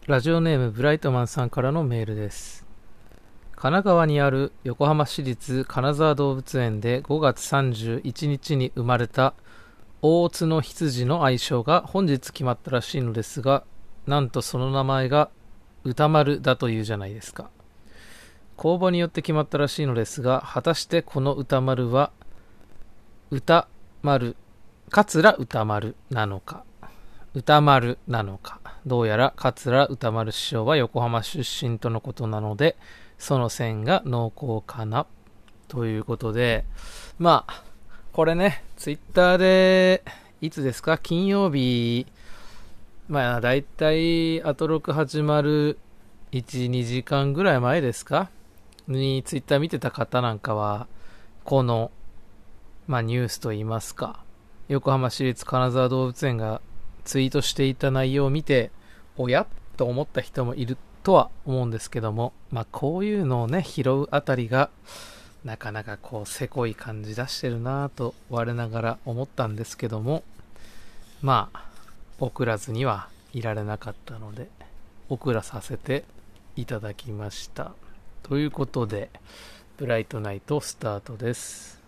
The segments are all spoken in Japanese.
ラジオネームブライトマンさんからのメールです。神奈川にある横浜市立金沢動物園で5月31日に生まれた大角羊の愛称が本日決まったらしいのですが、なんとその名前が歌丸だというじゃないですか。公募によって決まったらしいのですが、果たしてこの歌丸は歌丸、桂歌丸なのか、歌丸なのか。どうやら桂歌丸師匠は横浜出身とのことなので、その線が濃厚かなということで、まあこれね、ツイッターでいつですか、金曜日、まあだいたいアトロク始まる 1,2 時間ぐらい前ですかにツイッター見てた方なんかは、このニュースといいますか、横浜市立金沢動物園がツイートしていた内容を見て、おやと思った人もいるとは思うんですけども、こういうのをね拾うあたりがなかなかせこい感じ出してるなぁと我ながら思ったんですけども、送らずにはいられなかったので送らさせていただきました。ということでブライトナイトスタートです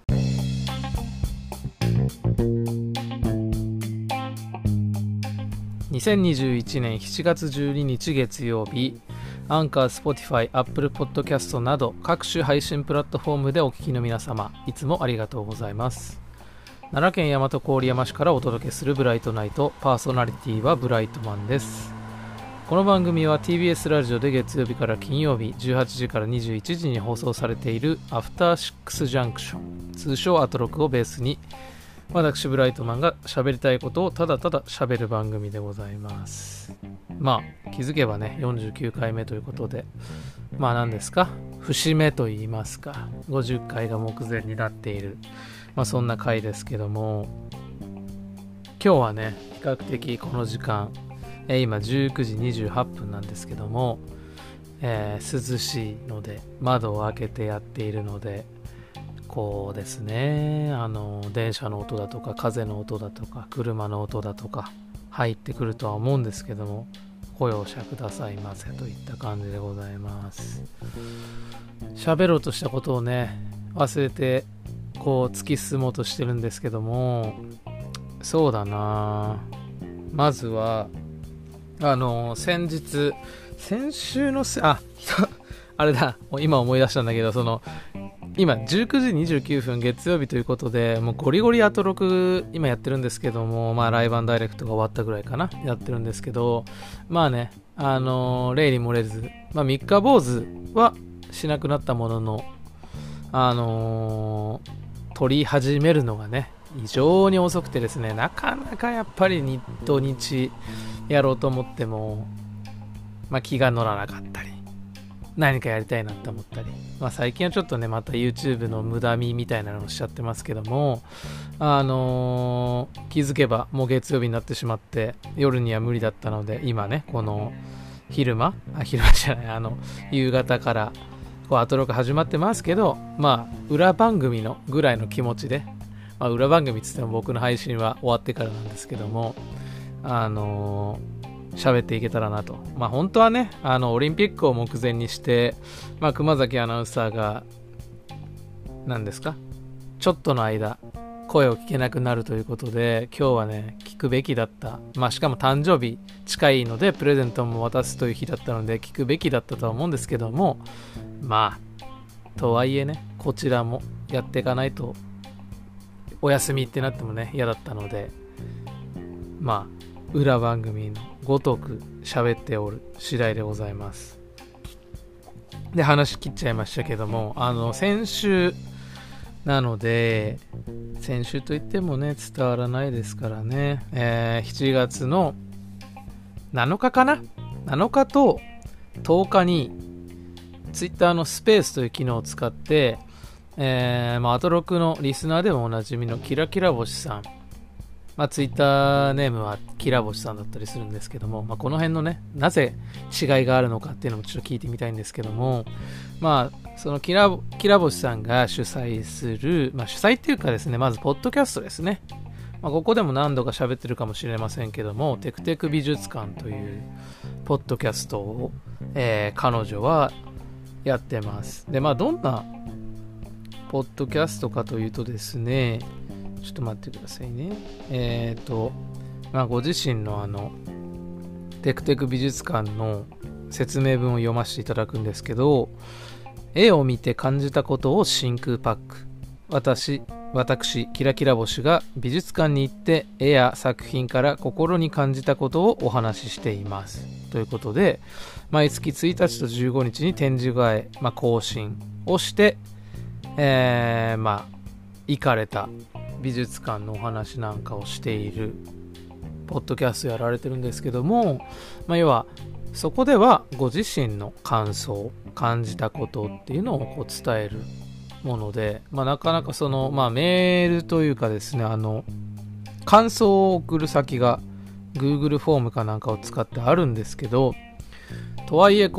。2021年7月12日月曜日、アンカー、スポティファイ、アップルポッドキャストなど各種配信プラットフォームでお聞きの皆様、いつもありがとうございます。奈良県大和郡山市からお届けするブライトナイト、パーソナリティはブライトマンです。この番組は TBS ラジオで月曜日から金曜日18時から21時に放送されているアフターシックスジャンクション、通称アトロクをベースに、私ブライトマンが喋りたいことをただただ喋る番組でございます。気づけばね49回目ということで、何ですか、節目といいますか、50回が目前になっている、そんな回ですけども、今日はね比較的この時間、今19時28分なんですけども、涼しいので窓を開けてやっているので、こうですね、電車の音だとか風の音だとか車の音だとか入ってくるとは思うんですけども、ご容赦くださいませといった感じでございます。喋ろうとしたことをね忘れて突き進もうとしてるんですけども、そうだな、まずは先週のあれだ、今思い出したんだけど、今19時29分月曜日ということで、もうゴリゴリアトロク今やってるんですけども、ライブ&ダイレクトが終わったぐらいかな、やってるんですけど、例に漏れず、三日坊主はしなくなったものの、撮り始めるのがね異常に遅くてですね、なかなかやっぱり土日やろうと思っても、気が乗らなかったり、何かやりたいなって思ったり、最近はちょっとねまた YouTube の無駄見みたいなのをしちゃってますけども、気づけばもう月曜日になってしまって夜には無理だったので、今ねこの昼間じゃない、夕方からアトロク始まってますけど、裏番組のぐらいの気持ちで、裏番組っつっても僕の配信は終わってからなんですけども、喋っていけたらなと。本当はねオリンピックを目前にして、熊崎アナウンサーが何ですか、ちょっとの間声を聞けなくなるということで、今日はね聞くべきだった、しかも誕生日近いのでプレゼントも渡すという日だったので聞くべきだったとは思うんですけども、とはいえねこちらもやっていかないとお休みってなってもね嫌だったので、裏番組のごとく喋っておる次第でございます。で、話切っちゃいましたけども、先週なので、先週といってもね伝わらないですからね、7月の7日かな、7日と10日にツイッターのスペースという機能を使って、アトロクのリスナーでもおなじみのキラキラ星さん、ツイッターネームはキラ星さんだったりするんですけども、この辺のねなぜ違いがあるのかっていうのもちょっと聞いてみたいんですけども、そのキラ星さんが主催する、主催っていうかですね、まずポッドキャストですね、 ここでも何度か喋ってるかもしれませんけども、テクテク美術館というポッドキャストを、彼女はやってます。で、どんなポッドキャストかというとですね、ちょっと待ってくださいね。ご自身のテクテク美術館の説明文を読ませていただくんですけど、絵を見て感じたことを真空パック。私キラキラ星が美術館に行って絵や作品から心に感じたことをお話ししていますということで、毎月1日と15日に展示会、更新をして、行かれた美術館のお話なんかをしているポッドキャストやられてるんですけども、要はそこではご自身の感想、感じたことっていうのを伝えるもので、なかなかメールというかですね、感想を送る先が Google フォームかなんかを使ってあるんですけど、とはいえ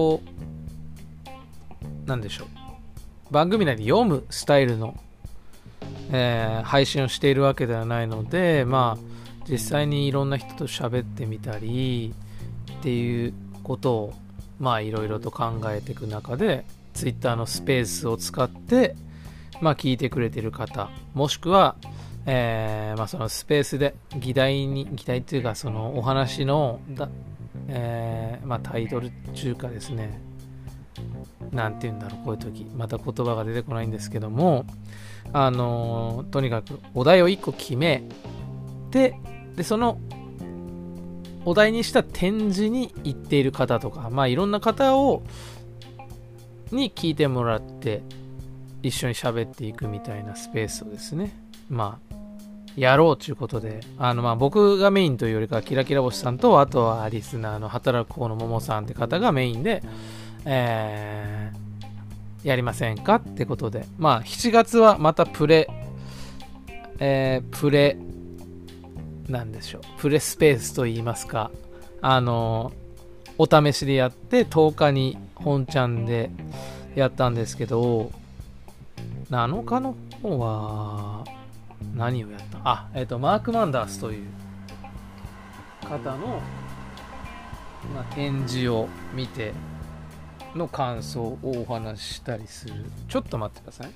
なんでしょう、番組内で読むスタイルの、配信をしているわけではないので、実際にいろんな人と喋ってみたりっていうことをいろいろと考えていく中で、Twitter のスペースを使って聞いてくれている方、もしくは、そのスペースで議題っていうか、そのお話のタイトル中かですね、なんて言うんだろう、こういう時また言葉が出てこないんですけども、とにかくお題を1個決めて、でそのお題にした展示に行っている方とか、いろんな方に聞いてもらって一緒に喋っていくみたいなスペースをですね、やろうということで、僕がメインというよりかキラキラ星さんと、あとはリスナーの働く方のももさんって方がメインで、やりませんかってことで、7月はまたプレなんでしょう、プレスペースといいますか、お試しでやって10日に本ちゃんでやったんですけど、7日の方は何をやった、マーク・マンダースという方の、展示を見ての感想をお話ししたりする。ちょっと待ってください。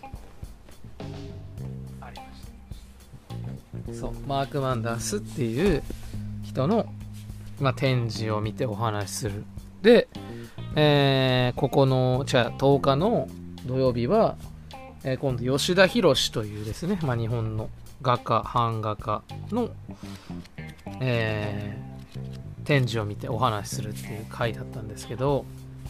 ありました。そう、マーク・マンダースっていう人の、展示を見てお話しする。で、10日の土曜日は、今度吉田博というですね、日本の画家、版画家の、展示を見てお話しするっていう回だったんですけど、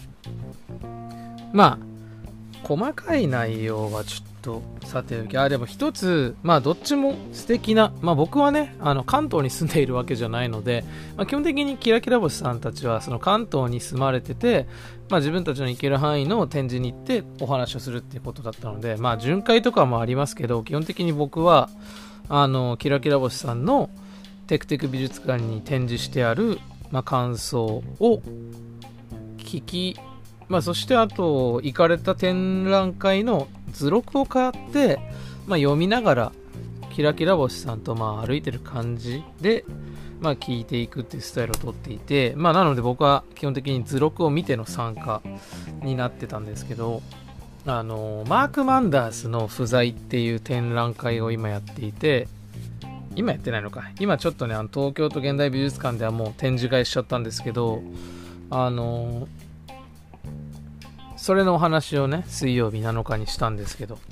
細かい内容はちょっとさておき、でも一つ、どっちも素敵な、僕はね、関東に住んでいるわけじゃないので、基本的にキラキラ星さんたちはその関東に住まれてて、自分たちの行ける範囲の展示に行ってお話をするっていうことだったので、巡回とかもありますけど、基本的に僕はキラキラ星さんのテクテク美術館に展示してある、感想を聞き、そしてあと行かれた展覧会の図録を買って、読みながらキラキラ星さんと歩いてる感じで、聞いていくっていうスタイルをとっていて、なので僕は基本的に図録を見ての参加になってたんですけど、マーク・マンダースの不在っていう展覧会を今やっていて、今やってないのか、今ちょっとね、東京都現代美術館ではもう展示会しちゃったんですけど、それのお話をね、水曜日7日にしたんですけど、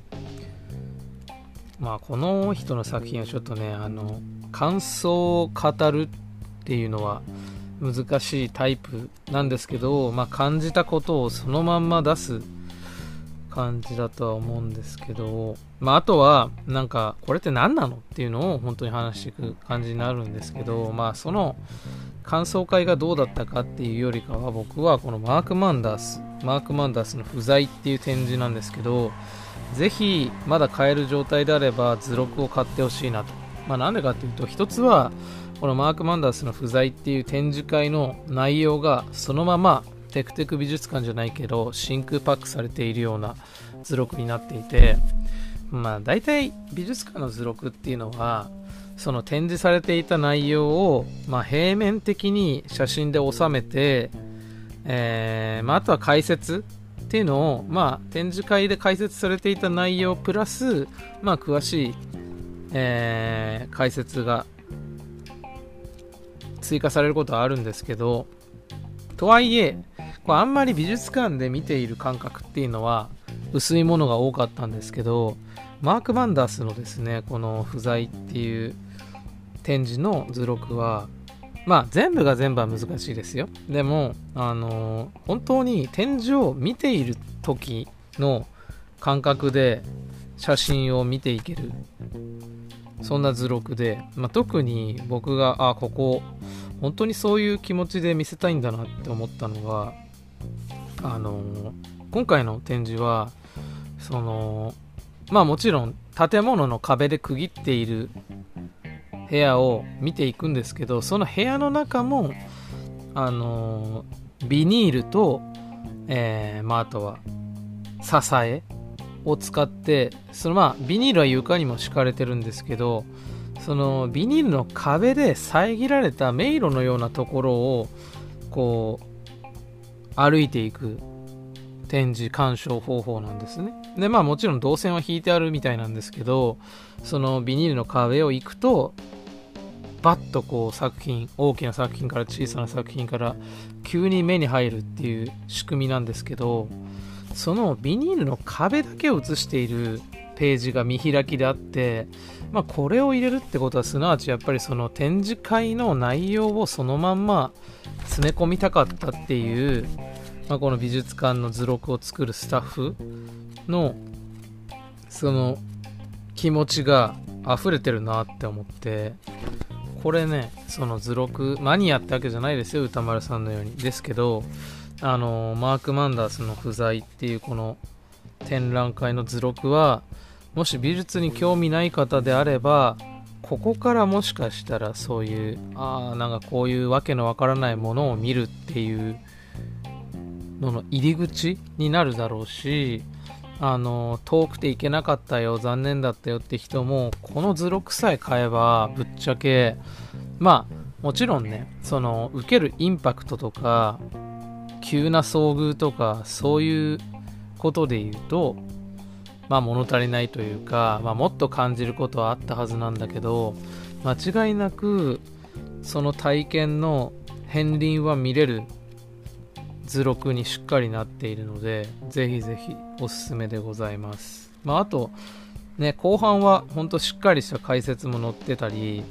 この人の作品はちょっとね、感想を語るっていうのは難しいタイプなんですけど、感じたことをそのまんま出す感じだとは思うんですけど、あとはこれって何なのっていうのを本当に話していく感じになるんですけど、その感想会がどうだったかっていうよりかは、僕はこのマーク・マンダースの不在っていう展示なんですけど、ぜひまだ買える状態であれば図録を買ってほしいなと。なんでかっていうと、一つはこのマーク・マンダースの不在っていう展示会の内容がそのままテクテク美術館じゃないけど真空パックされているような図録になっていて、大体美術館の図録っていうのはその展示されていた内容を、平面的に写真で収めて、あとは解説っていうのを、展示会で解説されていた内容プラス、詳しい、解説が追加されることはあるんですけど、とはいえこれあんまり美術館で見ている感覚っていうのは薄いものが多かったんですけど、マーク・マンダースのですね、この不在っていう展示の図録は、全部が全部は難しいですよ。でも本当に展示を見ている時の感覚で写真を見ていける、そんな図録で、特に僕がここ本当にそういう気持ちで見せたいんだなって思ったのは、今回の展示はもちろん建物の壁で区切っている部屋を見ていくんですけど、その部屋の中もビニールと、あとは支えを使って、ビニールは床にも敷かれてるんですけど、そのビニールの壁で遮られた迷路のようなところをこう歩いていく展示鑑賞方法なんですね。でもちろん動線は引いてあるみたいなんですけど、そのビニールの壁を行くとバッとこう作品、大きな作品から小さな作品から急に目に入るっていう仕組みなんですけど、そのビニールの壁だけを写しているページが見開きであって、これを入れるってことはすなわちやっぱりその展示会の内容をそのまんま詰め込みたかったっていう、この美術館の図録を作るスタッフのその気持ちが溢れてるなって思って、これね、その図録マニアってわけじゃないですよ、歌丸さんのようにですけど、マーク・マンダースの不在っていうこの展覧会の図録は、もし美術に興味ない方であれば、ここからもしかしたらそういうなんかこういうわけのわからないものを見るっていうのの入り口になるだろうし、遠くて行けなかったよ、残念だったよって人もこの図録さえ買えばぶっちゃけもちろんね、その受けるインパクトとか急な遭遇とかそういうことで言うと物足りないというか、もっと感じることはあったはずなんだけど、間違いなくその体験の片鱗は見れる図録にしっかりなっているので、ぜひぜひおすすめでございます。あとね、後半はほんとしっかりした解説も載ってたり、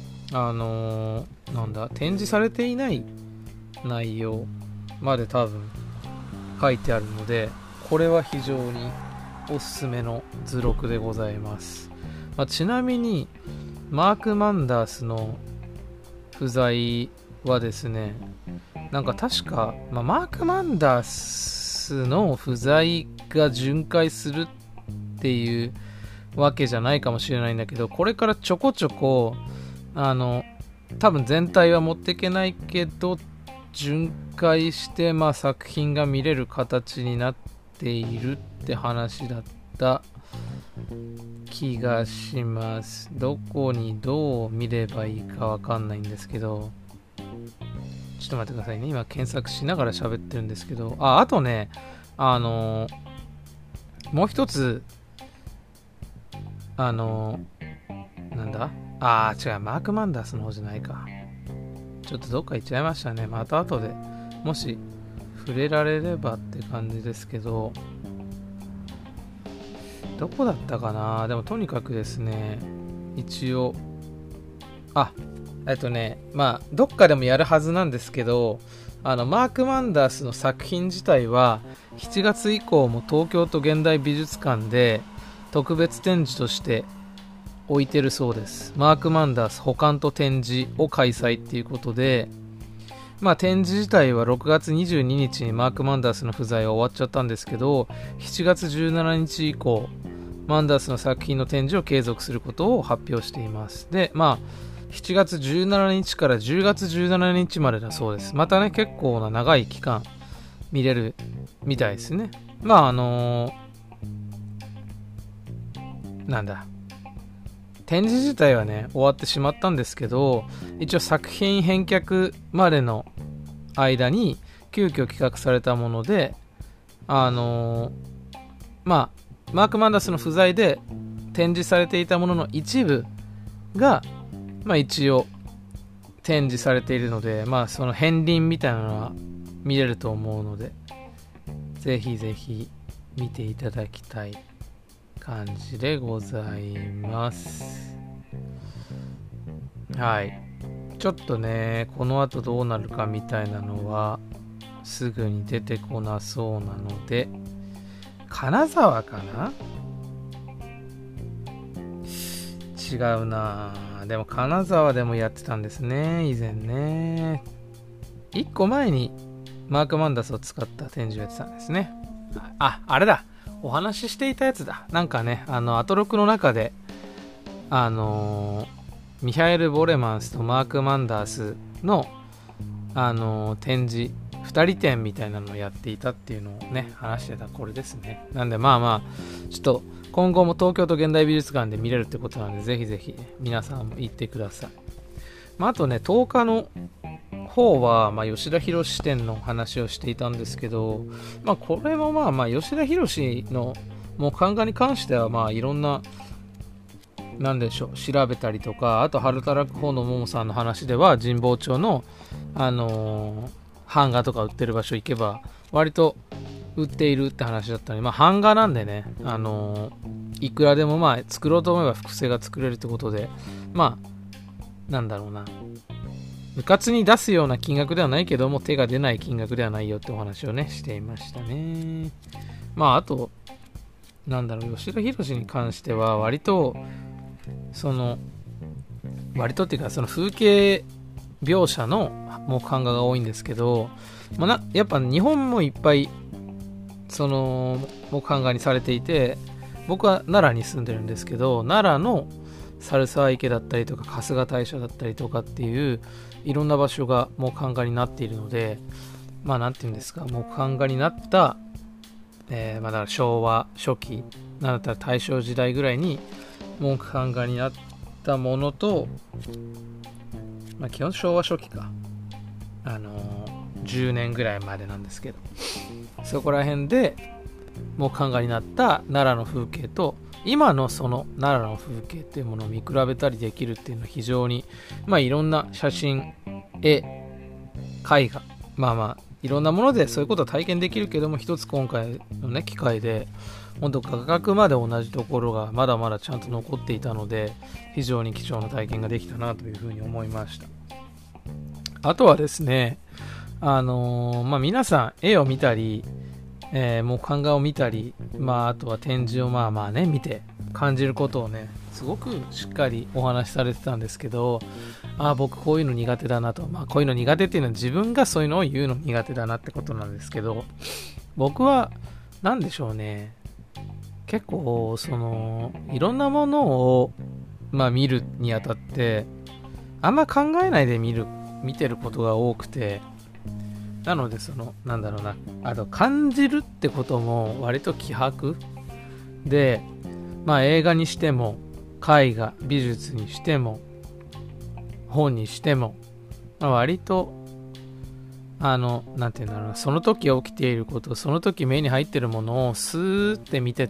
展示されていない内容まで多分書いてあるので、これは非常におすすめの図録でございます。ちなみにマーク・マンダースの不在はですね、確か、マーク・マンダースの不在が巡回するっていうわけじゃないかもしれないんだけど、これからちょこちょこ多分全体は持っていけないけど巡回して、作品が見れる形になっているって話だった気がします。どこにどう見ればいいかわかんないんですけど、ちょっと待ってくださいね、今検索しながら喋ってるんですけど、あとね、もう一つ違う、マーク・マンダースの方じゃないか、ちょっとどっか行っちゃいましたね。また後でもし触れられればって感じですけど、どこだったかな。でもとにかくですね、一応どっかでもやるはずなんですけど、マーク・マンダースの作品自体は7月以降も東京都現代美術館で特別展示として置いてるそうです。マーク・マンダース保管と展示を開催っていうことで、展示自体は6月22日にマーク・マンダースの不在は終わっちゃったんですけど、7月17日以降マンダースの作品の展示を継続することを発表しています。で7月17日から10月17日までだそうです。またね、結構な長い期間見れるみたいですね。 展示自体はね終わってしまったんですけど、一応作品返却までの間に急遽企画されたもので、マーク・マンダスの不在で展示されていたものの一部が、一応展示されているので、その片鱗みたいなのは見れると思うので、ぜひぜひ見ていただきたい感じでございます。はい。ちょっとね、この後どうなるかみたいなのはすぐに出てこなそうなので、金沢かな？違うな。でも金沢でもやってたんですね、以前ね。1個前にマーク・マンダスを使った展示をやってたんですね。あれだ、お話ししていたやつだ。なんかね、アトロクの中でミハエル・ボレマンスとマーク・マンダースの展示2人展みたいなのをやっていたっていうのをね話してたこれですね。なんでちょっと今後も東京都現代美術館で見れるってことなんで、ぜひぜひ皆さんも行ってください。あとね、10日の方は、吉田博展の話をしていたんですけど、これも吉田博のもう版画に関してはいろんななんでしょう、調べたりとか、あと春たらく方のももさんの話では神保町の版画とか売ってる場所行けば割と売っているって話だったので、版画なんでね、いくらでも作ろうと思えば複製が作れるってことで、なんだろうな、うかつに出すような金額ではないけども手が出ない金額ではないよってお話をねしていましたね。あと吉田博に関しては割とっていうかその風景描写のもう版画が多いんですけど、やっぱ日本もいっぱいもう版画にされていて、僕は奈良に住んでるんですけど、奈良の猿沢池だったりとか春日大社だったりとかっていういろんな場所がもう版画になっているので、なんていうんですか、もう版画になった、だから昭和初期なんだったら大正時代ぐらいにもう版画になったものと、基本昭和初期か、10年ぐらいまでなんですけど、そこら辺でもう版画になった奈良の風景と今のその奈良の風景っていうものを見比べたりできるっていうのは非常にいろんな写真、絵、絵画、いろんなものでそういうことを体験できるけども、一つ今回のね機会で本当価格まで同じところがまだまだちゃんと残っていたので、非常に貴重な体験ができたなというふうに思いました。あとはですね、皆さん絵を見たり、もう版画を見たり、あとは展示を見て感じることをねすごくしっかりお話しされてたんですけど、僕こういうの苦手だなと、こういうの苦手っていうのは自分がそういうのを言うの苦手だなってことなんですけど、僕はなんでしょうね、結構いろんなものを見るにあたってあんま考えないで見てることが多くて、なのであと感じるってことも割と希薄で、映画にしても絵画美術にしても本にしても、割となんていうんだろうな、その時起きていること、その時目に入ってるものをスーって見てって、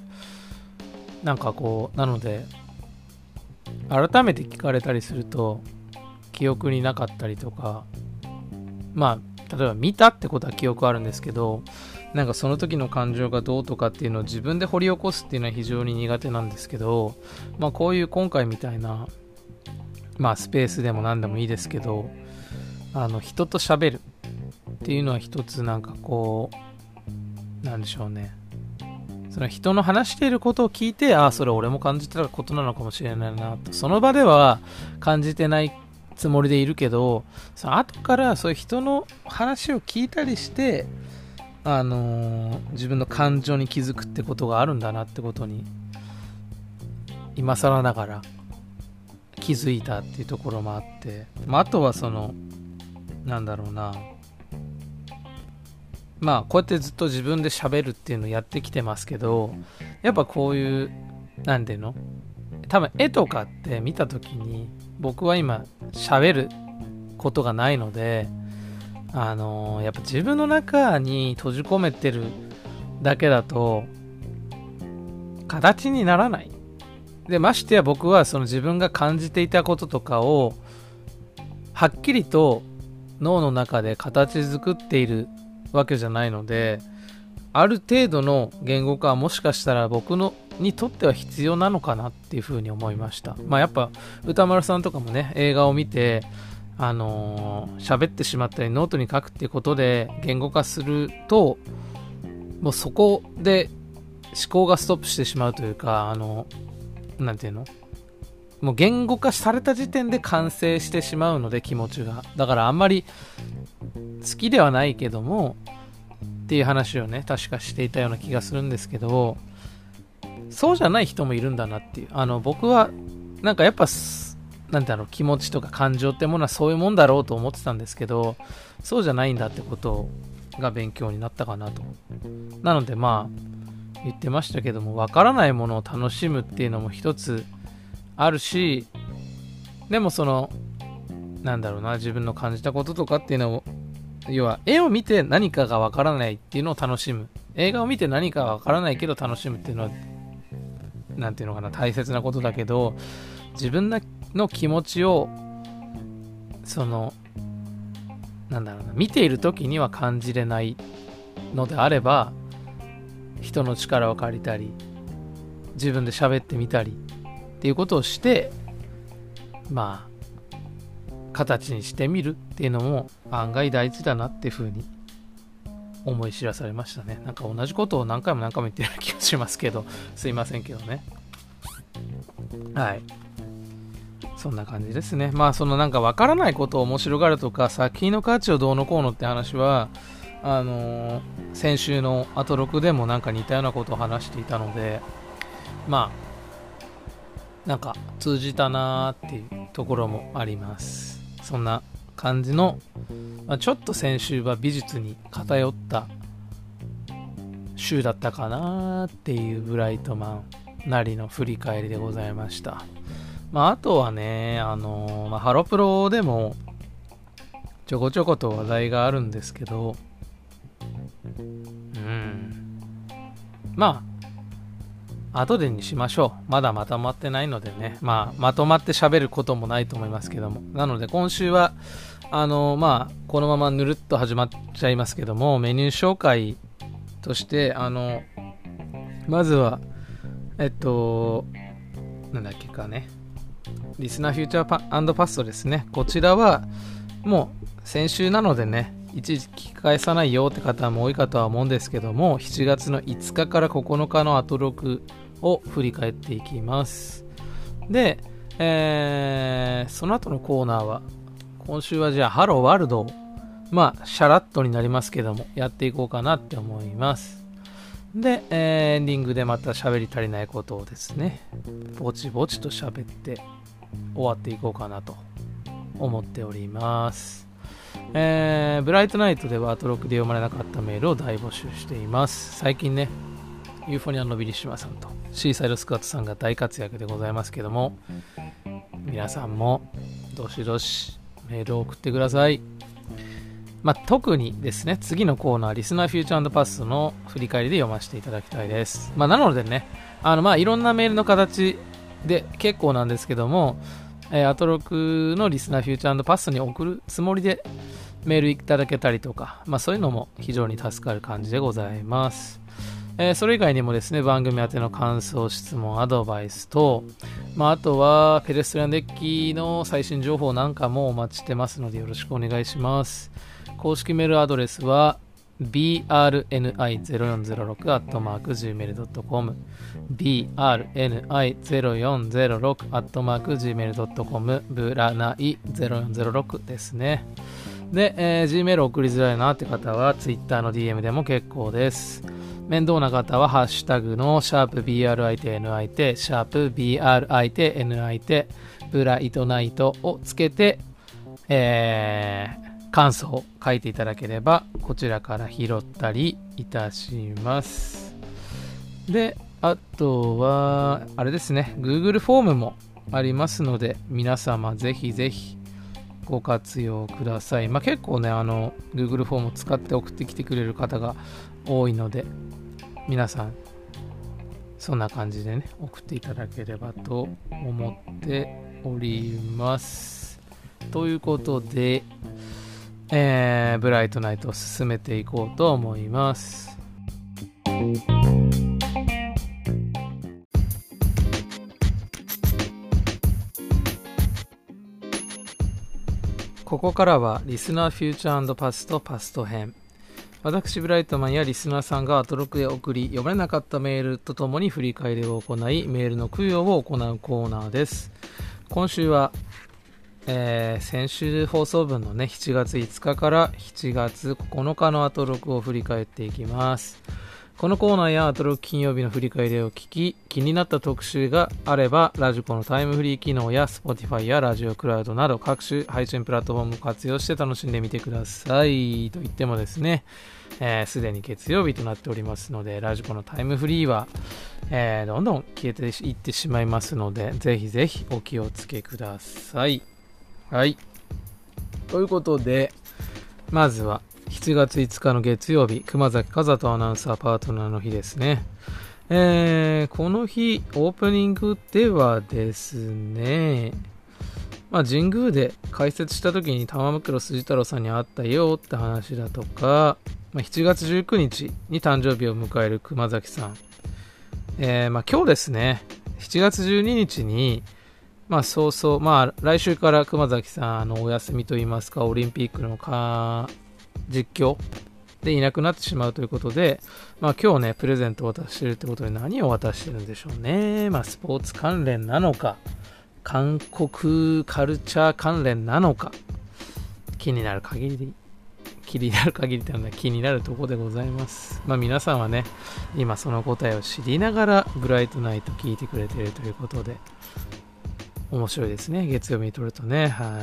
なので改めて聞かれたりすると記憶になかったりとか、例えば見たってことは記憶あるんですけど、その時の感情がどうとかっていうのを自分で掘り起こすっていうのは非常に苦手なんですけど、こういう今回みたいなスペースでも何でもいいですけど、人と喋るっていうのは一つなんでしょうね、その人の話していることを聞いて、それ俺も感じてたことなのかもしれないなと、その場では感じてないつもりでいるけど、その後からそういう人の話を聞いたりして、自分の感情に気づくってことがあるんだなってことに今更ながら気づいたっていうところもあって、あとはこうやってずっと自分で喋るっていうのをやってきてますけど、やっぱこういう多分絵とかって見た時に僕は今喋ることがないので、やっぱ自分の中に閉じ込めてるだけだと形にならない。で、ましてや僕はその自分が感じていたこととかをはっきりと脳の中で形作っているわけじゃないので、ある程度の言語化はもしかしたら僕のにとっては必要なのかなっていうふうに思いました。やっぱ歌丸さんとかもね、映画を見て喋ってしまったりノートに書くっていうことで言語化すると、もうそこで思考がストップしてしまうというか、なんていうの、もう言語化された時点で完成してしまうので、気持ちが。だからあんまり好きではないけどもっていう話をね、確かしていたような気がするんですけど、そうじゃない人もいるんだなっていう。僕はなんかやっぱなんだろう、気持ちとか感情ってものはそういうもんだろうと思ってたんですけど、そうじゃないんだってことが勉強になったかなと。なので言ってましたけども、わからないものを楽しむっていうのも一つあるし、でもなんだろうな、自分の感じたこととかっていうのを、要は絵を見て何かがわからないっていうのを楽しむ、映画を見て何かがわからないけど楽しむっていうのは、なんていうのかな、大切なことだけど、自分の気持ちをなんだろうな、見ている時には感じれないのであれば、人の力を借りたり自分で喋ってみたりっていうことをして、形にしてみるっていうのも案外大事だなっていうふうに思い知らされましたね。なんか同じことを何回も言ってるような気がしますけど、すいませんけどね。はい、そんな感じですね。なんか分からないことを面白がるとか、作品の価値をどうのこうのって話は先週のアトロクでもなんか似たようなことを話していたので、なんか通じたなーっていうところもあります。そんな感じの、ちょっと先週は美術に偏った週だったかなーっていうブライトマンなりの振り返りでございました。あとはね、ハロプロでもちょこちょこと話題があるんですけど、後でにしましょう。まだまとまってないのでね、まとまって喋ることもないと思いますけども、なので今週はこのままぬるっと始まっちゃいますけども、メニュー紹介としてまずはなんだっけかね、リスナーフューチャーパストですね。こちらはもう先週なのでね、一時聞き返さないよって方も多いかとは思うんですけども、7月の5日から9日のアトロクを振り返っていきます。で、その後のコーナーは、今週はじゃあハローワールドをシャラッとになりますけどもやっていこうかなって思います。で、エンディングでまた喋り足りないことをですね、ぼちぼちと喋って終わっていこうかなと思っております。ブライトナイトではアトロクで読まれなかったメールを大募集しています。最近ね、ユーフォニアのビリシマさんとシーサイドスクワットさんが大活躍でございますけども、皆さんもどしどしメールを送ってください。特にですね、次のコーナーリスナーフューチャーパスの振り返りで読ませていただきたいです。なのでね、いろんなメールの形で結構なんですけども、アトロクのリスナーフューチャーパスに送るつもりでメールいただけたりとか、そういうのも非常に助かる感じでございます。それ以外にもですね、番組宛ての感想、質問、アドバイスと、あとはペレストリアンデッキの最新情報なんかもお待ちしてますのでよろしくお願いします。公式メールアドレスは brni0406@gmail.com brni0406@gmail.com ブラナイ0406ですね。で、Gmail 送りづらいなって方は Twitter の DM でも結構です。面倒な方はハッシュタグのシャープ BRITNIT シャープ BRITNIT ブライトナイトをつけて、感想を書いていただければこちらから拾ったりいたします。で、 あとはあれですね、 Google フォームもありますので、皆様ぜひぜひご活用ください。結構ね、Google フォームを使って送ってきてくれる方が多いので、皆さんそんな感じでね、送っていただければと思っております。ということで、ブライトナイトを進めていこうと思います。ここからはリスナーフューチャー&パストパスト編。私ブライトマンやリスナーさんがアトロクで送り、読めなかったメールとともに振り返りを行い、メールの供養を行うコーナーです。今週は、先週放送分のね、7月5日から7月9日のアトロクを振り返っていきます。このコーナーやアトロク金曜日の振り返りを聞き、気になった特集があれば、ラジコのタイムフリー機能や Spotify やラジオクラウドなど各種配信プラットフォームを活用して楽しんでみてください。と言ってもですね、すでに月曜日となっておりますので、ラジコのタイムフリーは、どんどん消えていってしまいますので、ぜひぜひお気をつけください。はい。ということで、まずは7月5日の月曜日、熊崎和人アナウンサーパートナーの日ですね。この日、オープニングではですね、神宮で解説した時に玉袋筋太郎さんに会ったよって話だとか、7月19日に誕生日を迎える熊崎さん。今日ですね、7月12日に、来週から熊崎さん、お休みといいますか、オリンピックの実況でいなくなってしまうということで、今日ね、プレゼントを渡しているということで、何を渡してるんでしょうね。スポーツ関連なのか、韓国カルチャー関連なのか、気になる限りっていうのは気になるところでございます。皆さんはね、今その答えを知りながらブライトナイト聞いてくれているということで、面白いですね、月曜日に撮るとね。はい。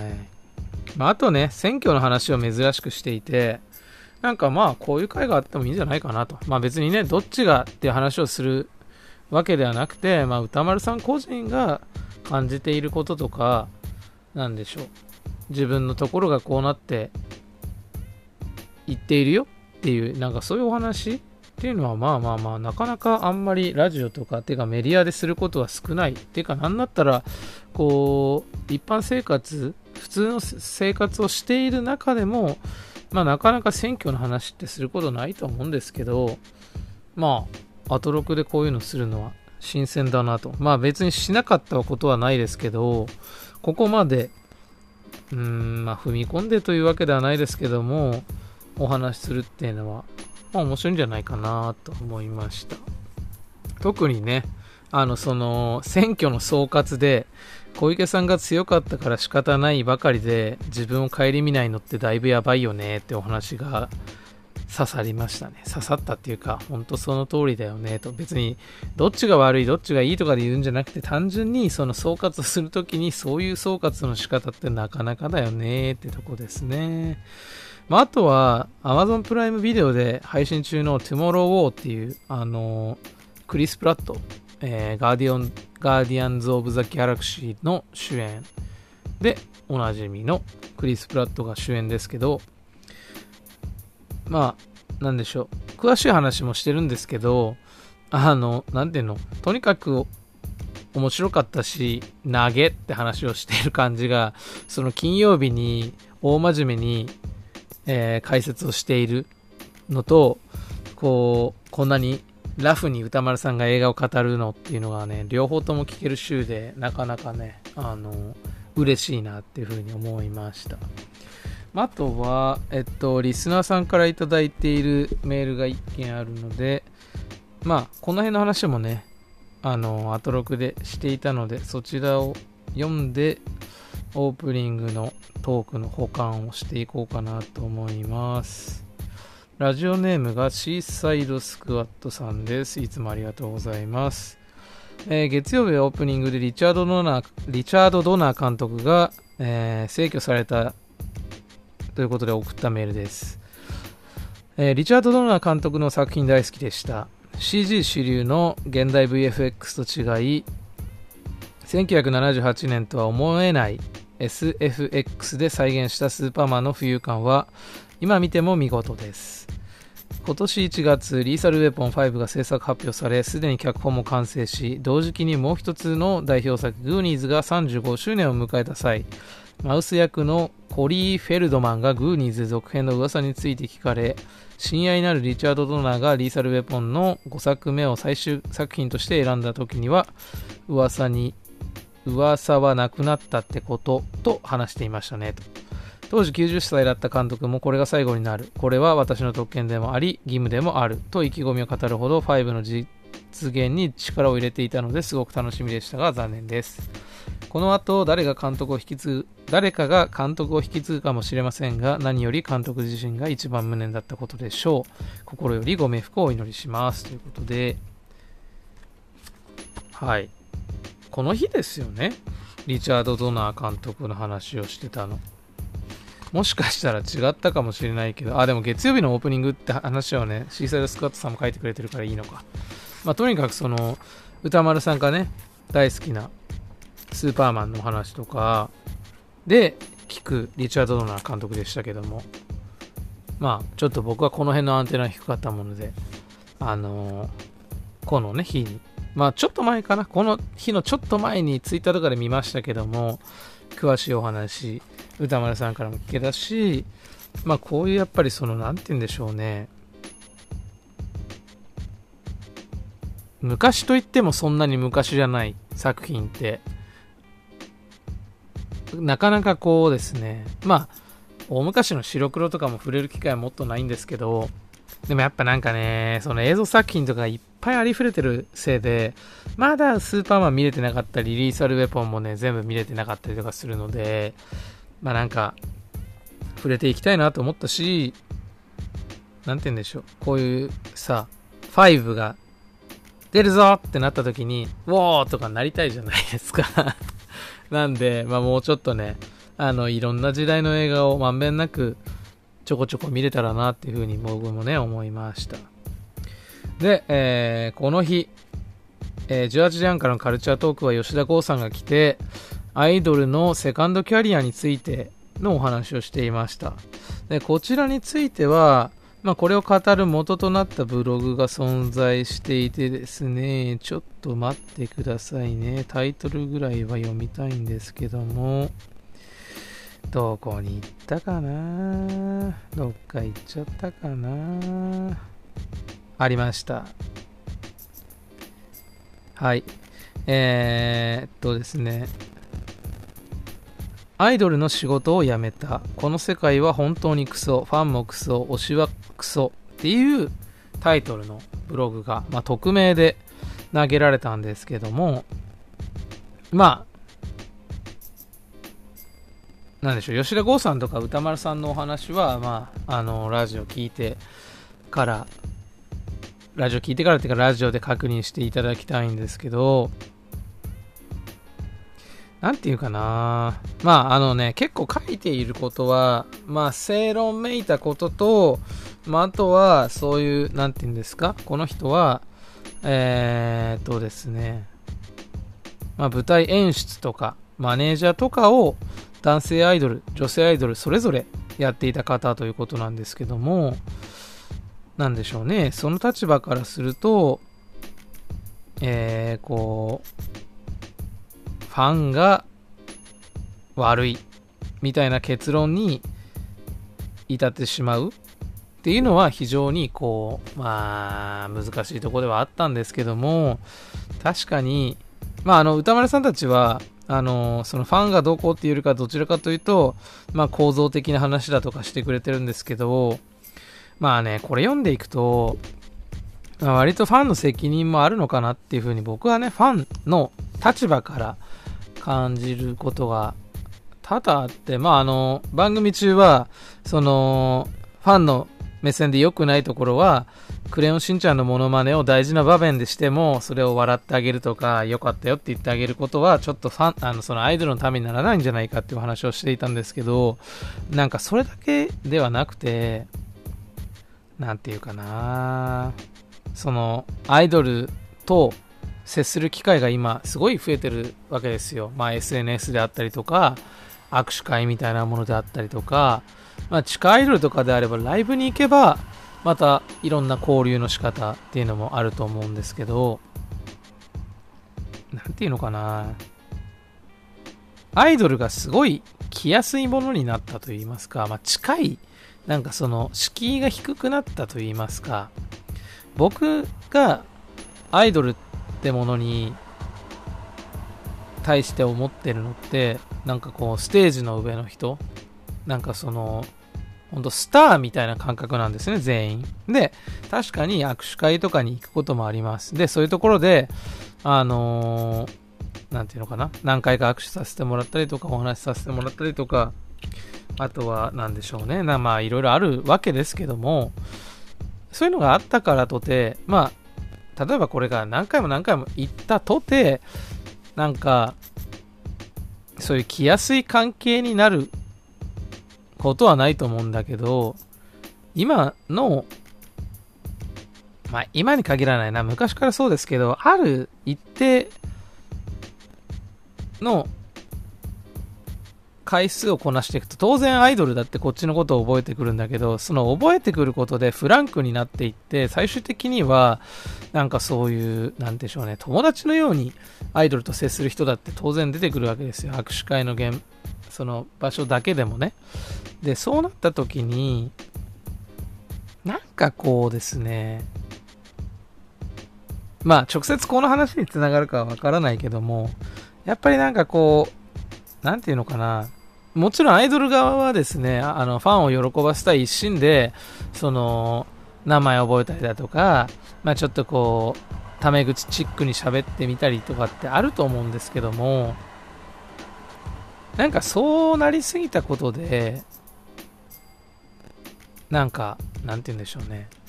あとね、選挙の話を珍しくしていて、こういう会があってもいいんじゃないかなと。別にね、どっちがっていう話をするわけではなくて、歌丸さん個人が感じていることとか、なんでしょう、自分のところがこうなって言っているよっていう、そういうお話っていうのはなかなかあんまりラジオとかてかメディアですることは少ないっていうか、なんだったらこう一般生活、普通の生活をしている中でもなかなか選挙の話ってすることないと思うんですけど、アトロクでこういうのするのは新鮮だなと。別にしなかったことはないですけど、ここまで踏み込んでというわけではないですけども、お話しするっていうのは面白いんじゃないかなと思いました。特にね、その選挙の総括で小池さんが強かったから仕方ないばかりで自分を顧みないのってだいぶやばいよねってお話が刺さりましたね。刺さったっていうか、本当その通りだよねと。別にどっちが悪いどっちがいいとかで言うんじゃなくて、単純にその総括するときにそういう総括の仕方ってなかなかだよねってとこですね。あとは Amazon プライムビデオで配信中の Tomorrow War っていうクリス・プラット、ガーディアンズ・オブ・ザ・ギャラクシーの主演でおなじみのクリス・プラットが主演ですけど、なんでしょう、詳しい話もしてるんですけど、なんていうの、とにかく面白かったし投げって話をしている感じが、その金曜日に大真面目に解説をしているのと、こんなにラフに歌丸さんが映画を語るのっていうのがね、両方とも聞ける週で、なかなかね、嬉しいなっていうふうに思いました。あとは、リスナーさんからいただいているメールが1件あるので、この辺の話もね、アトロクでしていたので、そちらを読んでオープニングのトークの補完をしていこうかなと思います。ラジオネームがシーサイドスクワットさんです。いつもありがとうございます。月曜日オープニングでリチャード・ドナー監督が、逝去されたということで送ったメールです。リチャード・ドナー監督の作品大好きでした。 CG 主流の現代 VFX と違い、1978年とは思えない SFX で再現したスーパーマンの浮遊感は今見ても見事です。今年1月、リーサルウェポン5が制作発表され、すでに脚本も完成し、同時期にもう一つの代表作グーニーズが35周年を迎えた際、マウス役のコリー・フェルドマンがグーニーズ続編の噂について聞かれ、親愛なるリチャード・ドナーがリーサルウェポンの5作目を最終作品として選んだ時には、噂はなくなったってことと話していましたねと。当時90歳だった監督もこれが最後になる。これは私の特権でもあり、義務でもある。と意気込みを語るほど5の実現に力を入れていたのですごく楽しみでしたが残念です。この後、誰かが監督を引き継ぐかもしれませんが、何より監督自身が一番無念だったことでしょう。心よりご冥福をお祈りします。ということで、はい。この日ですよね。リチャード・ドナー監督の話をしてたの。もしかしたら違ったかもしれないけど、でも月曜日のオープニングって話はね、シーサイドスクワットさんも書いてくれてるからいいのか。とにかく歌丸さんがね、大好きなスーパーマンの話とかで聞くリチャード・ドナー監督でしたけども、ちょっと僕はこの辺のアンテナ低かったもので、このね、日に、ちょっと前かな、この日のちょっと前にツイッターとかで見ましたけども、詳しいお話、歌丸さんからも聞けたし、こういうやっぱりなんて言うんでしょうね。昔といってもそんなに昔じゃない作品って、なかなかこうですね、大昔の白黒とかも触れる機会はもっとないんですけど、でもやっぱなんかね、映像作品とかいっぱいありふれてるせいで、まだスーパーマン見れてなかったり、リーサルウェポンもね、全部見れてなかったりとかするので、なんか、触れていきたいなと思ったし、なんて言うんでしょう、こういうさ、5が出るぞってなった時に、ウォーとかなりたいじゃないですか。なんで、もうちょっとね、いろんな時代の映画をまんべんなくちょこちょこ見れたらなっていうふうに僕もね、思いました。で、この日、18時半からのカルチャートークは吉田剛さんが来て、アイドルのセカンドキャリアについてのお話をしていました。で、こちらについては、これを語る元となったブログが存在していてですね、ちょっと待ってくださいね。タイトルぐらいは読みたいんですけども、どこに行ったかな？どっか行っちゃったかな？ありました。はい。ですね。アイドルの仕事を辞めた。この世界は本当にクソ。ファンもクソ。推しはクソ。っていうタイトルのブログが、匿名で投げられたんですけども、なんでしょう。吉田剛さんとか歌丸さんのお話は、ラジオ聞いてからっていうかラジオで確認していただきたいんですけど、なんていうかな、結構書いていることは、正論めいたことと、あとは、そういう、なんていうんですか、この人は、ですね、舞台演出とか、マネージャーとかを、男性アイドル、女性アイドル、それぞれやっていた方ということなんですけども、なんでしょうね、その立場からすると、ファンが悪いみたいな結論に至ってしまうっていうのは非常に難しいところではあったんですけども、確かに歌丸さんたちはそのファンがどうこうっていうよりかどちらかというと構造的な話だとかしてくれてるんですけど、これ読んでいくと割とファンの責任もあるのかなっていうふうに僕はね、ファンの立場から感じることが多々あって、番組中はファンの目線で良くないところはクレヨンしんちゃんのモノマネを大事な場面でしてもそれを笑ってあげるとか良かったよって言ってあげることはちょっとそのアイドルのためにならないんじゃないかっていう話をしていたんですけど、それだけではなくて、なんていうかな、 そのアイドルと接する機会が今すごい増えてるわけですよ。SNS であったりとか握手会みたいなものであったりとか、地下アイドルとかであればライブに行けばまたいろんな交流の仕方っていうのもあると思うんですけど、なんていうのかな、アイドルがすごい来やすいものになったといいますか、近い、なんかその敷居が低くなったといいますか、僕がアイドルってものに対して思ってるのって、なんかこうステージの上の人、なんかその本当スターみたいな感覚なんですね、全員で。確かに握手会とかに行くこともあります。で、そういうところでなんていうのかな、何回か握手させてもらったりとかお話しさせてもらったりとか、あとは何でしょうね、いろいろあるわけですけども、そういうのがあったからとて、例えばこれが何回も何回も行ったとて、なんかそういう来やすい関係になることはないと思うんだけど、今の今に限らないな、昔からそうですけど、ある一定の回数をこなしていくと、当然アイドルだってこっちのことを覚えてくるんだけど、その覚えてくることでフランクになっていって、最終的にはなんかそういう、なんでしょうね、友達のようにアイドルと接する人だって当然出てくるわけですよ、握手会のその場所だけでもね。で、そうなった時になんかこうですね、直接この話につながるかはわからないけども、やっぱりなんかこう、なんていうのかな、もちろんアイドル側はですね、ファンを喜ばせたい一心で、その名前を覚えたりだとか、ちょっとこうタメ口チックに喋ってみたりとかってあると思うんですけども、なんかそうなりすぎたことで、なんて言うんでしょうね。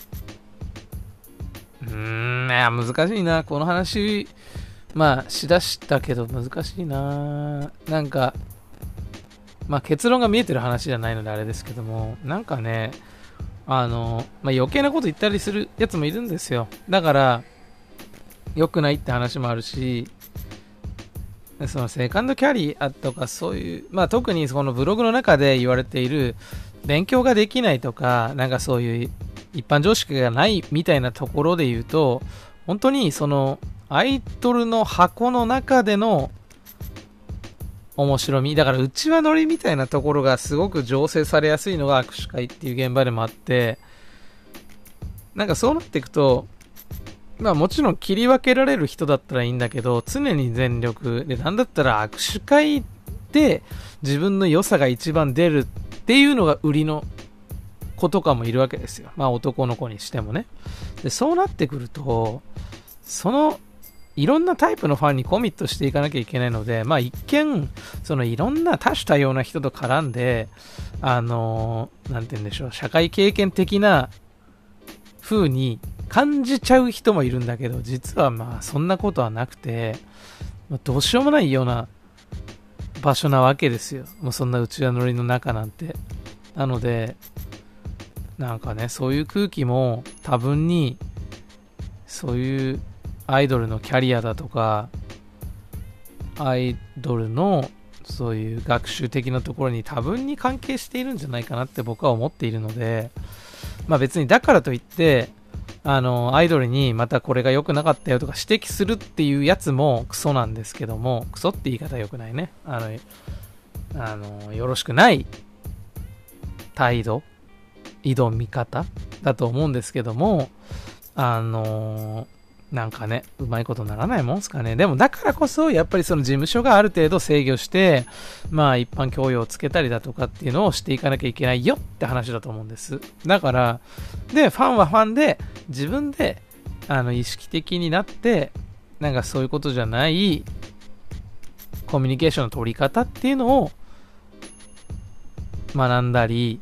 難しいな、この話。しだしたけど難しいな。なんか、結論が見えてる話じゃないのであれですけども、なんかね、余計なこと言ったりするやつもいるんですよ。だから、良くないって話もあるし、そのセカンドキャリアとかそういう、特にそのブログの中で言われている勉強ができないとか、なんかそういう一般常識がないみたいなところで言うと、本当にそのアイドルの箱の中での面白み、だから内輪乗りみたいなところがすごく醸成されやすいのが握手会っていう現場でもあって、なんかそうなっていくと、もちろん切り分けられる人だったらいいんだけど、常に全力で、なんだったら握手会で自分の良さが一番出るっていうのが売りの子とかもいるわけですよ。男の子にしてもね。で、そうなってくると、そのいろんなタイプのファンにコミットしていかなきゃいけないので、一見そのいろんな多種多様な人と絡んで、なんて言うんでしょう、社会経験的な風に感じちゃう人もいるんだけど、実はそんなことはなくて、どうしようもないような場所なわけですよ。もうそんな内輪乗りの中なんて。なので、なんかね、そういう空気も多分に、そういうアイドルのキャリアだとか、アイドルのそういう学習的なところに多分に関係しているんじゃないかなって僕は思っているので、別にだからといってアイドルにまたこれが良くなかったよとか指摘するっていうやつもクソなんですけども、クソって言い方良くないね、よろしくない態度、挑み方だと思うんですけども、なんかね、うまいことならないもんすかね。でもだからこそ、やっぱりその事務所がある程度制御して、一般教養をつけたりだとかっていうのをしていかなきゃいけないよって話だと思うんです。だから、で、ファンはファンで、自分で、意識的になって、なんかそういうことじゃない、コミュニケーションの取り方っていうのを、学んだり、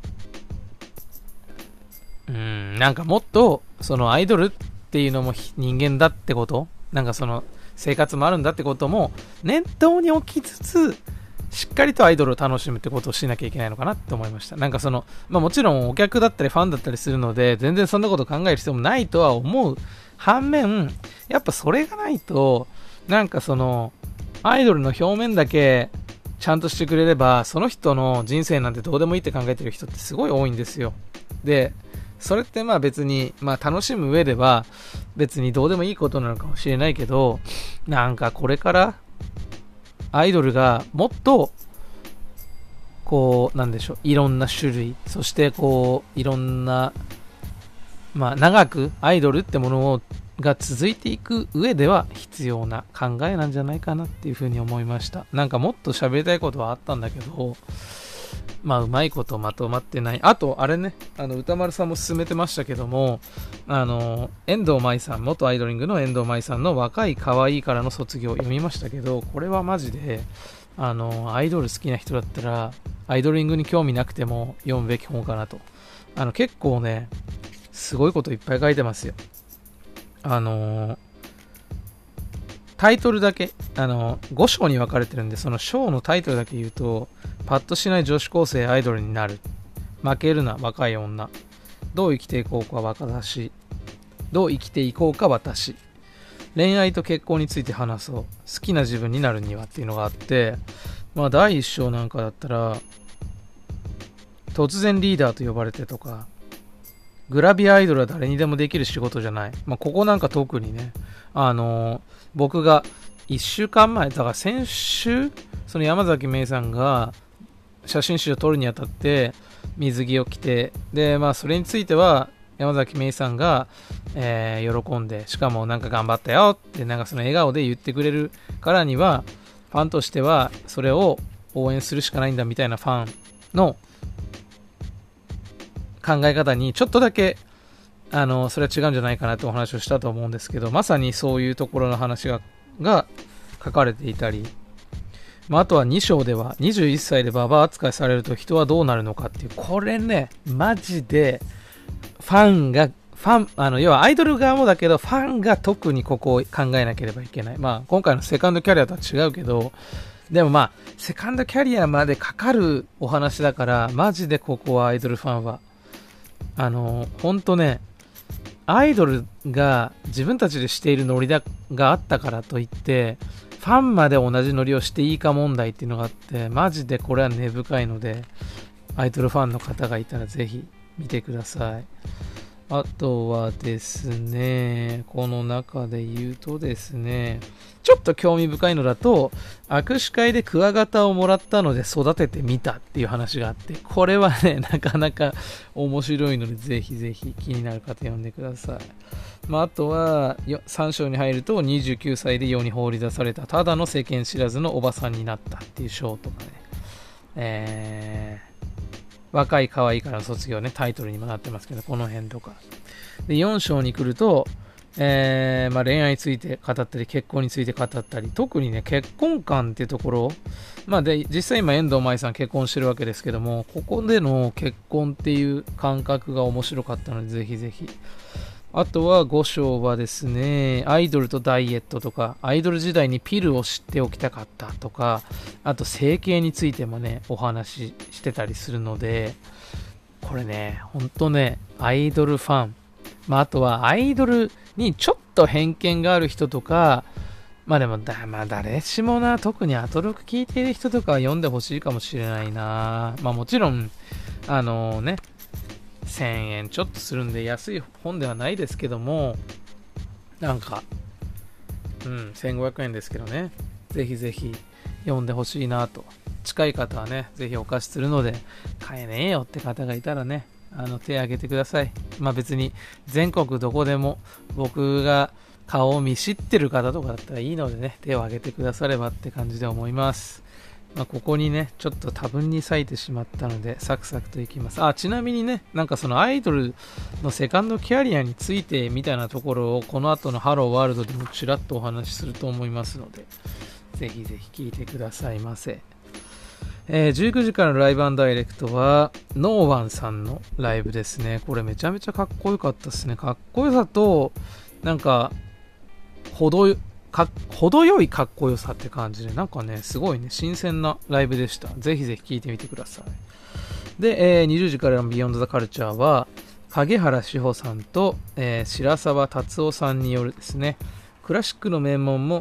なんかもっと、そのアイドルっていうのも人間だってこと、なんかその生活もあるんだってことも念頭に置きつつ、しっかりとアイドルを楽しむってことをしなきゃいけないのかなって思いました。なんかその、もちろんお客だったりファンだったりするので、全然そんなこと考える必要もないとは思う反面、やっぱそれがないと、なんかアイドルの表面だけちゃんとしてくれれば、その人の人生なんてどうでもいいって考えてる人ってすごい多いんですよ。で、それってまあ別に、まあ楽しむ上では別にどうでもいいことなのかもしれないけど、なんかこれからアイドルがもっとこうなんでしょう、いろんな種類、そしてこういろんな、まあ長くアイドルってものが続いていく上では必要な考えなんじゃないかなっていうふうに思いました。なんかもっと喋りたいことはあったんだけど、まあうまいことまとまってない。あとあれね、歌丸さんも勧めてましたけども、遠藤舞さん、元アイドリングの遠藤舞さんの若い可愛いからの卒業を読みましたけど、これはマジでアイドル好きな人だったらアイドリングに興味なくても読むべき本かなと。結構ね、すごいこといっぱい書いてますよ。タイトルだけ、5章に分かれてるんで、その章のタイトルだけ言うと、パッとしない女子高生アイドルになる。負けるな若い女。どう生きていこうか私。どう生きていこうか私。恋愛と結婚について話そう。好きな自分になるにはっていうのがあって、まあ第1章なんかだったら、突然リーダーと呼ばれてとか、グラビアアイドルは誰にでもできる仕事じゃない。まあ、ここなんか特にね、僕が1週間前、だから先週、その山崎芽衣さんが写真集を撮るにあたって水着を着て、で、まあ、それについては山崎芽衣さんが、喜んで、しかもなんか頑張ったよって、なんかその笑顔で言ってくれるからには、ファンとしてはそれを応援するしかないんだみたいなファンの考え方にちょっとだけそれは違うんじゃないかなとお話をしたと思うんですけど、まさにそういうところの話が書かれていたり、まあ、あとは2章では21歳でババア扱いされると人はどうなるのかっていう、これねマジで要はアイドル側もだけどファンが特にここを考えなければいけない。まあ今回のセカンドキャリアとは違うけど、でもまあセカンドキャリアまでかかるお話だから、マジでここはアイドルファンはほんとね、アイドルが自分たちでしているノリがあったからといってファンまで同じノリをしていいか問題っていうのがあって、マジでこれは根深いので、アイドルファンの方がいたらぜひ見てください。あとはですね、この中で言うとですね、ちょっと興味深いのだと、握手会でクワガタをもらったので育ててみたっていう話があって、これはね、なかなか面白いので、ぜひぜひ気になる方読んでください。まあ、あとは、3章に入ると、29歳で世に放り出された、ただの世間知らずのおばさんになったっていう章とかね、若い可愛いからの卒業ね、タイトルにもなってますけど、この辺とか。で、4章に来ると、まあ、恋愛について語ったり、結婚について語ったり、特にね、結婚観っていうところ、まあ、で、実際今、遠藤舞さん結婚してるわけですけども、ここでの結婚っていう感覚が面白かったので、ぜひぜひ。あとは5章はですね、アイドルとダイエットとか、アイドル時代にピルを知っておきたかったとか、あと整形についてもね、お話ししてたりするので、これね、ほんとね、アイドルファン、まあ、あとはアイドルにちょっと偏見がある人とか、まあでもまあ誰しもな、特にアトロク聞いている人とかは読んでほしいかもしれないな。まあもちろん、ね、1000円ちょっとするんで安い本ではないですけども、なんか1500円ですけどね、ぜひぜひ読んでほしいなと。近い方はね、ぜひお貸しするので買えねえよって方がいたらね、手を挙げてください。まあ別に全国どこでも僕が顔を見知ってる方とかだったらいいのでね、手を挙げてくださればって感じで思います。まあ、ここにね、ちょっと多分に割いてしまったので、サクサクといきます。ちなみにね、なんかそのアイドルのセカンドキャリアについてみたいなところを、この後のハローワールドでもちらっとお話しすると思いますので、ぜひぜひ聞いてくださいませ。19時からのライブ&ダイレクトは、ノーワンさんのライブですね。これめちゃめちゃかっこよかったですね。かっこよさと、なんか、程よいかっこよさって感じで、なんかね、すごいね、新鮮なライブでした。ぜひぜひ聴いてみてください。で、20時からのビヨンドザカルチャーは、 影原志保さんと、白沢達夫さんによるですね、クラシックの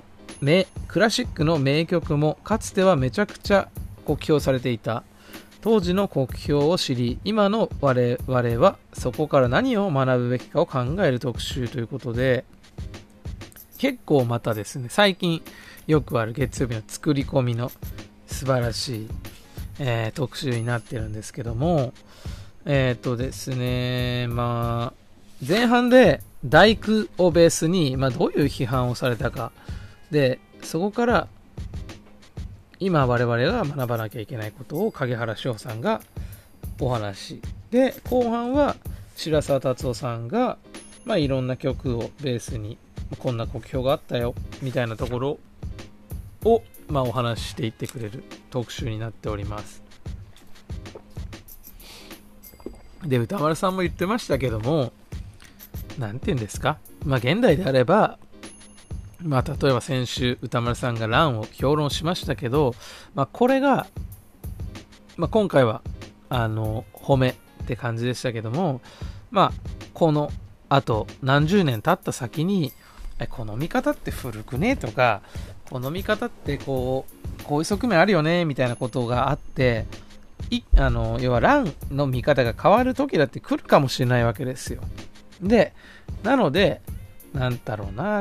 名曲もかつてはめちゃくちゃ酷評されていた当時の酷評を知り、今の我々はそこから何を学ぶべきかを考える特集ということで、結構またですね、最近よくある月曜日の作り込みの素晴らしい、特集になってるんですけども、ですね、前半で第九をベースに、どういう批判をされたかで、そこから今我々が学ばなきゃいけないことを影原志保さんがお話で、後半は白沢達夫さんが、いろんな曲をベースにこんな酷評があったよみたいなところを、お話ししていってくれる特集になっております。で、歌丸さんも言ってましたけども、なんて言うんですか、現代であれば、例えば先週歌丸さんが乱を評論しましたけど、これが、今回は褒めって感じでしたけども、このあと何十年経った先にこの見方って古くねとか、この見方ってこういう側面あるよねみたいなことがあって、要は乱の見方が変わる時だって来るかもしれないわけですよ。で、なのでなんだろうな、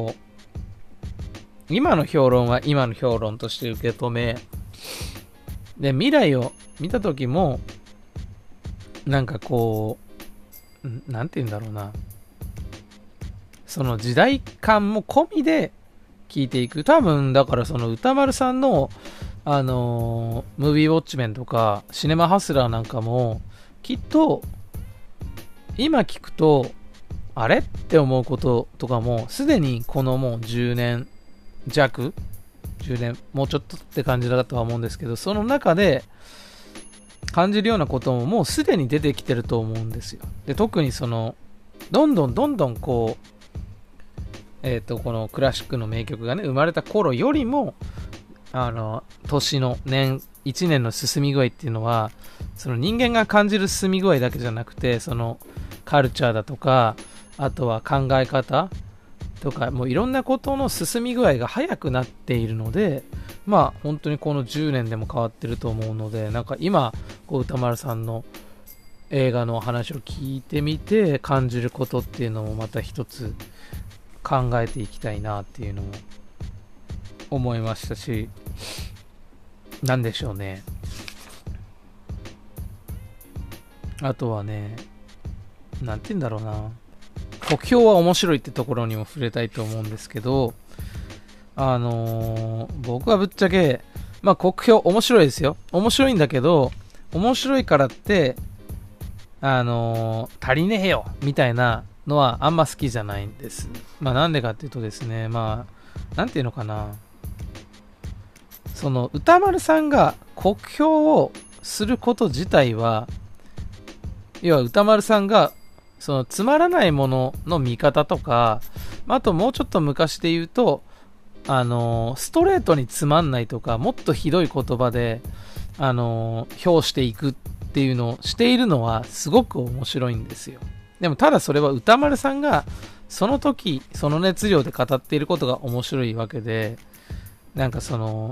今の評論は今の評論として受け止め、で、未来を見た時も、なんて言うんだろうな、その時代感も込みで聞いていく。多分、だからその歌丸さんの、ムービーウォッチメンとか、シネマハスラーなんかも、きっと、今聞くと、あれって思うこととかも、すでにこのもう10年弱、10年、もうちょっとって感じだとは思うんですけど、その中で感じるようなことももうすでに出てきてると思うんですよ。で、特にその、どんどんこのクラシックの名曲がね、生まれた頃よりも、年の1年の進み具合っていうのは、その人間が感じる進み具合だけじゃなくて、そのカルチャーだとか、あとは考え方とか、もういろんなことの進み具合が早くなっているので、本当にこの10年でも変わってると思うので、なんか今、歌丸さんの映画の話を聞いてみて感じることっていうのもまた一つ考えていきたいなっていうのも思いましたし、なんでしょうね。あとはね、なんて言うんだろうな。酷評は面白いってところにも触れたいと思うんですけど、僕はぶっちゃけ、酷評面白いですよ。面白いんだけど、面白いからって、足りねえよみたいなのはあんま好きじゃないんです。なんでかっていうとですね、なんていうのかな。その歌丸さんが酷評をすること自体は、要は歌丸さんがそのつまらないものの見方とか、あともうちょっと昔で言うと、ストレートにつまんないとか、もっとひどい言葉で、評していくっていうのをしているのはすごく面白いんですよ。でもただそれは歌丸さんがその時、その熱量で語っていることが面白いわけで、なんかその、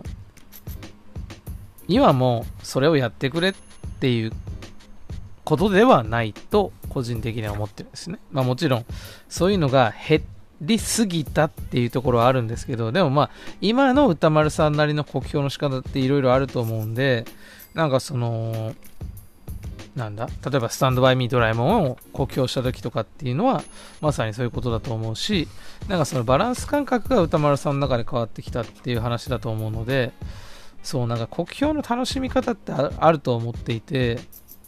今もそれをやってくれっていうことではないと個人的には思ってるんですね。もちろんそういうのが減りすぎたっていうところはあるんですけど、でも今の歌丸さんなりの酷評の仕方っていろいろあると思うんで、なんかその例えばスタンドバイミードラえもんを酷評した時とかっていうのはまさにそういうことだと思うし、なんかそのバランス感覚が歌丸さんの中で変わってきたっていう話だと思うので、そうなんか酷評の楽しみ方ってあると思っていて、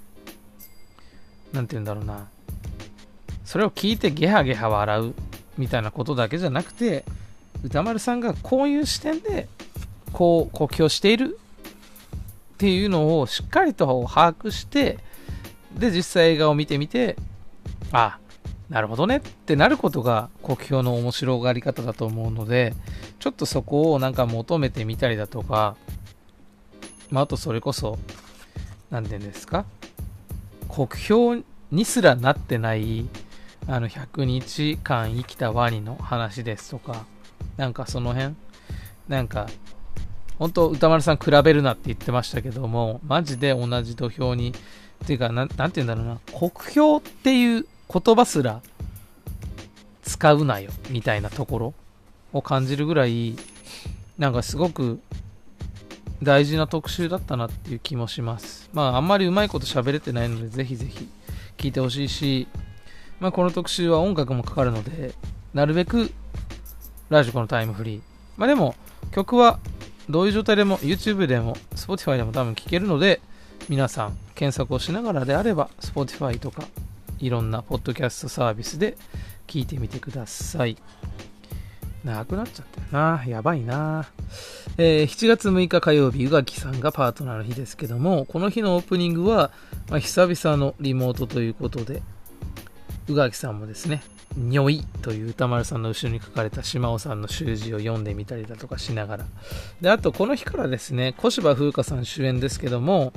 なんて言うんだろうな、それを聞いてゲハゲハ笑うみたいなことだけじゃなくて、歌丸さんがこういう視点で酷評しているっていうのをしっかりと把握して、で実際映画を見てみて、なるほどねってなることが酷評の面白がり方だと思うので、ちょっとそこをなんか求めてみたりだとか、あとそれこそなんていうんですか、酷評にすらなってない100日間生きたワニの話ですとか、なんかその辺、なんか本当歌丸さん比べるなって言ってましたけども、マジで同じ土俵に、っていうかなんて言うんだろうな、酷評っていう言葉すら使うなよみたいなところを感じるぐらい、なんかすごく大事な特集だったなっていう気もします。まああんまりうまいこと喋れてないので、ぜひぜひ聞いてほしいし、まあこの特集は音楽もかかるので、なるべくラジコのタイムフリー。まあでも曲はどういう状態でも YouTube でも Spotify でも多分聴けるので、皆さん検索をしながらであれば Spotify とかいろんなポッドキャストサービスで聴いてみてください。長くなっちゃったよな。やばいな。7月6日火曜日、宇垣さんがパートナーの日ですけども、この日のオープニングは、久々のリモートということで、宇垣さんもですね、にょいという歌丸さんの後ろに書かれた島尾さんの習字を読んでみたりだとかしながら。で、あとこの日からですね、小芝風花さん主演ですけども、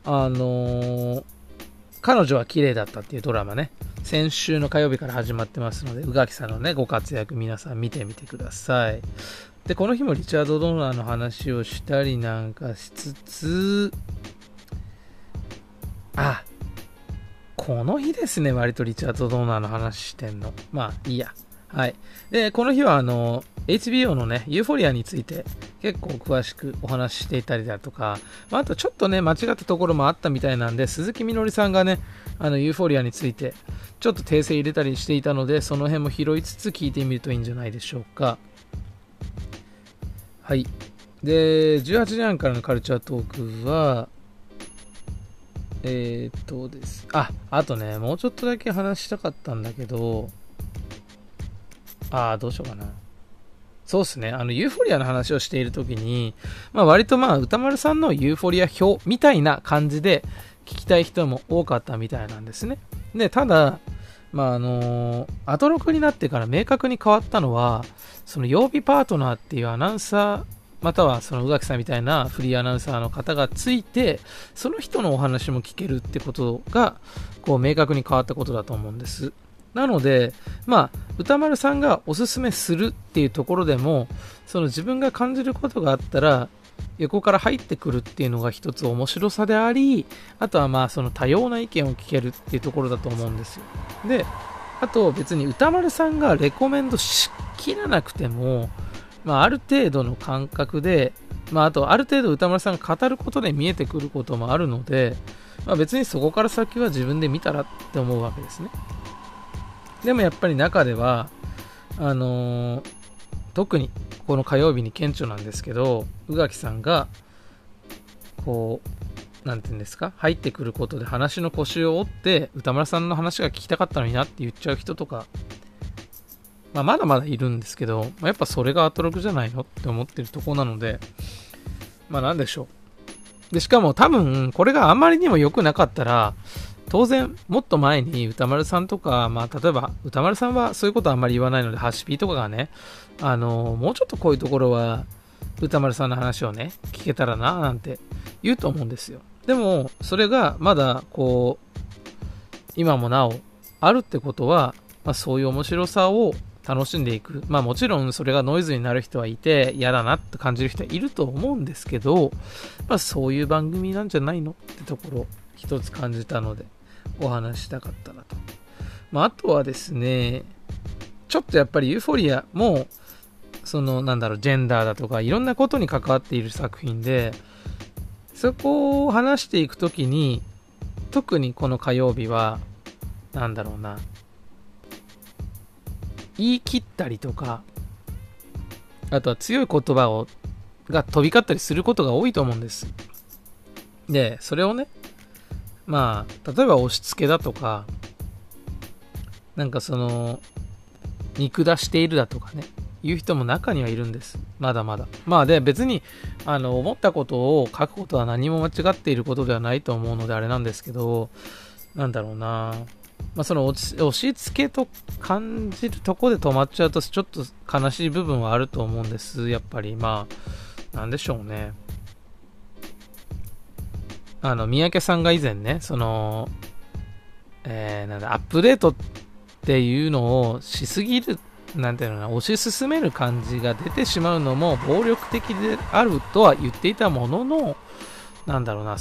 彼女は綺麗だったっていうドラマね、先週の火曜日から始まってますので、宇垣さんのね、ご活躍皆さん見てみてください。で、この日もリチャード・ドナーの話をしたりなんかしつつ、この日ですね、割とリチャード・ドナーの話してんの。まあ、いいや。はい。で、この日はHBO のね、ユーフォリアについて結構詳しくお話ししていたりだとか、あとちょっとね、間違ったところもあったみたいなんで、鈴木みのりさんがね、ユーフォリアについてちょっと訂正入れたりしていたので、その辺も拾いつつ聞いてみるといいんじゃないでしょうか。はい。で、18時半からのカルチャートークは、です。あとね、もうちょっとだけ話したかったんだけど、どうしようかな。そうですね。ユーフォリアの話をしているときに、割と歌丸さんのユーフォリア表みたいな感じで聞きたい人も多かったみたいなんですね。で、ただ、アトロクになってから明確に変わったのは、その曜日パートナーっていうアナウンサー、またはその宇垣さんみたいなフリーアナウンサーの方がついて、その人のお話も聞けるってことが、こう明確に変わったことだと思うんです。なので、歌丸さんがおすすめするっていうところでも、その自分が感じることがあったら、横から入ってくるっていうのが一つ面白さであり、あとはその多様な意見を聞けるっていうところだと思うんですよ。で、あと別に歌丸さんがレコメンドしきらなくても、ある程度の感覚で、あとある程度歌丸さんが語ることで見えてくることもあるので、別にそこから先は自分で見たらって思うわけですね。でもやっぱり中では、特にこの火曜日に顕著なんですけど、宇垣さんがこうなんていうんですか、入ってくることで話の腰を折って歌丸さんの話が聞きたかったのになって言っちゃう人とか、まだまだいるんですけど、やっぱそれがアトロクじゃないのって思ってるとこなので、なんでしょう。でしかも多分これがあまりにも良くなかったら、当然もっと前に歌丸さんとか、例えば歌丸さんはそういうことはあんまり言わないので、ハッシピーとかがね、もうちょっとこういうところは歌丸さんの話をね聞けたらななんて言うと思うんですよ。でもそれがまだこう今もなおあるってことは、そういう面白さを楽しんでいく。もちろんそれがノイズになる人はいて嫌だなって感じる人はいると思うんですけど、そういう番組なんじゃないのってところ一つ感じたのでお話したかったなと。あとはですね、ちょっとやっぱりユーフォリアもそのジェンダーだとかいろんなことに関わっている作品で、そこを話していくときに特にこの火曜日は言い切ったりとか、あとは強い言葉が飛び交ったりすることが多いと思うんです。で、それをね、例えば押し付けだとか、見下しているだとかね、いう人も中にはいるんです。まだまだ。で、別に、思ったことを書くことは何も間違っていることではないと思うのであれなんですけど、その押し付けと感じるところで止まっちゃうと、ちょっと悲しい部分はあると思うんです。やっぱり、なんでしょうね。三宅さんが以前ね、 なんだ、アップデートっていうのをしすぎる、なんていうのかな、推し進める感じが出てしまうのも暴力的であるとは言っていたものの、なんだろうな、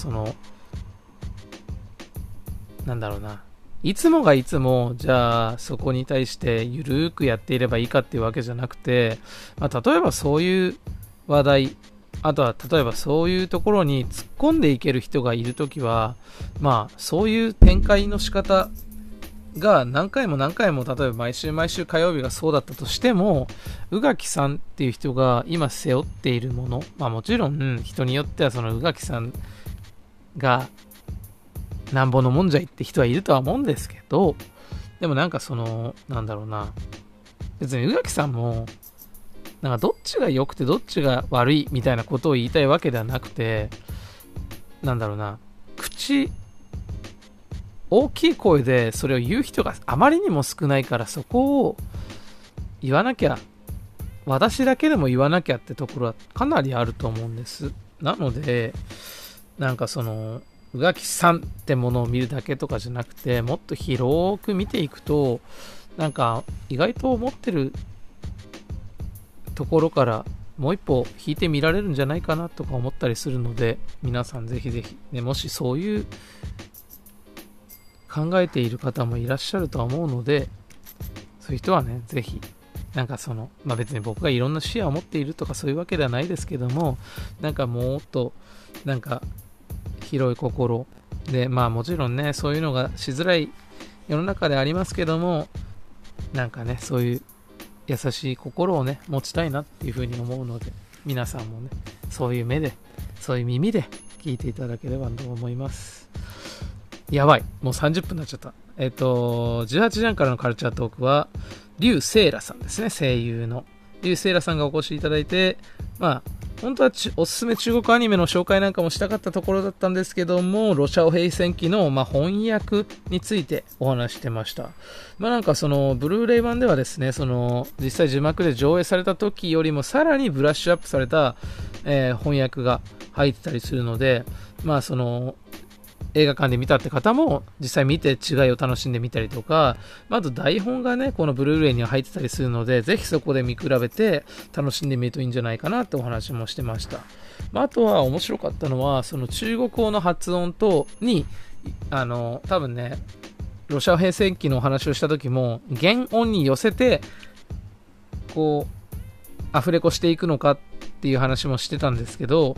なんだろうな、いつもがいつも、じゃあそこに対してゆるーくやっていればいいかっていうわけじゃなくて、例えばそういう話題、あとは例えばそういうところに突っ込んでいける人がいるときは、そういう展開の仕方が何回も何回も、例えば毎週毎週火曜日がそうだったとしても、宇垣さんっていう人が今背負っているもの、もちろん人によってはその宇垣さんがなんぼのもんじゃいって人はいるとは思うんですけど、でもなんだろうな、別に宇垣さんもなんかどっちが良くてどっちが悪いみたいなことを言いたいわけではなくて、なんだろうな、大きい声でそれを言う人があまりにも少ないから、そこを言わなきゃ、私だけでも言わなきゃってところはかなりあると思うんです。なので、宇垣さんってものを見るだけとかじゃなくて、もっと広く見ていくと、意外と思ってるところからもう一歩引いてみられるんじゃないかなとか思ったりするので、皆さんぜひぜひ、もしそういう考えている方もいらっしゃるとは思うので、そういう人はね、ぜひ別に僕がいろんな視野を持っているとかそういうわけではないですけども、もっと広い心で、もちろんね、そういうのがしづらい世の中でありますけども、そういう優しい心をね、持ちたいなっていうふうに思うので、皆さんもね、そういう目で、そういう耳で聞いていただければと思います。やばい、もう30分になっちゃった。18時半からのカルチャートークは、劉聖羅さんですね、声優の。劉聖羅さんがお越しいただいて、本当はおすすめ中国アニメの紹介なんかもしたかったところだったんですけども、ロシア語平戦記の、翻訳についてお話してました。ブルーレイ版ではですね、実際字幕で上映された時よりもさらにブラッシュアップされた、翻訳が入ってたりするので、映画館で見たって方も実際見て違いを楽しんでみたりとか、あと台本がね、このブルーレイには入ってたりするので、ぜひそこで見比べて楽しんでみるといいんじゃないかなってお話もしてました。あとは面白かったのは、その中国語の発音に多分ね、ロシア平成期のお話をした時も原音に寄せてアフレコしていくのかっていう話もしてたんですけど、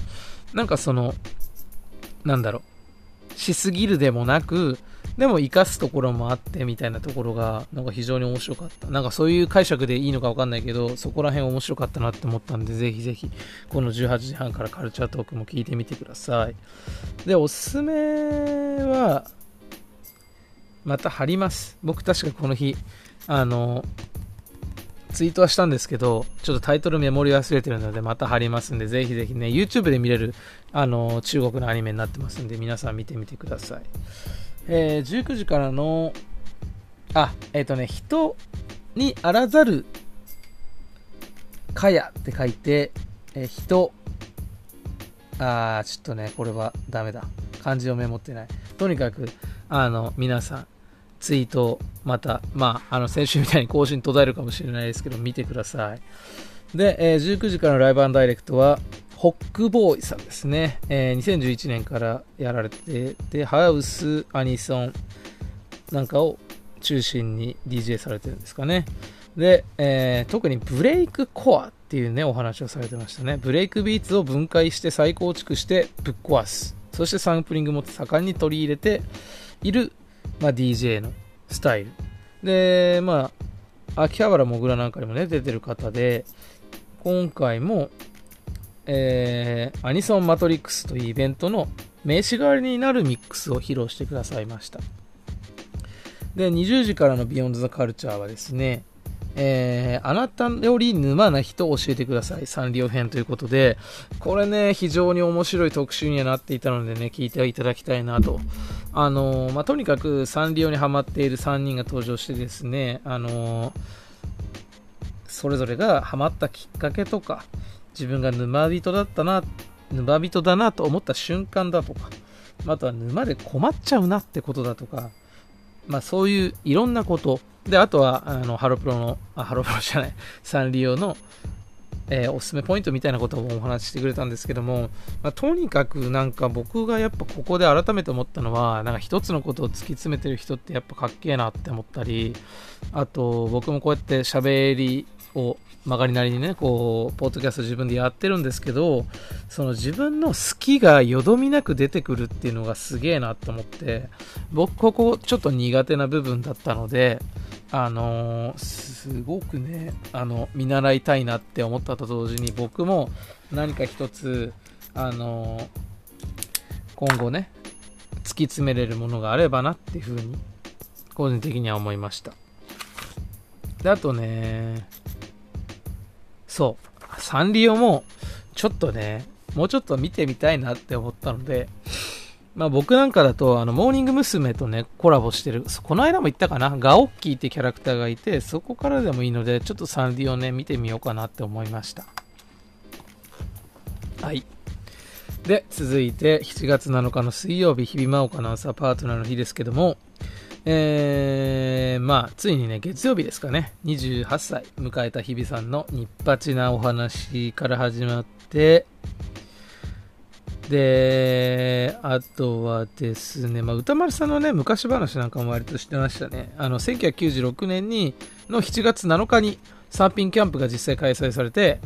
しすぎるでもなく、でも活かすところもあってみたいなところが非常に面白かった。そういう解釈でいいのか分かんないけど、そこら辺面白かったなって思ったんで、ぜひぜひこの18時半からカルチャートークも聞いてみてください。で、おすすめはまた貼ります。僕確かこの日ツイートはしたんですけど、ちょっとタイトルメモリ忘れてるのでまた貼りますんで、ぜひぜひね、YouTube で見れる中国のアニメになってますんで、皆さん見てみてください。19時からの人にあらざるかやって書いて、人ちょっとね、これはダメだ、漢字をメモってない。とにかく皆さんツイートまた、先週みたいに更新途絶えるかもしれないですけど、見てください。で、19時からのライブ&ダイレクトはホックボーイさんですね。2011年からやられてて、ハウス、アニソンなんかを中心に DJ されてるんですかね。で、特にブレイクコアっていうね、お話をされてましたね。ブレイクビーツを分解して再構築してぶっ壊す。そしてサンプリングも盛んに取り入れている、DJ のスタイル。で、秋葉原もぐらなんかにもね、出てる方で、今回も、アニソンマトリックスというイベントの名刺代わりになるミックスを披露してくださいました。で、20時からのビヨンドザカルチャーはですね、あなたより沼な人を教えてください、サンリオ編ということで、これね、非常に面白い特集にはなっていたのでね、聞いていただきたいなと。とにかくサンリオにハマっている3人が登場してですね、それぞれがハマったきっかけとか、自分が沼人だなと思った瞬間だとか、あとは沼で困っちゃうなってことだとか、 そういういろんなことで、あとはハロプロじゃない、サンリオの、おすすめポイントみたいなことをお話ししてくれたんですけども、とにかくなんか僕がやっぱここで改めて思ったのは、なんか一つのことを突き詰めてる人ってやっぱかっけえなって思ったり、あと僕もこうやって喋りを曲がりなりにね、こうポッドキャスト自分でやってるんですけど、その自分の好きがよどみなく出てくるっていうのがすげえなと思って、僕ここちょっと苦手な部分だったので、すごくね、見習いたいなって思ったと同時に、僕も何か一つ今後ね突き詰めれるものがあればなっていうふうに個人的には思いました。で、あとね、そうサンリオもちょっとね、もうちょっと見てみたいなって思ったので、僕なんかだとモーニング娘。とねコラボしてる、この間も言ったかな、ガオッキーってキャラクターがいて、そこからでもいいのでちょっとサンリオね見てみようかなって思いました。はい。で、続いて7月7日の水曜日、日比真央子アナウンサーパートナーの日ですけども、ついにね、月曜日ですかね、28歳迎えた日比さんのニッパチなお話から始まって、で、あとはですね、歌丸さんのね、昔話なんかも割としてましたね。1996年の7月7日にサーフィンキャンプが実際開催されて、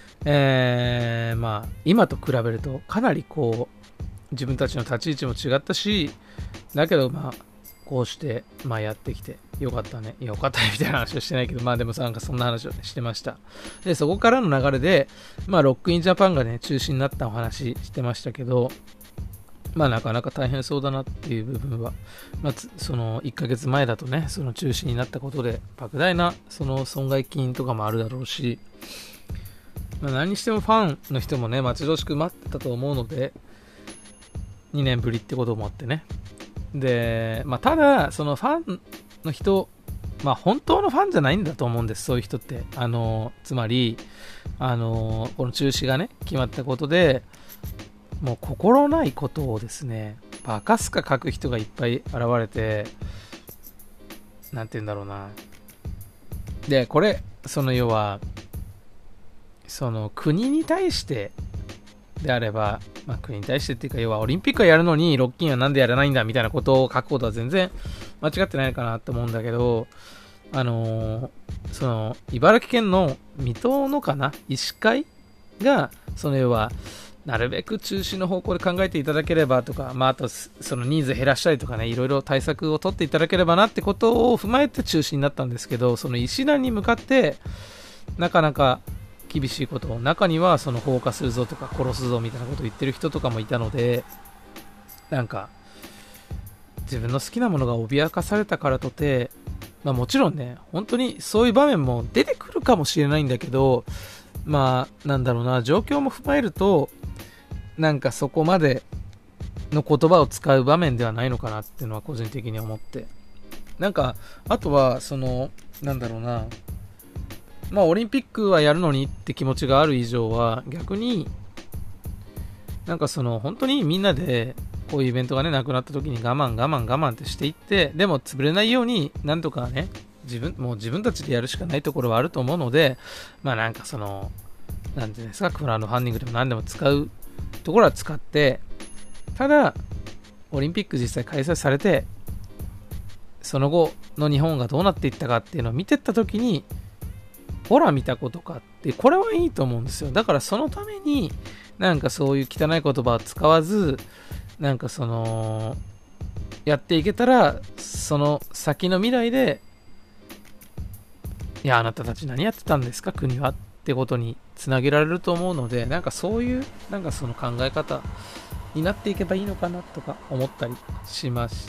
今と比べるとかなりこう、自分たちの立ち位置も違ったし、だけどこうして、やってきてよかったねみたいな話はしてないけど、でもなんかそんな話を、ね、してました。で、そこからの流れで、ロックインジャパンがね中止になったお話してましたけど、なかなか大変そうだなっていう部分は、その1ヶ月前だとね、その中止になったことで莫大なその損害金とかもあるだろうし、何にしてもファンの人もね待ち遠しく待ってたと思うので、2年ぶりってこともあってね。で、ただそのファンの人、本当のファンじゃないんだと思うんです、そういう人って。つまりこの中止がね決まったことで、もう心ないことをですねバカすか書く人がいっぱい現れて、なんて言うんだろうな。で、これその要はその国に対してであれば、国に対してっていうか、要はオリンピックはやるのにロッキンはなんでやらないんだみたいなことを書くことは全然間違ってないかなと思うんだけど、その茨城県の水戸のかな医師会が、その要はなるべく中止の方向で考えていただければとか、あとその人数減らしたりとかね、いろいろ対策を取っていただければなってことを踏まえて中止になったんですけど、その医師団に向かってなかなか厳しいことを、中にはその放火するぞとか殺すぞみたいなことを言ってる人とかもいたので、なんか自分の好きなものが脅かされたからとて、もちろんね本当にそういう場面も出てくるかもしれないんだけど、なんだろうな、状況も踏まえるとなんかそこまでの言葉を使う場面ではないのかなっていうのは個人的に思って、なんかあとはそのなんだろうな、オリンピックはやるのにって気持ちがある以上は、逆になんかその本当にみんなでこういうイベントがねなくなった時に我慢ってしていって、でも潰れないようになんとかね自分たちでやるしかないところはあると思うので、なんかそのなんていうんですか、クラウドファンディングでも何でも使うところは使って、ただオリンピック実際開催されてその後の日本がどうなっていったかっていうのを見てった時に、ほら見たことかって、これはいいと思うんですよ。だからそのためになんかそういう汚い言葉を使わず、なんかそのやっていけたら、その先の未来で、いやあなたたち何やってたんですか国はってことにつなげられると思うので、なんかそういうなんかその考え方になっていけばいいのかなとか思ったりしました。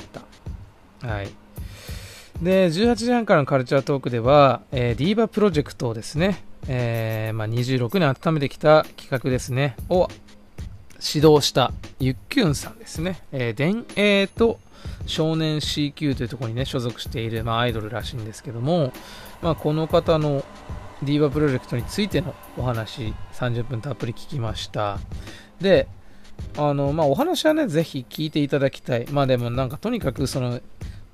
はい。で、18時半からのカルチャートークでは、ディーバプロジェクトをですね、26年温めてきた企画ですねを指導したゆっきゅんさんですね、電影と少年 CQ というところにね所属している、アイドルらしいんですけども、この方のディーバプロジェクトについてのお話30分たっぷり聞きました。で、お話はねぜひ聞いていただきたい。でもなんかとにかくその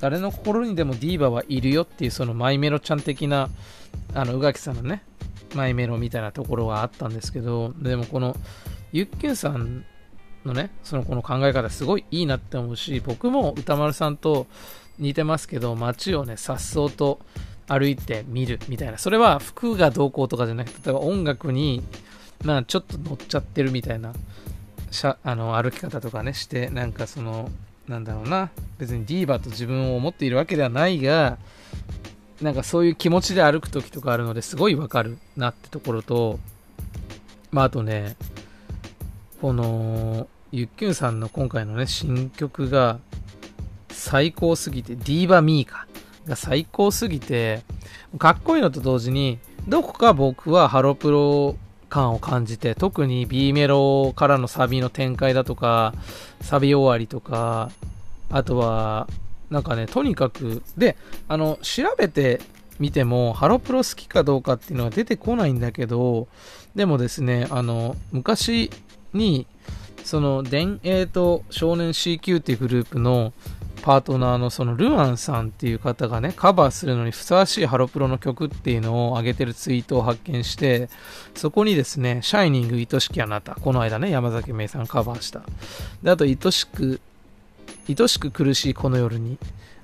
誰の心にでもディーバはいるよっていう、そのマイメロちゃん的な宇垣さんのねマイメロみたいなところがあったんですけど、でもこのゆっきゅんさんのねこの考え方すごいいいなって思うし、僕も歌丸さんと似てますけど、街をね颯爽と歩いて見るみたいな、それは服がどうこうとかじゃなくて、例えば音楽にちょっと乗っちゃってるみたいな歩き方とかねして、なんかなんだろうな、別にディーバと自分を思っているわけではないが、なんかそういう気持ちで歩く時とかあるのですごいわかるなってところと、あとね、このゆっきゅんさんの今回のね新曲が最高すぎて、ディーバミーカが最高すぎてかっこいいのと同時に、どこか僕はハロプロ感を感じて、特に B メロからのサビの展開だとかサビ終わりとか、あとはなんかね、とにかくで調べてみてもハロプロ好きかどうかっていうのは出てこないんだけど、でもですね、昔に電影と少年 CQ っていうグループのパートナーのルアンさんっていう方がねカバーするのにふさわしいハロプロの曲っていうのを上げてるツイートを発見して、そこにですねシャイニング愛しきあなた、この間ね山崎芽衣さんカバーした、であと愛しく苦しいこの夜に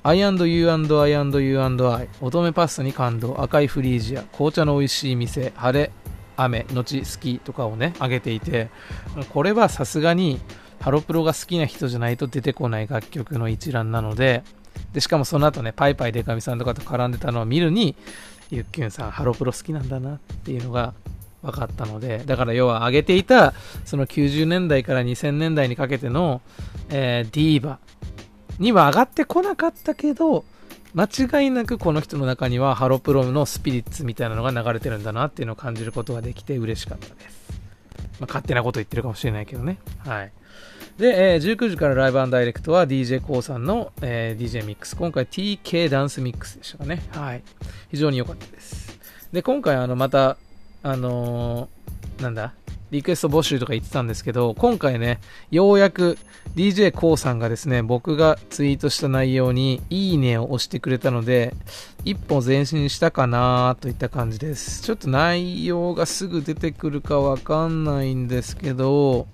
I&You&I&You&I 乙女パスタに感動、赤いフリージア、紅茶の美味しい店、晴れ雨後好きとかをね上げていて、これはさすがにハロプロが好きな人じゃないと出てこない楽曲の一覧なので、しかもその後ねパイパイデカミさんとかと絡んでたのを見るに、ゆっきゅんさんハロプロ好きなんだなっていうのが分かったので、だから要は上げていたその90年代から2000年代にかけての、ディーバには上がってこなかったけど、間違いなくこの人の中にはハロプロのスピリッツみたいなのが流れてるんだなっていうのを感じることができて嬉しかったです。勝手なこと言ってるかもしれないけどね。はい。で、19時からライブ&ダイレクトは DJ コウさんの、DJ ミックス。今回 TK ダンスミックスでしたかね。はい。非常に良かったです。で、今回また、リクエスト募集とか言ってたんですけど、今回ね、ようやく DJ コウさんがですね、僕がツイートした内容にいいねを押してくれたので、一歩前進したかなといった感じです。ちょっと内容がすぐ出てくるかわかんないんですけど、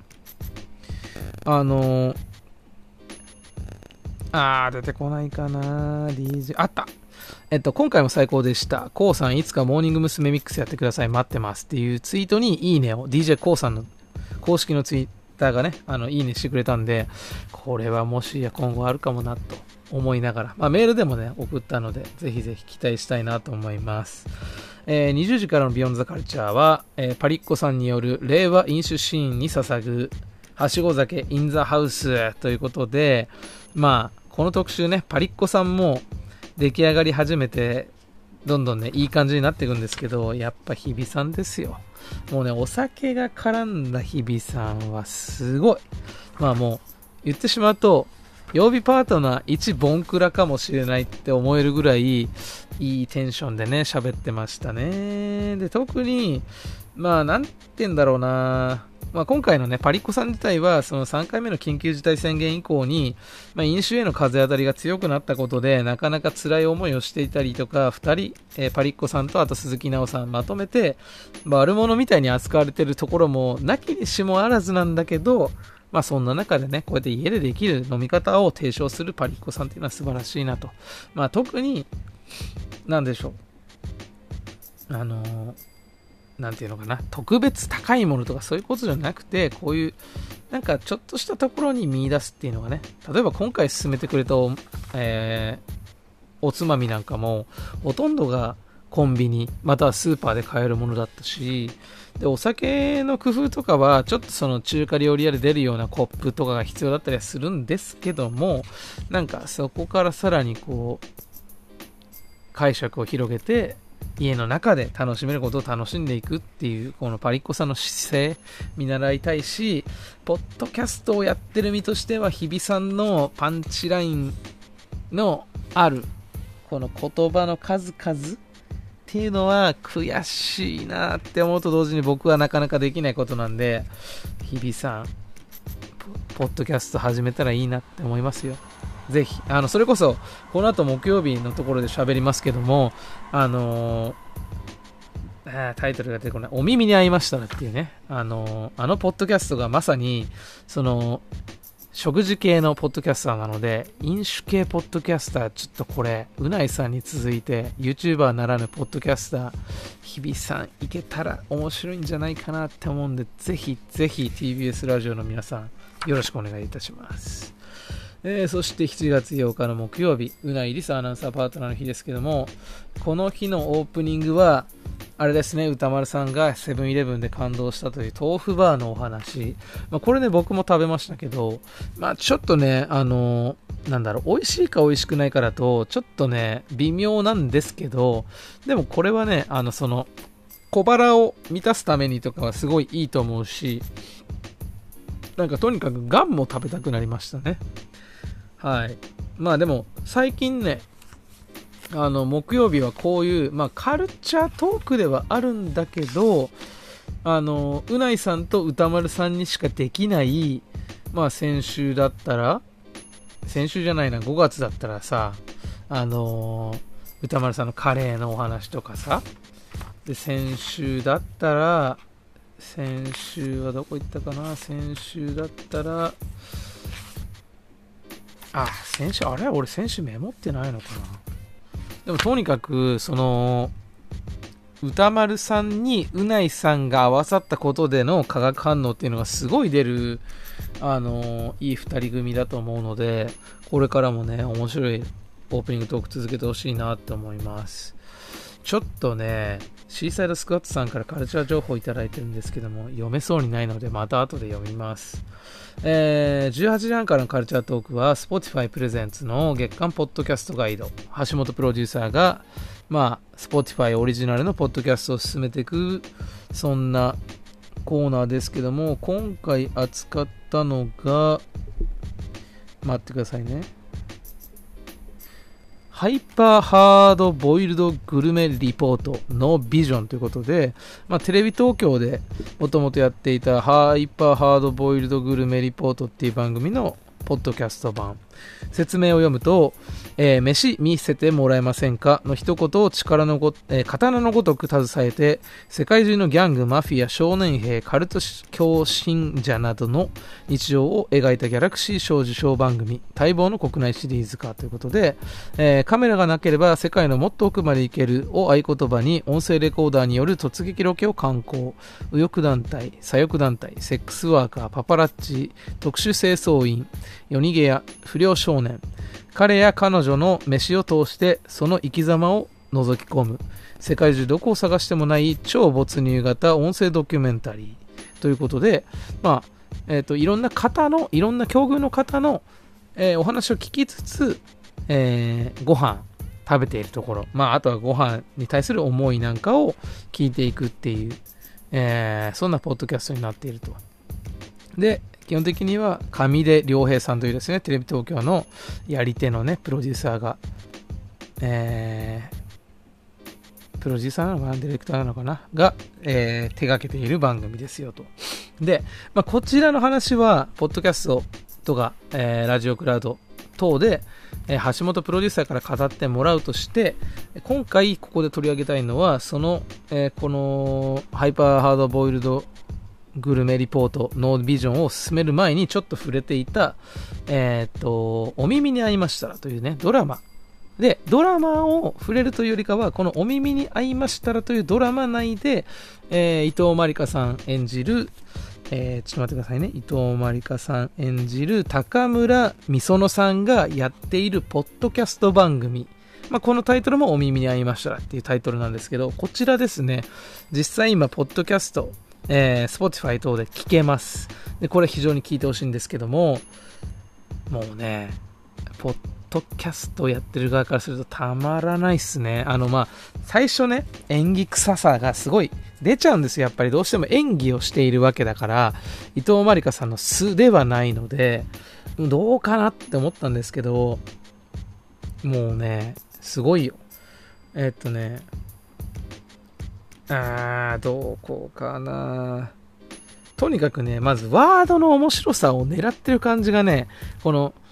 出てこないかな DJ、あった。今回も最高でした。コウさんいつかモーニング娘。ミックスやってください。待ってますっていうツイートにいいねを DJ コウさんの公式のツイッターがね、いいねしてくれたんで、これはもしや今後あるかもなと思いながら、メールでもね、送ったので、ぜひぜひ期待したいなと思います。20時からのビヨンドザカルチャーは、パリッコさんによる令和飲酒シーンに捧ぐはしご酒インザハウスということで、この特集ね、パリッコさんも出来上がり始めて、どんどんね、いい感じになっていくんですけど、やっぱ日比さんですよ。もうね、お酒が絡んだ日比さんはすごい。もう、言ってしまうと、曜日パートナー1ボンクラかもしれないって思えるぐらい、いいテンションでね、喋ってましたね。で、特に、なんて言うんだろうな、今回のね、パリッコさん自体は、その3回目の緊急事態宣言以降に、飲酒への風当たりが強くなったことで、なかなか辛い思いをしていたりとか、2人、パリッコさんとあと鈴木奈緒さんまとめて、悪者みたいに扱われているところも、なきにしもあらずなんだけど、そんな中でね、こうやって家でできる飲み方を提唱するパリッコさんっていうのは素晴らしいなと。特に、なんでしょう。なんていうのかな、特別高いものとかそういうことじゃなくて、こういうなんかちょっとしたところに見出すっていうのがね、例えば今回勧めてくれたおつまみなんかもほとんどがコンビニまたはスーパーで買えるものだったし、でお酒の工夫とかはちょっとその中華料理屋で出るようなコップとかが必要だったりはするんですけども、なんかそこからさらにこう解釈を広げて家の中で楽しめることを楽しんでいくっていうこのパリッコさんの姿勢見習いたいし、ポッドキャストをやってる身としては日比さんのパンチラインのあるこの言葉の数々っていうのは悔しいなって思うと同時に僕はなかなかできないことなんで、日比さんポッドキャスト始めたらいいなって思いますよ。 ぜひ、それこそ、この後木曜日のところで喋りますけども、タイトルが出てこない。お耳に合いましたらっていうね。ポッドキャストがまさに、食事系のポッドキャスターなので、飲酒系ポッドキャスター、ちょっとこれ、うないさんに続いて、YouTuber ならぬポッドキャスター、日比さん、いけたら面白いんじゃないかなって思うんで、ぜひぜひ TBS ラジオの皆さん、よろしくお願いいたします。そして7月8日の木曜日、うないりさアナウンサーパートナーの日ですけども、この日のオープニングは、あれですね、歌丸さんがセブンイレブンで感動したという豆腐バーのお話。これね、僕も食べましたけど、ちょっとね、美味しいか美味しくないかだと、ちょっとね、微妙なんですけど、でもこれはね、小腹を満たすためにとかはすごいいいと思うし、とにかくガンも食べたくなりましたね。はい。でも、最近ね、木曜日はこういう、カルチャートークではあるんだけど、うないさんと歌丸さんにしかできない、先週じゃないな、5月だったらさ、歌丸さんのカレーのお話とかさ、で、先週はどこ行ったかな、先週だったら、俺先週メモってないのかな。でもとにかく、歌丸さんにうないさんが合わさったことでの化学反応っていうのがすごい出る、いい二人組だと思うので、これからもね、面白いオープニングトーク続けてほしいなって思います。ちょっとね、シーサイドスクワットさんからカルチャー情報いただいてるんですけども、読めそうにないのでまた後で読みます。18時半からのカルチャートークは Spotify プレゼンツの月間ポッドキャストガイド、橋本プロデューサーがSpotify オリジナルのポッドキャストを進めていく、そんなコーナーですけども、今回扱ったのが、待ってくださいね、ハイパーハードボイルドグルメリポートのビジョンということで、テレビ東京でもともとやっていたハイパーハードボイルドグルメリポートっていう番組のポッドキャスト版。説明を読むと、飯見せてもらえませんかの一言を刀のごとく携えて、世界中のギャング、マフィア、少年兵、カルト教信者などの日常を描いたギャラクシー賞受賞番組、待望の国内シリーズ化ということで、カメラがなければ世界のもっと奥まで行けるを合言葉に、音声レコーダーによる突撃ロケを敢行、右翼団体、左翼団体、セックスワーカー、パパラッチ、特殊清掃員、夜逃げ屋、不良少年、彼や彼女の飯を通してその生き様を覗き込む、世界中どこを探してもない超没入型音声ドキュメンタリーということで、いろんな境遇の方の、お話を聞きつつ、ご飯食べているところ、あとはご飯に対する思いなんかを聞いていくっていう、そんなポッドキャストになっていると。で、基本的には上出良平さんというですね、テレビ東京のやり手のね、プロデューサーが、プロデューサーなのかな、ディレクターなのかなが、手掛けている番組ですよと。で、こちらの話は、ポッドキャストとか、ラジオクラウド等で、橋本プロデューサーから語ってもらうとして、今回ここで取り上げたいのは、このハイパーハードボイルドグルメリポートのビジョンを進める前にちょっと触れていた、お耳に合いましたらというね、ドラマ。で、ドラマを触れるというよりかは、このお耳に合いましたらというドラマ内で、伊藤まりかさん演じる、ちょっと待ってくださいね。伊藤まりかさん演じる高村美園さんがやっているポッドキャスト番組。このタイトルもお耳に合いましたらっていうタイトルなんですけど、こちらですね、実際今、ポッドキャスト、Spotify 等で聞けます。で、これ非常に聞いてほしいんですけども、もうね、ポッドキャストやってる側からするとたまらないっすね。最初ね、演技臭さがすごい出ちゃうんですよ。やっぱりどうしても演技をしているわけだから、伊藤まりかさんの素ではないので、どうかなって思ったんですけど、もうね、すごいよ。どこかな。とにかくね、まずワードの面白さを狙ってる感じがね、この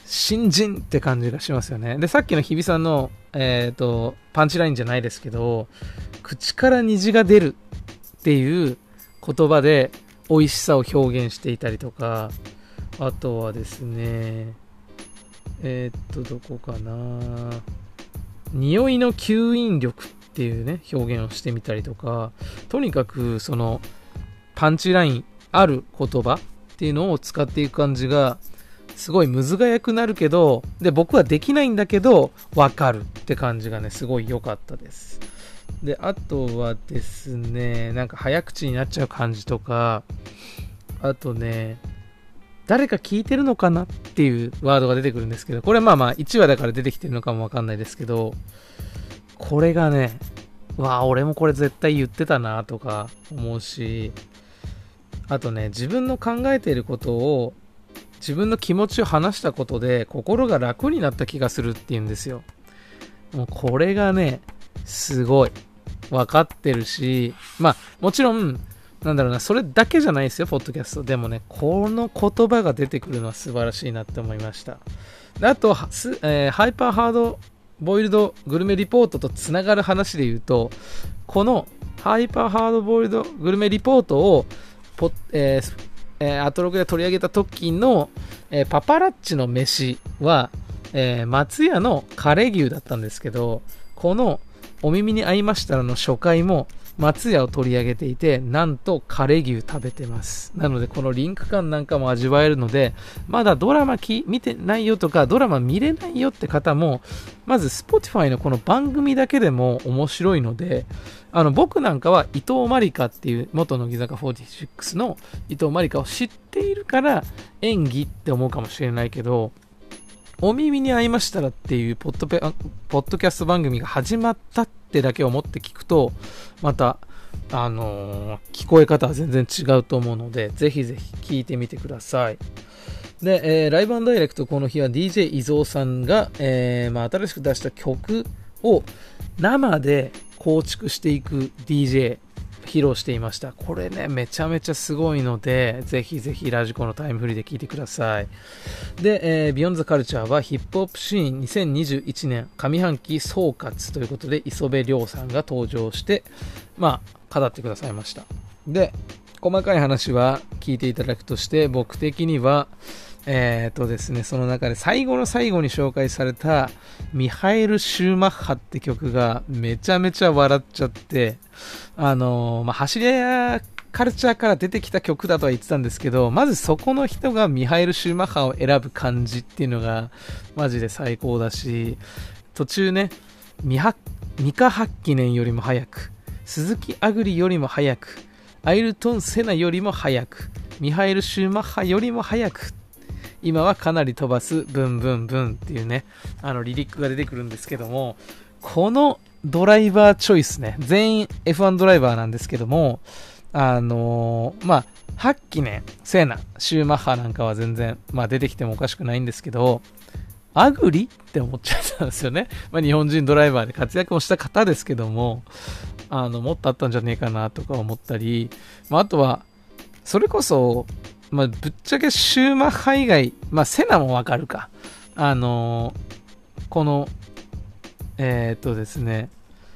新人って感じがしますよね。で、さっきの日比さんの、パンチラインじゃないですけど、口から虹が出るっていう言葉で美味しさを表現していたりとか、あとはですね、どこかな、匂いの吸引力っていうね、表現をしてみたりとか、とにかくそのパンチラインある言葉っていうのを使っていく感じがすごいむずがやくなるけど、で僕はできないんだけどわかるって感じがね、すごい良かったです。で、あとはですね、なんか早口になっちゃう感じとか、あとね、誰か聞いてるのかなっていうワードが出てくるんですけど、これはまあ1話だから出てきてるのかもわかんないですけど、これがね、俺もこれ絶対言ってたなとか思うし、あとね、自分の考えていることを、自分の気持ちを話したことで心が楽になった気がするっていうんですよ。もうこれがね、すごい分かってるし、まあもちろんなんだろうな、それだけじゃないですよ、ポッドキャスト。でもね、この言葉が出てくるのは素晴らしいなって思いました。で、あと、ハイパーハードボイルドグルメリポートとつながる話で言うと、このハイパーハードボイルドグルメリポートをアトロクで取り上げた時の、パパラッチの飯は、松屋のカレー牛だったんですけど、このお耳に合いましたらの初回も松屋を取り上げていて、なんとカレー牛食べてます。なのでこのリンク感なんかも味わえるので、まだドラマ見てないよとかドラマ見れないよって方も、まず Spotify のこの番組だけでも面白いので、僕なんかは伊藤まりかっていう元乃木坂46の伊藤まりかを知っているから演技って思うかもしれないけど、お耳に合いましたらっていうポッドキャスト番組が始まったってだけを思って聞くと、また、聞こえ方は全然違うと思うので、ぜひぜひ聞いてみてください。で、ライブ&ダイレクトこの日は DJ 伊蔵さんが、新しく出した曲を生で構築していく DJ披露していました。これね、めちゃめちゃすごいので、ぜひぜひラジコのタイムフリーで聞いてください。で、ビヨンズカルチャーはヒップホップシーン2021年上半期総括ということで、磯部亮さんが登場して、語ってくださいました。で、細かい話は聞いていただくとして、僕的には、ですね、その中で最後の最後に紹介されたミハエル・シューマッハって曲がめちゃめちゃ笑っちゃって、走り屋カルチャーから出てきた曲だとは言ってたんですけど、まずそこの人がミハエル・シューマッハを選ぶ感じっていうのがマジで最高だし、途中ね、ミカ・ハッキネンよりも早く、鈴木アグリよりも早く、アイルトン・セナよりも早く、ミハエル・シューマッハよりも早く、今はかなり飛ばすブンブンブンっていうね、リリックが出てくるんですけども、このドライバーチョイスね、全員 F1 ドライバーなんですけども、ハッキネン、セーナ、シューマッハなんかは全然、出てきてもおかしくないんですけど、アグリって思っちゃったんですよね。日本人ドライバーで活躍もした方ですけども、もっとあったんじゃねえかなとか思ったり、あとは、それこそ、ぶっちゃけシューマッハ以外、セナもわかるか。この、ですね、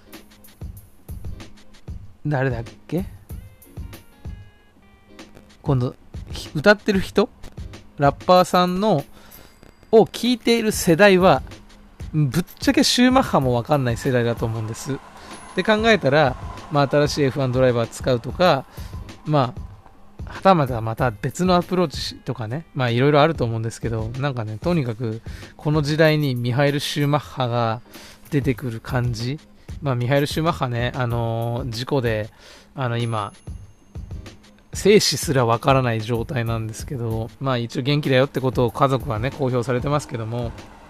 誰だっけ？今度、歌ってる人？ラッパーさんの、を聞いている世代は、ぶっちゃけシューマッハもわかんない世代だと思うんです。って考えたら、新しい F1 ドライバー使うとか、はたまたまた別のアプローチとかね、いろいろあると思うんですけど、なんかね、とにかくこの時代にミハエル・シューマッハが出てくる感じ、ミハエル・シューマッハね、事故で今生死すらわからない状態なんですけど、一応元気だよってことを家族はね公表されてますけども、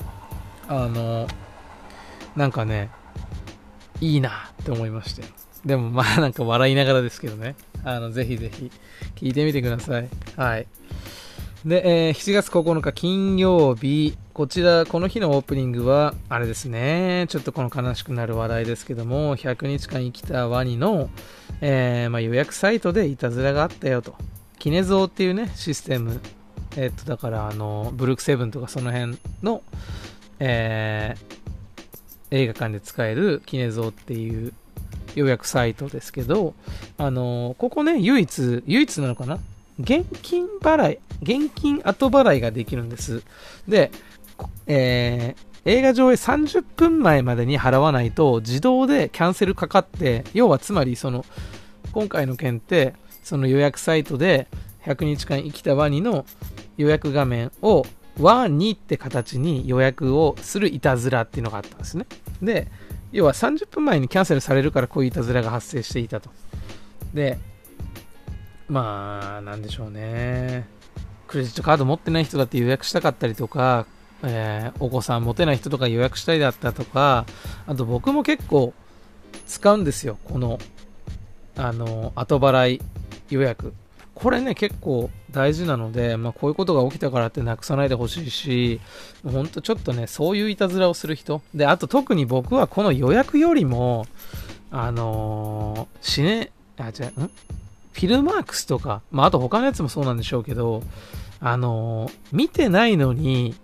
なんかね、いいなって思いまして、でもなんか笑いながらですけどね、ぜひぜひ聞いてみてください。はい。で、7月9日金曜日、この日のオープニングはあれですね、ちょっとこの悲しくなる話題ですけども、100日間生きたワニの、予約サイトでいたずらがあったよと。キネゾーっていうねシステムだからブルックセブンとかその辺の、映画館で使えるキネゾーっていう予約サイトですけど、ここね、唯一なのかな、現金後払いができるんです。で、映画上映30分前までに払わないと自動でキャンセルかかって、要はつまり今回の件ってその予約サイトで100日間生きたワニの予約画面をワニって形に予約をするいたずらっていうのがあったんですね。で、要は30分前にキャンセルされるからこういういたずらが発生していたと。で、まあなんでしょうね、クレジットカード持ってない人だって予約したかったりとか、お子さん持てない人とか予約したりだったとか、あと僕も結構使うんですよ、この後払い予約。これね結構大事なので、こういうことが起きたからってなくさないでほしいし、ほんとちょっとね、そういういたずらをする人で、あと特に僕はこの予約よりもフィルマークスとか、あと他のやつもそうなんでしょうけど、見てないのに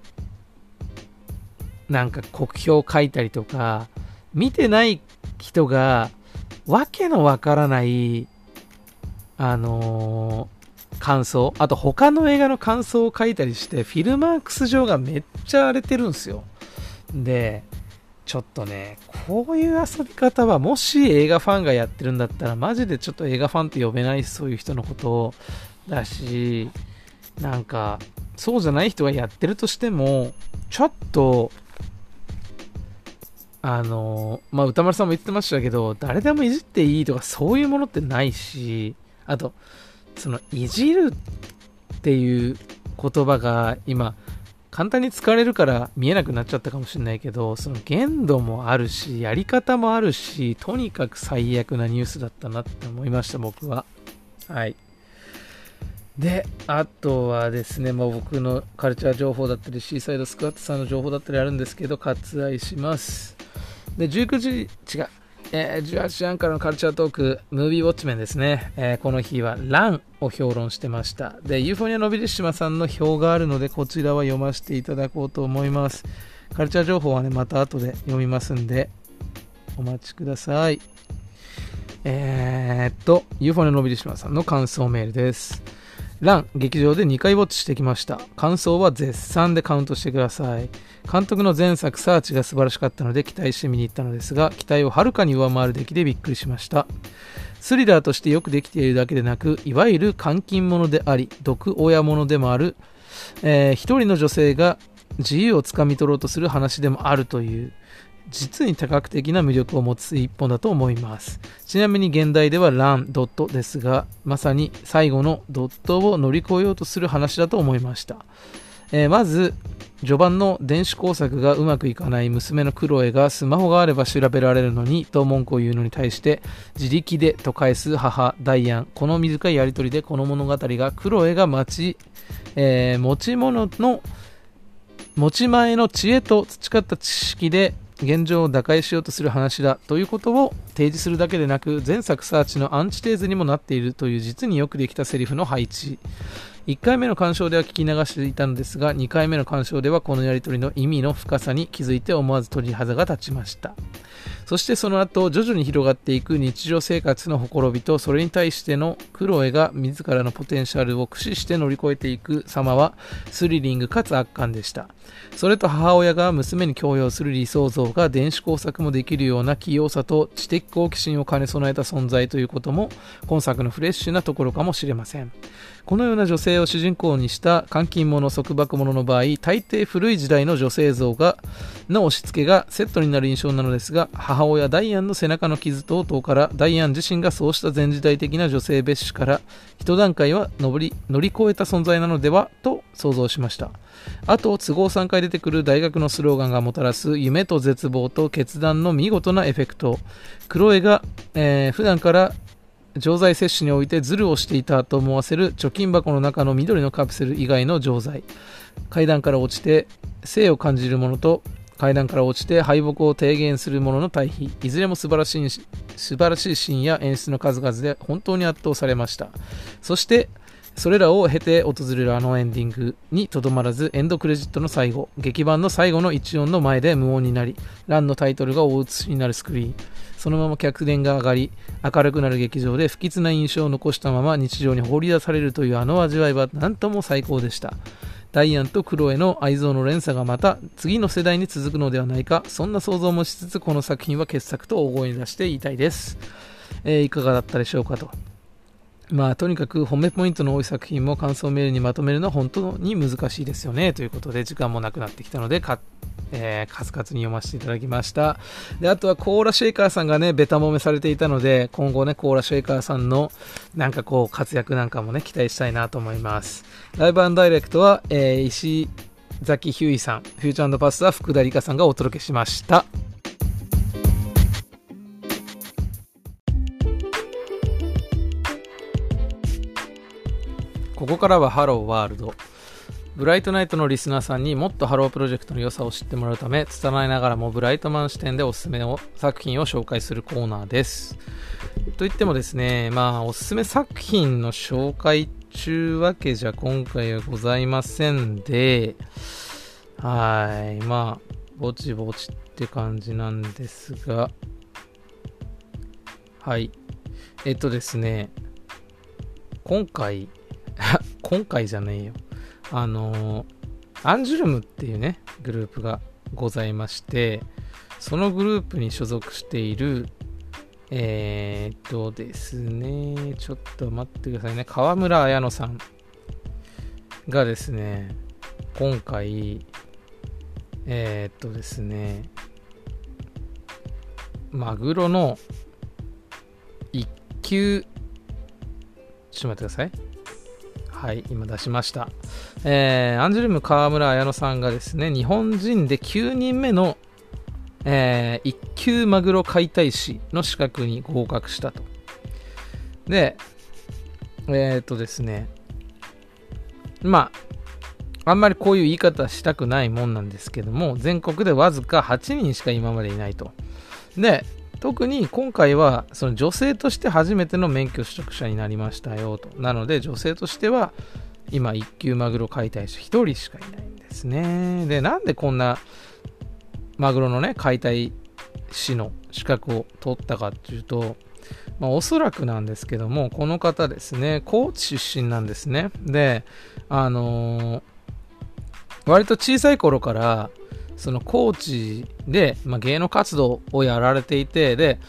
なんか酷評書いたりとか、見てない人がわけのわからない感想、あと他の映画の感想を書いたりして、フィルマークス上がめっちゃ荒れてるんですよ。で、ちょっとね、こういう遊び方はもし映画ファンがやってるんだったらマジでちょっと映画ファンって呼べない、そういう人のことだし、なんかそうじゃない人がやってるとしてもちょっと歌丸さんも言ってましたけど、誰でもいじっていいとかそういうものってないし、あといじるっていう言葉が今簡単に使われるから見えなくなっちゃったかもしれないけど、その限度もあるしやり方もあるし、とにかく最悪なニュースだったなって思いました、僕は。はい。で、あとはですね、僕のカルチャー情報だったりシーサイドスクワットさんの情報だったりあるんですけど、割愛します。で、18時半からのカルチャートーク、ムービーウォッチメンですね。この日はランを評論してました。で、ユーフォニアのびりしまさんの表があるので、こちらは読ませていただこうと思います。カルチャー情報はね、また後で読みますんで、お待ちください。ユーフォニアのびりしまさんの感想メールです。ラン、劇場で2回ウォッチしてきました。感想は絶賛でカウントしてください。監督の前作サーチが素晴らしかったので期待して見に行ったのですが、期待をはるかに上回る出来でびっくりしました。スリラーとしてよくできているだけでなく、いわゆる監禁者であり毒親者でもある、一人の女性が自由をつかみ取ろうとする話でもあるという実に多角的な魅力を持つ一本だと思います。ちなみに現代ではラン、ドットですが、まさに最後のドットを乗り越えようとする話だと思いました。まず序盤の電子工作がうまくいかない娘のクロエがスマホがあれば調べられるのにと文句を言うのに対して、自力でと返す母ダイアン。この短いやり取りでこの物語がクロエが持ち前の知恵と培った知識で現状を打開しようとする話だということを提示するだけでなく、前作サーチのアンチテーゼにもなっているという実によくできたセリフの配置。1回目の鑑賞では聞き流していたのですが、2回目の鑑賞ではこのやり取りの意味の深さに気づいて思わず鳥肌が立ちました。そしてその後、徐々に広がっていく日常生活のほころびと、それに対してのクロエが自らのポテンシャルを駆使して乗り越えていく様はスリリングかつ圧巻でした。それと母親が娘に強要する理想像が電子工作もできるような器用さと知的好奇心を兼ね備えた存在ということも今作のフレッシュなところかもしれません。このような女性を主人公にした監禁者、束縛者の場合、大抵古い時代の女性像の押し付けがセットになる印象なのですが、母親ダイアンの背中の傷等々からダイアン自身がそうした前時代的な女性蔑視から一段階は乗り越えた存在なのではと想像しました。あと都合3回出てくる大学のスローガンがもたらす夢と絶望と決断の見事なエフェクト。クロエが、普段から錠剤摂取においてズルをしていたと思わせる貯金箱の中の緑のカプセル以外の錠剤、階段から落ちて生を感じるものと階段から落ちて敗北を低減するものの対比、いずれも素晴らしいシーンや演出の数々で本当に圧倒されました。そしてそれらを経て訪れるあのエンディングにとどまらず、エンドクレジットの最後、劇版の最後の一音の前で無音になり、ランのタイトルが大写しになるスクリーン。そのまま客電が上がり、明るくなる劇場で不吉な印象を残したまま日常に放り出されるというあの味わいは何とも最高でした。ダイアンとクロエの愛憎の連鎖がまた次の世代に続くのではないか、そんな想像もしつつ、この作品は傑作と大声に出して言いたいです。いかがだったでしょうかと。とにかく褒めポイントの多い作品も感想メールにまとめるのは本当に難しいですよねということで、時間もなくなってきたので数々に読ませていただきました。で、あとはコーラシェイカーさんがねベタ褒めされていたので、今後ねコーラシェイカーさんのなんかこう活躍なんかもね期待したいなと思います。ライブ&ダイレクトは、石崎ひゅういさん、フューチャー&パスは福田理香さんがお届けしました。ここからはハローワールド。ブライトナイトのリスナーさんにもっとハロープロジェクトの良さを知ってもらうため、拙いながらもブライトマン視点でおすすめの作品を紹介するコーナーです。といってもですね、おすすめ作品の紹介中わけじゃ今回はございませんで、ぼちぼちって感じなんですが、ですね、今回じゃねえよ。アンジュルムっていうね、グループがございまして、そのグループに所属している、ですね、ちょっと待ってくださいね、川村彩乃さんがですね、今回、ですね、マグロの1級、ちょっと待ってください。今出しました。アンジュルム川村彩乃さんがですね、日本人で9人目の、1級マグロ解体師の資格に合格したと。で、ですね、あんまりこういう言い方したくないもんなんですけども、全国でわずか8人しか今までいないと。で、特に今回はその女性として初めての免許取得者になりましたよと。なので女性としては今1級マグロ解体師1人しかいないんですね。で、なんでこんなマグロのね解体師の資格を取ったかっていうと、おそらくなんですけども、この方ですね、高知出身なんですね。で、割と小さい頃からその高知で、芸能活動をやられていて、で、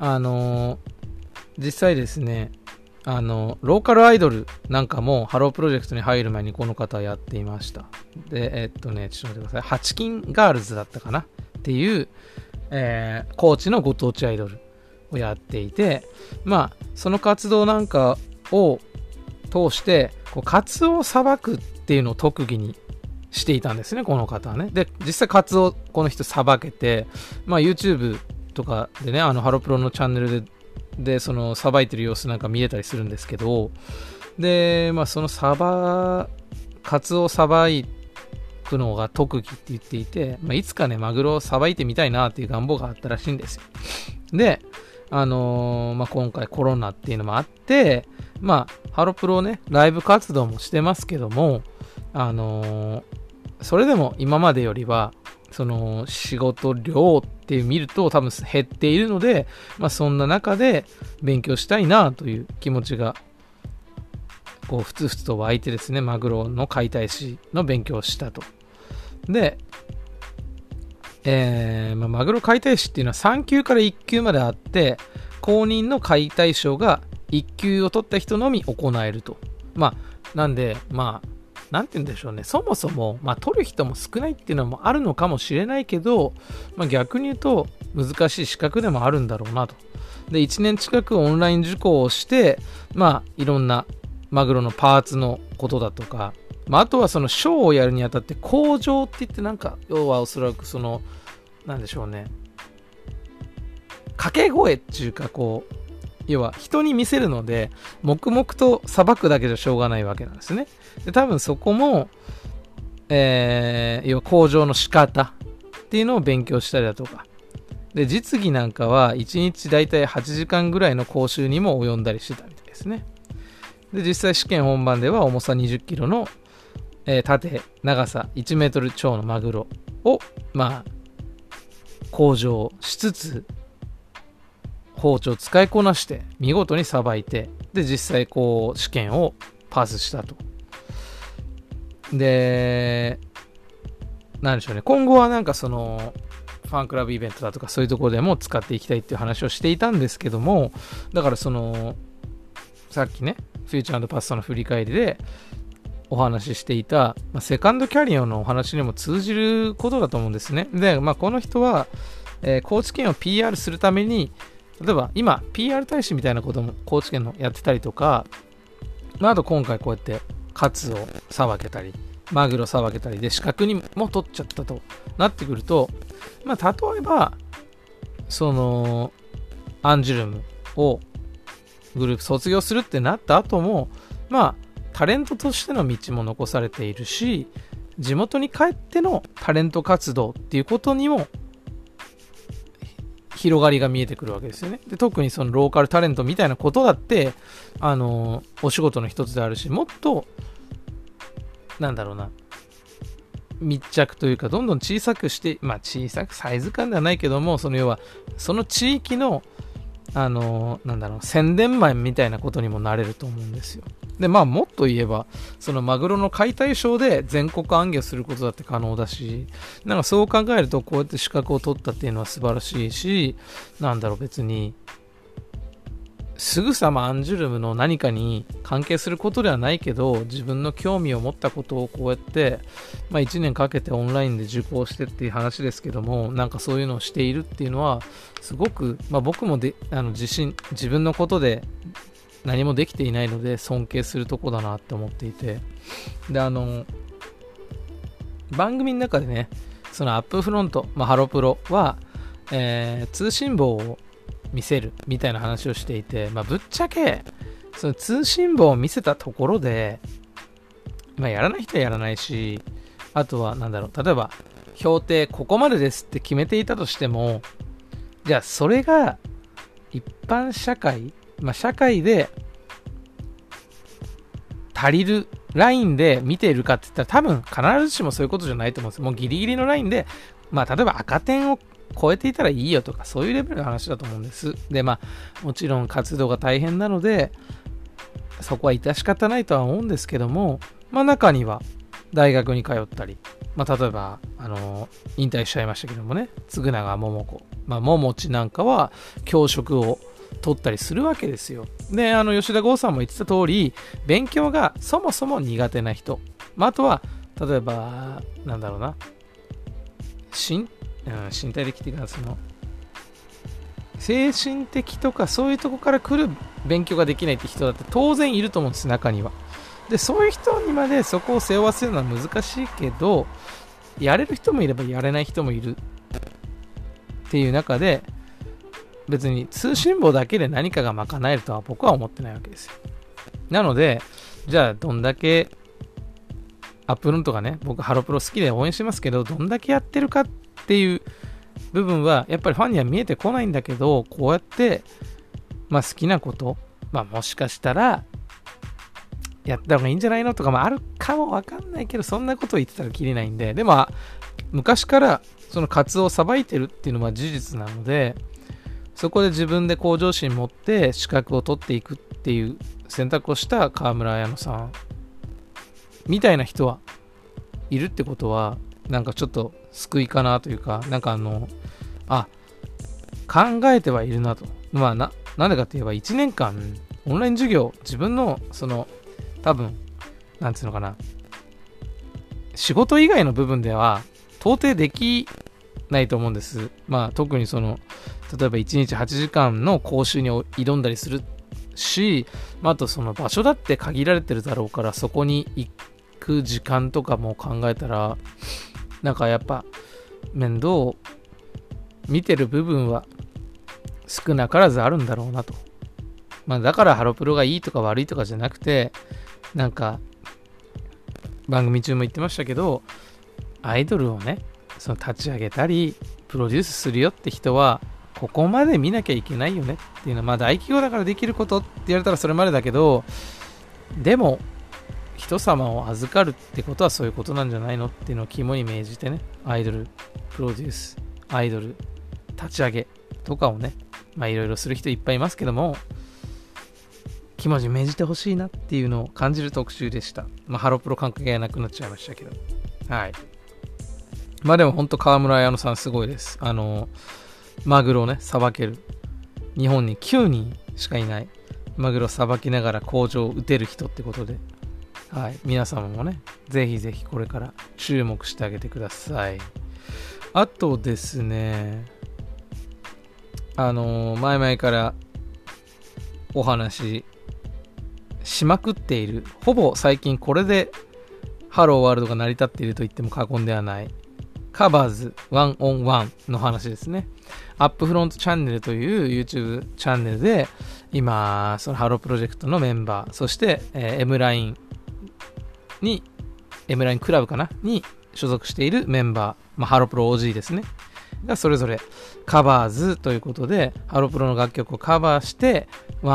実際ですね、ローカルアイドルなんかもハロープロジェクトに入る前にこの方はやっていました。で、ちょっと待ってください。ハチキンガールズだったかなっていう、高知のご当地アイドルをやっていて、その活動なんかを通してカツオをさばくっていうのを特技にしていたんですね、この方はね。で、実際カツオこの人さばけて、YouTube とかでね、ハロプロのチャンネルでそのさばいてる様子なんか見れたりするんですけど、で、そのカツオをさばくのが特技って言っていて、いつかねマグロをさばいてみたいなっていう願望があったらしいんですよ。で、今回コロナっていうのもあって、ハロプロねライブ活動もしてますけども、それでも今までよりはその仕事量って見ると多分減っているので、そんな中で勉強したいなという気持ちがふつふつと湧いてですね、マグロの解体師の勉強をしたと。で、マグロ解体師っていうのは3級から1級まであって、公認の解体ショーが1級を取った人のみ行えると。なんでなんて言うんでしょうね、そもそも、取る人も少ないっていうのもあるのかもしれないけど、逆に言うと難しい資格でもあるんだろうなと。で、1年近くオンライン受講をして、いろんなマグロのパーツのことだとか、あとはそのショーをやるにあたって工場って言って要はおそらくそのなんでしょうね、掛け声っていうか要は人に見せるので黙々とさばくだけじゃしょうがないわけなんですね。で、多分そこも、要は工場の仕方っていうのを勉強したりだとかで、実技なんかは1日だいたい8時間ぐらいの講習にも及んだりしてたみたいですね。 で実際試験本番では重さ20キロの、縦長さ1メートル超のマグロを向上しつつ包丁を使いこなして見事にさばいて、で実際こう試験をパスしたと。でなんでしょうね、今後はなんかそのファンクラブイベントだとかそういうところでも使っていきたいっていう話をしていたんですけども、だからそのさっきねフューチャー&パストの振り返りでお話ししていた、セカンドキャリアのお話にも通じることだと思うんですね。で、この人は、高知県を PR するために、例えば今 PR 大使みたいなことも高知県のやってたりとか、あと今回こうやってカツをさばけたりマグロさばけたりで資格にも取っちゃったとなってくると、例えばそのアンジュルムをグループ卒業するってなった後もタレントとしての道も残されているし、地元に帰ってのタレント活動っていうことにも広がりが見えてくるわけですよね。で特にそのローカルタレントみたいなことだってお仕事の一つであるし、もっと密着というかどんどん小さくして、小さくサイズ感ではないけども、要はその地域の宣伝マンみたいなことにもなれると思うんですよ。でもっと言えばそのマグロの解体ショーで全国行脚することだって可能だし、そう考えるとこうやって資格を取ったっていうのは素晴らしいし、別にすぐさまアンジュルムの何かに関係することではないけど、自分の興味を持ったことをこうやって、1年かけてオンラインで受講してっていう話ですけども、そういうのをしているっていうのはすごく、僕も自分のことで何もできていないので尊敬するとこだなって思っていて、で番組の中でね、そのアップフロント、ハロプロは、通信簿を見せるみたいな話をしていて、ぶっちゃけその通信簿を見せたところで、やらない人はやらないし、あとは例えば評定ここまでですって決めていたとしても、じゃあそれが一般社会、社会で足りるラインで見ているかって言ったら多分必ずしもそういうことじゃないと思うんです。もうギリギリのラインで、例えば赤点を超えていたらいいよとかそういうレベルの話だと思うんです。でもちろん活動が大変なのでそこは致し方ないとは思うんですけども、中には大学に通ったり、例えば引退しちゃいましたけどもね、嗣永桃子、桃地なんかは教職を取ったりするわけですよ。で吉田剛さんも言ってた通り、勉強がそもそも苦手な人、あとは例えば身体的っていうか精神的とかそういうとこから来る勉強ができないって人だって当然いると思うんです、中には。でそういう人にまでそこを背負わせるのは難しいけど、やれる人もいればやれない人もいるっていう中で、別に通信簿だけで何かが賄えるとは僕は思ってないわけですよ。なのでじゃあどんだけアップロンとかね、僕ハロプロ好きで応援してますけど、どんだけやってるかっていう部分はやっぱりファンには見えてこないんだけど、こうやって好きなこと、もしかしたらやった方がいいんじゃないのとかあるかもわかんないけど、そんなことを言ってたらきりないんで、でも昔からそのカツオをさばいてるっていうのは事実なので、そこで自分で向上心持って資格を取っていくっていう選択をした川村彩乃さんみたいな人はいるってことは、ちょっと救いかなというか、考えてはいるなと。なんでかって言えば1年間オンライン授業、自分の多分仕事以外の部分では到底できないと思うんです。特に例えば1日8時間の講習に挑んだりするし、あとその場所だって限られてるだろうから、そこに行く時間とかも考えたらやっぱ面倒を見てる部分は少なからずあるんだろうなと。だからハロプロがいいとか悪いとかじゃなくて、番組中も言ってましたけど、アイドルをね立ち上げたりプロデュースするよって人はここまで見なきゃいけないよねっていうのは、大企業だからできることって言われたらそれまでだけど、 でも人様を預かるってことはそういうことなんじゃないのっていうのを肝に銘じてね、アイドルプロデュース、アイドル立ち上げとかをね、まあいろいろする人いっぱいいますけども、肝に銘じてほしいなっていうのを感じる特集でした。まあハロプロ関係がなくなっちゃいましたけど、はい。まあでも本当川村彩乃さんすごいです。マグロをねさばける、日本に9人しかいないマグロさばきながら工場を打てる人ってことで、はい、皆様もねぜひぜひこれから注目してあげてください。あとですね、前々からお話しまくっている、ほぼ最近これでハローワールドが成り立っていると言っても過言ではないカバーズ1on1の話ですね。アップフロントチャンネルという YouTube チャンネルで今そのハロープロジェクトのメンバー、そして、M ラインクラブかなに所属しているメンバー、ハロプロ OG ですねがそれぞれカバーズということでハロプロの楽曲をカバーして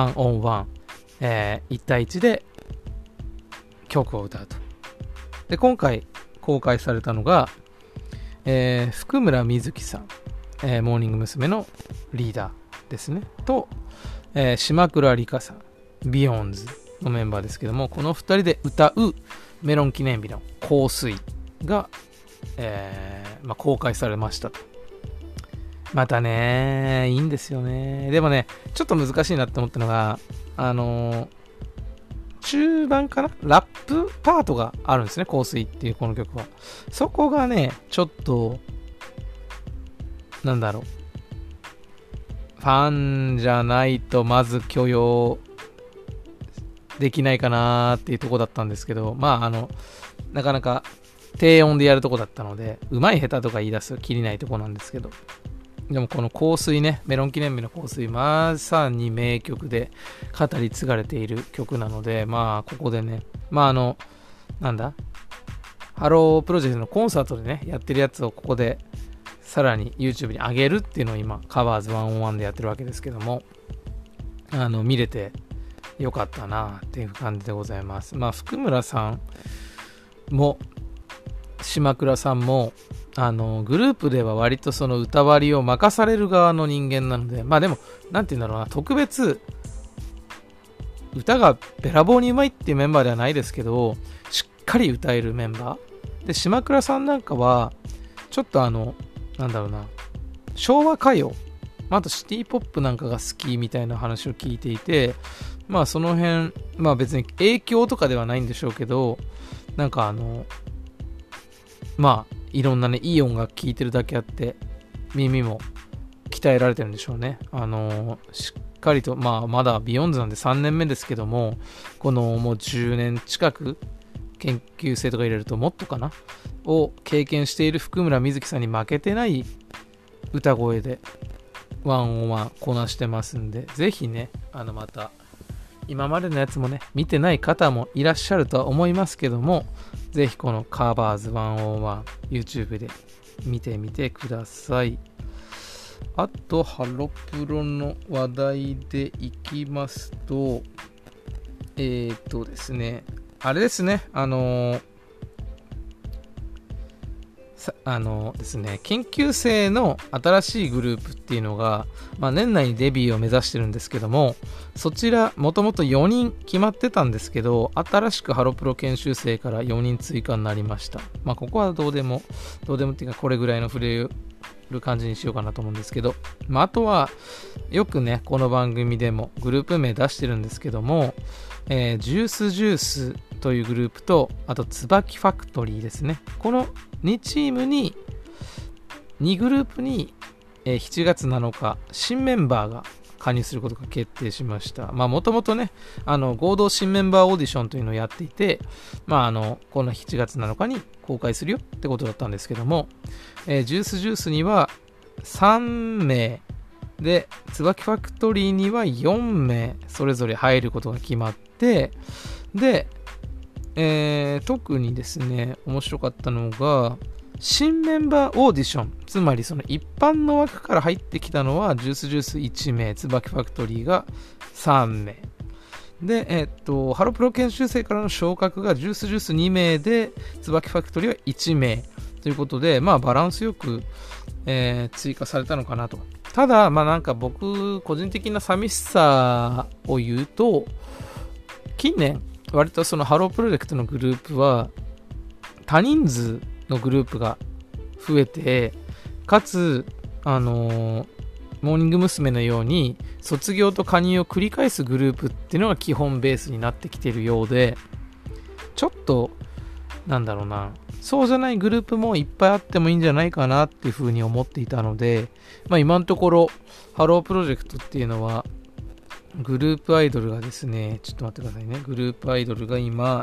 1on1、1対1で曲を歌うと。で今回公開されたのが、福村瑞希さん、モーニング娘。のリーダーですねと、島倉里香さんビヨーンズのメンバーですけども、この2人で歌うメロン記念日の香水が、公開されましたと。またねいいんですよね。でもねちょっと難しいなって思ったのが中盤かなラップパートがあるんですね、香水っていうこの曲は。そこがねちょっとなんだろう、ファンじゃないとまず許容できないかなっていうとこだったんですけど、なかなか低音でやるとこだったので、うまい下手とか言い出すきりないとこなんですけど、でもこの香水ね、メロン記念日の香水、まさに名曲で語り継がれている曲なので、ここでね、ハロープロジェクトのコンサートでねやってるやつをここでさらに YouTube に上げるっていうのを今カバーズ1on1でやってるわけですけども、見れてよかったなっていう感じでございます。福村さんも島倉さんもグループでは割とその歌割りを任される側の人間なので、でもなんて言うんだろうな、特別歌がべらぼうにうまいっていうメンバーではないですけど、しっかり歌えるメンバーで、島倉さんなんかはちょっと昭和歌謡、あとシティポップなんかが好きみたいな話を聞いていて、その辺別に影響とかではないんでしょうけど、いろんなねいい音楽聴いてるだけあって耳も鍛えられてるんでしょうね。しっかりとまだビヨンズなんで3年目ですけども、このもう10年近く研究生とか入れるともっとかなを経験している福村瑞希さんに負けてない歌声で1on1こなしてますんで、ぜひねまた今までのやつもね見てない方もいらっしゃるとは思いますけども、ぜひこのカバーズ1on1 YouTube で見てみてください。あとハロプロの話題でいきますと、ですね、あれですね、ですね、研究生の新しいグループっていうのが、年内にデビューを目指してるんですけども、そちらもともと4人決まってたんですけど、新しくハロプロ研修生から4人追加になりました。ここはどうでもっていうか、これぐらいの触れる感じにしようかなと思うんですけど、あとはよくねこの番組でもグループ名出してるんですけども、ジュースというグループと、あと椿ファクトリーですね、この2チームに2グループに7月7日新メンバーが加入することが決定しました。もともとね合同新メンバーオーディションというのをやっていて、この7月7日に公開するよってことだったんですけども、ジュースには3名で、椿ファクトリーには4名それぞれ入ることが決まって、で、特にですね面白かったのが新メンバーオーディション、つまりその一般の枠から入ってきたのはジュース1名、椿ファクトリーが3名で、ハロプロ研修生からの昇格がジュース2名で、椿ファクトリーは1名ということで、まあバランスよく、追加されたのかなと。ただ、まあなんか僕、個人的な寂しさを言うと、近年、割とそのハロープロジェクトのグループは、多人数のグループが増えて、かつ、モーニング娘。のように卒業と加入を繰り返すグループっていうのが基本ベースになってきているようで、ちょっとなんだろうな、そうじゃないグループもいっぱいあってもいいんじゃないかなっていうふうに思っていたので、まあ今のところハロープロジェクトっていうのはグループアイドルがですね、ちょっと待ってくださいね。グループアイドルが今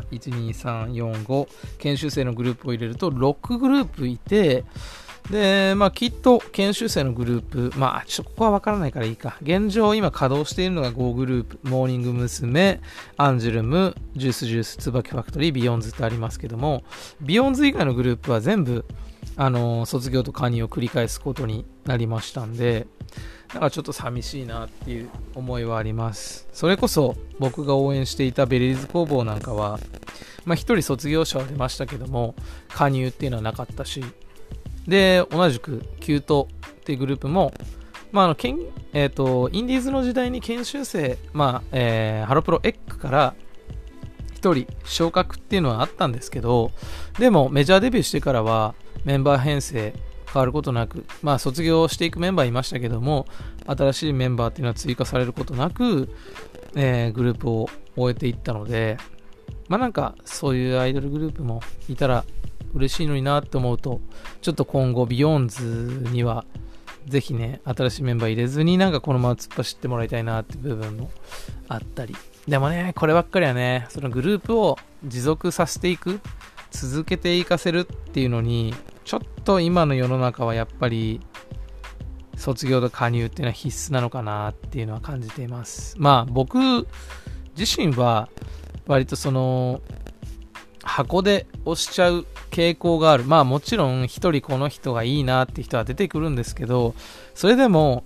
12345研修生のグループを入れると6グループいて、で、まあ、きっと研修生のグループ、まあ、ここはわからないからいいか。現状今稼働しているのが5グループ、モーニング娘。アンジュルム、ジュース、椿ファクトリー、ビヨンズってありますけども、ビヨンズ以外のグループは全部、卒業と加入を繰り返すことになりましたんで、なんかちょっと寂しいなっていう思いはあります。それこそ僕が応援していたベリーズ工房なんかは、まあ一人卒業者は出ましたけども、加入っていうのはなかったし、で、同じく、キュートっていうグループも、まあ、インディーズの時代に研修生、まあ、ハロプロエッグから一人昇格っていうのはあったんですけど、でもメジャーデビューしてからはメンバー編成変わることなく、まあ、卒業していくメンバーいましたけども、新しいメンバーっていうのは追加されることなく、グループを終えていったので、まあなんか、そういうアイドルグループもいたら、嬉しいのになって思うと、ちょっと今後ビヨンズにはぜひね、新しいメンバー入れずになんかこのまま突っ走ってもらいたいなって部分もあったり、でもね、こればっかりはね、そのグループを持続させていく、続けていかせるっていうのに、ちょっと今の世の中はやっぱり卒業と加入っていうのは必須なのかなっていうのは感じています。まあ僕自身は割とその箱で押しちゃう傾向がある。まあもちろん一人この人がいいなって人は出てくるんですけど、それでも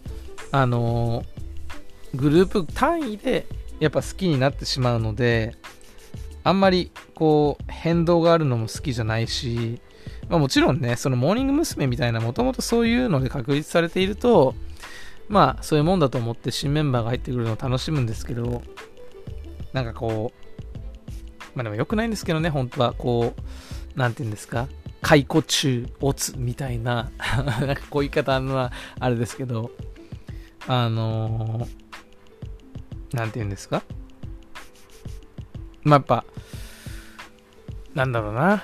グループ単位でやっぱ好きになってしまうので、あんまりこう変動があるのも好きじゃないし、まあもちろんね、そのモーニング娘。みたいなもともとそういうので確立されていると、まあそういうもんだと思って新メンバーが入ってくるのを楽しむんですけど、なんかこう、まあでも良くないんですけどね、本当はこう、なんていうんですか、解雇中、オツみたいな、なんかこういう言い方はあれですけど、なんていうんですか、まあやっぱ、なんだろうな、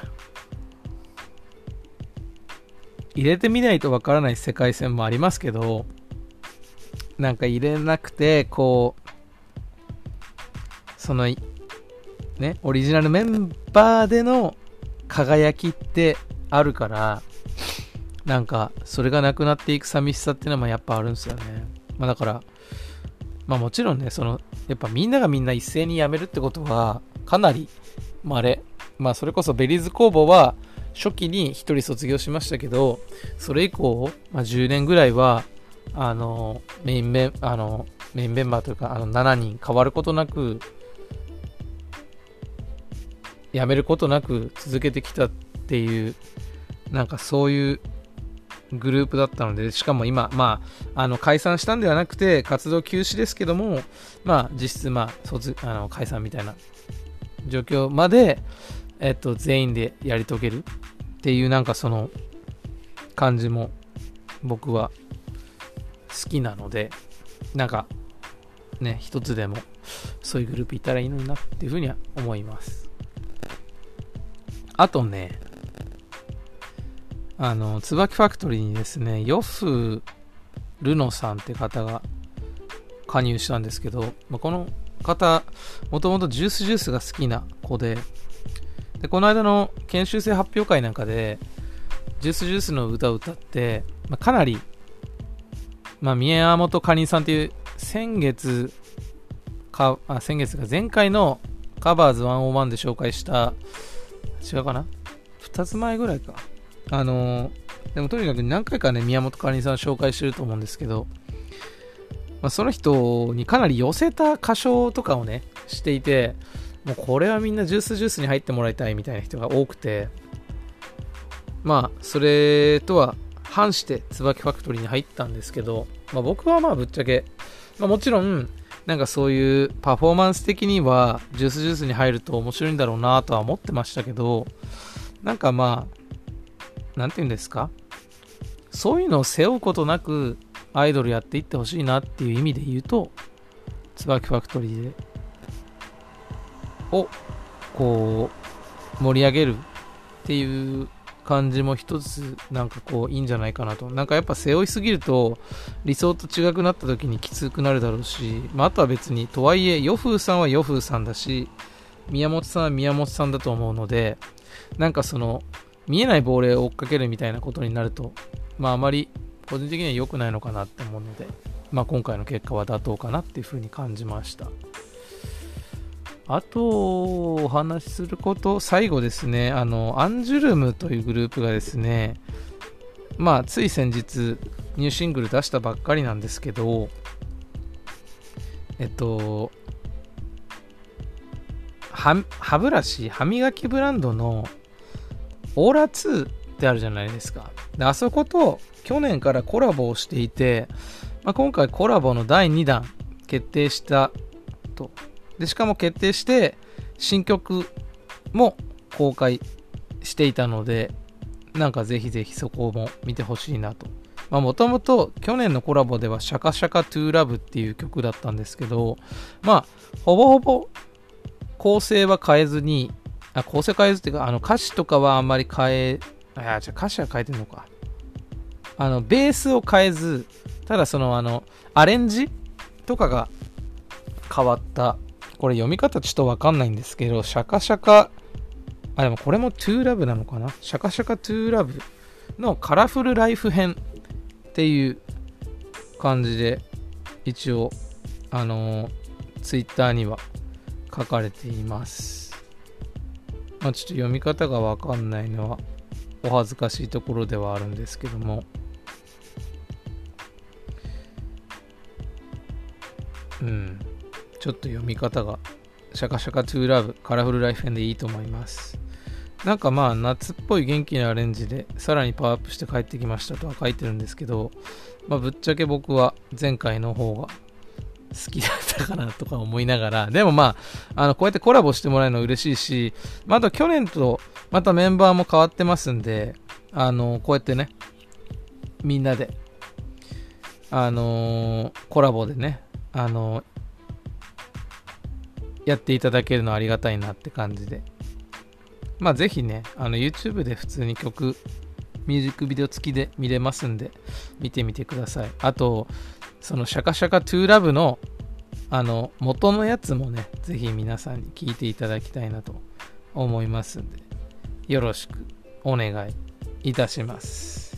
入れてみないとわからない世界線もありますけど、なんか入れなくて、こう、その、ね、オリジナルメンバーでの輝きってあるから、なんかそれがなくなっていく寂しさっていうのもやっぱあるんですよね。まあだから、まあもちろんね、そのやっぱみんながみんな一斉に辞めるってことはかなり稀。まあそれこそベリーズ工房は初期に一人卒業しましたけど、それ以降、まあ、10年ぐらいはメインメンバーというか7人変わることなく、辞めることなく続けてきたっていう、なんかそういうグループだったので、しかも今、まあ、解散したんではなくて活動休止ですけども、まあ実質解散みたいな状況まで、全員でやり遂げるっていう、なんかその感じも僕は好きなので、なんかね、一つでもそういうグループいたらいいのになっていうふうには思います。あとね、椿ファクトリーにですね、ヨフルノさんって方が加入したんですけど、まあ、この方、もともとジュースが好きな子で、この間の研修生発表会なんかで、ジュースの歌を歌って、まあ、かなり、まあ、宮本かりんさんっていう先月が前回のカバーズ101で紹介した、違うかな ?2 つ前ぐらいか。でもとにかく何回かね、宮本かりんさん紹介してると思うんですけど、 その人にかなり寄せた歌唱とかをねしていて、もうこれはみんなジュースに入ってもらいたいみたいな人が多くて、それとは反して椿ファクトリーに入ったんですけど、僕はぶっちゃけ、もちろんなんかそういうパフォーマンス的にはジュースに入ると面白いんだろうなとは思ってましたけど、なんかなんていうんですか、そういうのを背負うことなくアイドルやっていってほしいなっていう意味で言うと、椿ファクトリーをこう盛り上げるっていう感じも一つなんかこういいんじゃないかなと。なんかやっぱ背負いすぎると理想と違くなった時にきつくなるだろうし、あとは別にとはいえヨフーさんはヨフーさんだし、宮本さんは宮本さんだと思うので、なんかその見えない亡霊を追っかけるみたいなことになると、あまり個人的には良くないのかなって思うので、今回の結果は妥当かなっていうふうに感じました。あとお話しすること、最後ですね、アンジュルムというグループがですね、つい先日ニューシングル出したばっかりなんですけど、歯ブラシ、歯磨きブランドのオーラ2ってあるじゃないですか。で、あそこと去年からコラボをしていて、今回コラボの第2弾決定したと。でしかも決定して新曲も公開していたので、なんかぜひぜひそこも見てほしいなと。もともと去年のコラボではシャカシャカトゥーラブっていう曲だったんですけど、ほぼほぼ構成は変えずに、構成変えずっていうか、歌詞とかはあんまり歌詞は変えてるのか。ベースを変えず、ただそのアレンジとかが変わった。これ読み方ちょっとわかんないんですけど、シャカシャカ、でもこれもトゥーラブなのかな、シャカシャカトゥーラブのカラフルライフ編っていう感じで一応ツイッターには書かれています。ちょっと読み方がわかんないのはお恥ずかしいところではあるんですけども、ちょっと読み方がシャカシャカトゥーラブカラフルライフ編でいいと思います。なんか夏っぽい元気なアレンジでさらにパワーアップして帰ってきましたとは書いてるんですけど、ぶっちゃけ僕は前回の方が好きだったかなとか思いながら、でもこうやってコラボしてもらえるの嬉しいし、あと去年とまたメンバーも変わってますんで、こうやってねみんなでコラボでねやっていただけるのはありがたいなって感じで、ぜひねYouTube で普通に曲ミュージックビデオ付きで見れますんで見てみてください。あとそのシャカシャカトゥーラブの元のやつもねぜひ皆さんに聞いていただきたいなと思いますんで、よろしくお願いいたします。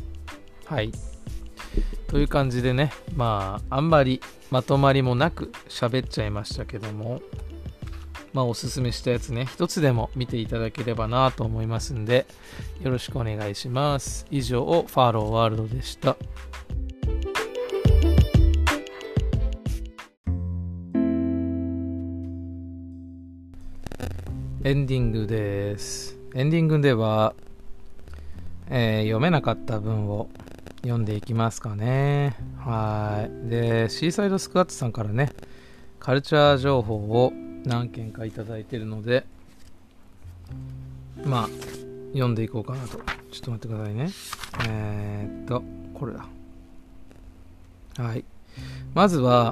はい、という感じでね、あんまりまとまりもなく喋っちゃいましたけども、おすすめしたやつね一つでも見ていただければなと思いますんで、よろしくお願いします。以上ファローワールドでした。エンディングです。エンディングでは、読めなかった文を読んでいきますかね。はい。で、シーサイドスクワットさんからねカルチャー情報を何件かいただいているので、読んでいこうかなと。ちょっと待ってくださいね。これだ。はい。まずは、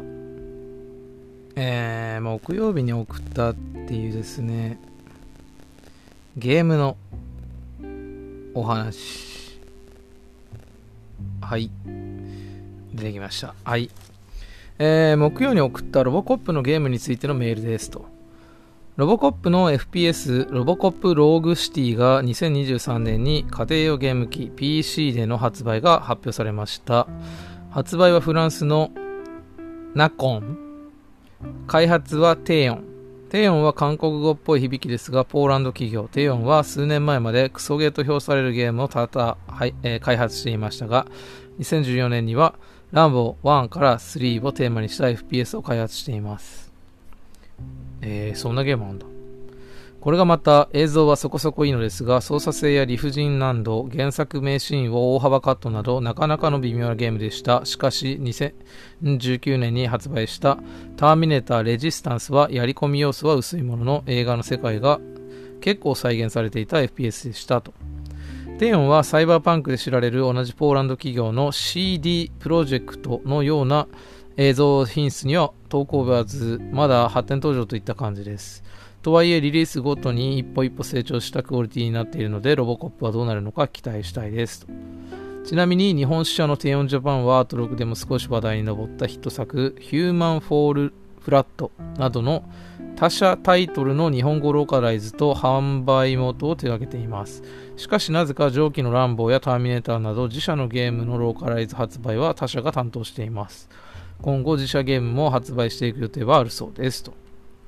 木曜日に送ったっていうですね、ゲームのお話。はい。出てきました。はい。木曜に送ったロボコップのゲームについてのメールですと。ロボコップの FPS ロボコップローグシティが2023年に家庭用ゲーム機 PC での発売が発表されました。発売はフランスのナコン、開発はテヨン。テヨンは韓国語っぽい響きですがポーランド企業。テヨンは数年前までクソゲーと評されるゲームを開発していましたが、2014年にはランボー1から3をテーマにした FPS を開発しています。そんなゲームなんだ。これがまた映像はそこそこいいのですが、操作性や理不尽難度、原作名シーンを大幅カットなどなかなかの微妙なゲームでした。しかし2019年に発売したターミネーターレジスタンスはやり込み要素は薄いものの映画の世界が結構再現されていた FPS でしたと。テヨンはサイバーパンクで知られる同じポーランド企業の CD プロジェクトのような映像品質には遠く及ばず、まだ発展途上といった感じです。とはいえリリースごとに一歩一歩成長したクオリティになっているので、ロボコップはどうなるのか期待したいですと。ちなみに日本支社のテヨンジャパンはアートログでも少し話題に上ったヒット作ヒューマンフォールフラットなどの他社タイトルの日本語ローカライズと販売元を手掛けています。しかしなぜか上記のランボーやターミネーターなど自社のゲームのローカライズ発売は他社が担当しています。今後自社ゲームも発売していく予定はあるそうですと。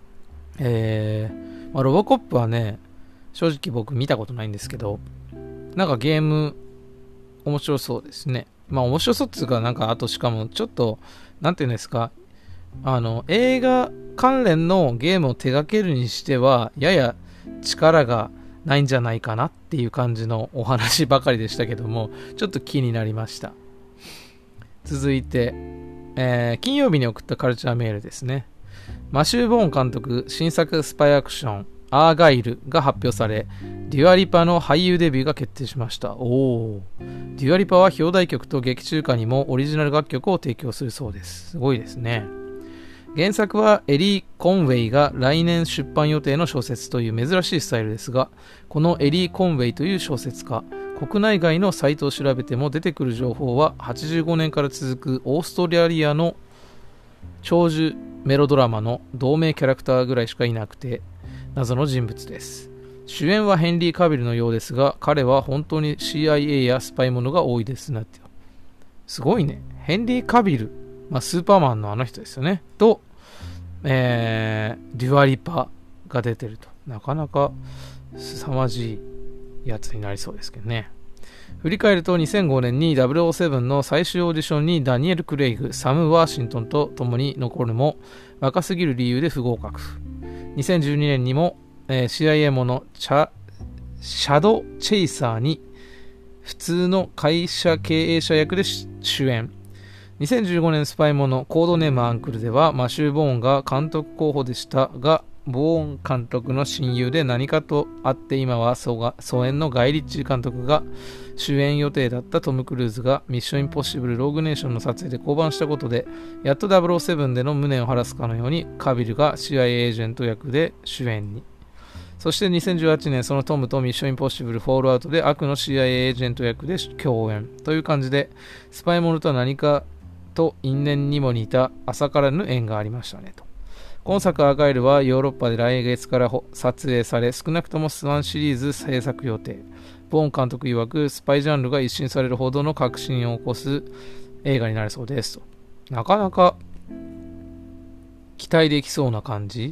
ロボコップはね、正直僕見たことないんですけど、なんかゲーム面白そうですね。面白そうっていうか、なんかあとしかもちょっとなんていうんですか、映画関連のゲームを手掛けるにしてはやや力がないんじゃないかなっていう感じのお話ばかりでしたけども、ちょっと気になりました。続いて、金曜日に送ったカルチャーメールですね。マシュー・ボーン監督新作スパイアクションアーガイルが発表され、デュアリパの俳優デビューが決定しました。デュアリパは表題曲と劇中歌にもオリジナル楽曲を提供するそうです。すごいですね。原作はエリー・コンウェイが来年出版予定の小説という珍しいスタイルですが、このエリー・コンウェイという小説家、国内外のサイトを調べても出てくる情報は85年から続くオーストラリアの長寿メロドラマの同名キャラクターぐらいしかいなくて謎の人物です。主演はヘンリー・カビルのようですが、彼は本当に CIA やスパイものが多いですなって。すごいね。ヘンリー・カビル、スーパーマンのあの人ですよねと、デュアリパが出てると、なかなか凄まじいやつになりそうですけどね。振り返ると2005年に007の最終オーディションにダニエル・クレイグ、サム・ワーシントンと共に残るも若すぎる理由で不合格。2012年にも、CIA ものシャド・チェイサーに普通の会社経営者役で主演。2015年スパイものコードネームアンクルではマシュー・ボーンが監督候補でしたが、ボーン監督の親友で何かとあって今は疎遠のガイ・リッチー監督が主演予定だったトム・クルーズがミッション・インポッシブル・ローグ・ネーションの撮影で降板したことで、やっと007での無念を晴らすかのようにカビルが CIA エージェント役で主演に。そして2018年そのトムとミッション・インポッシブル・フォールアウトで悪の CIA エージェント役で共演という感じで、スパイものとは何かと因縁にも似た浅からぬ縁がありましたねと。今作アーガイルはヨーロッパで来月から撮影され、少なくとも1シリーズ制作予定。ボーン監督曰くスパイジャンルが一新されるほどの革新を起こす映画になりそうですと。なかなか期待できそうな感じ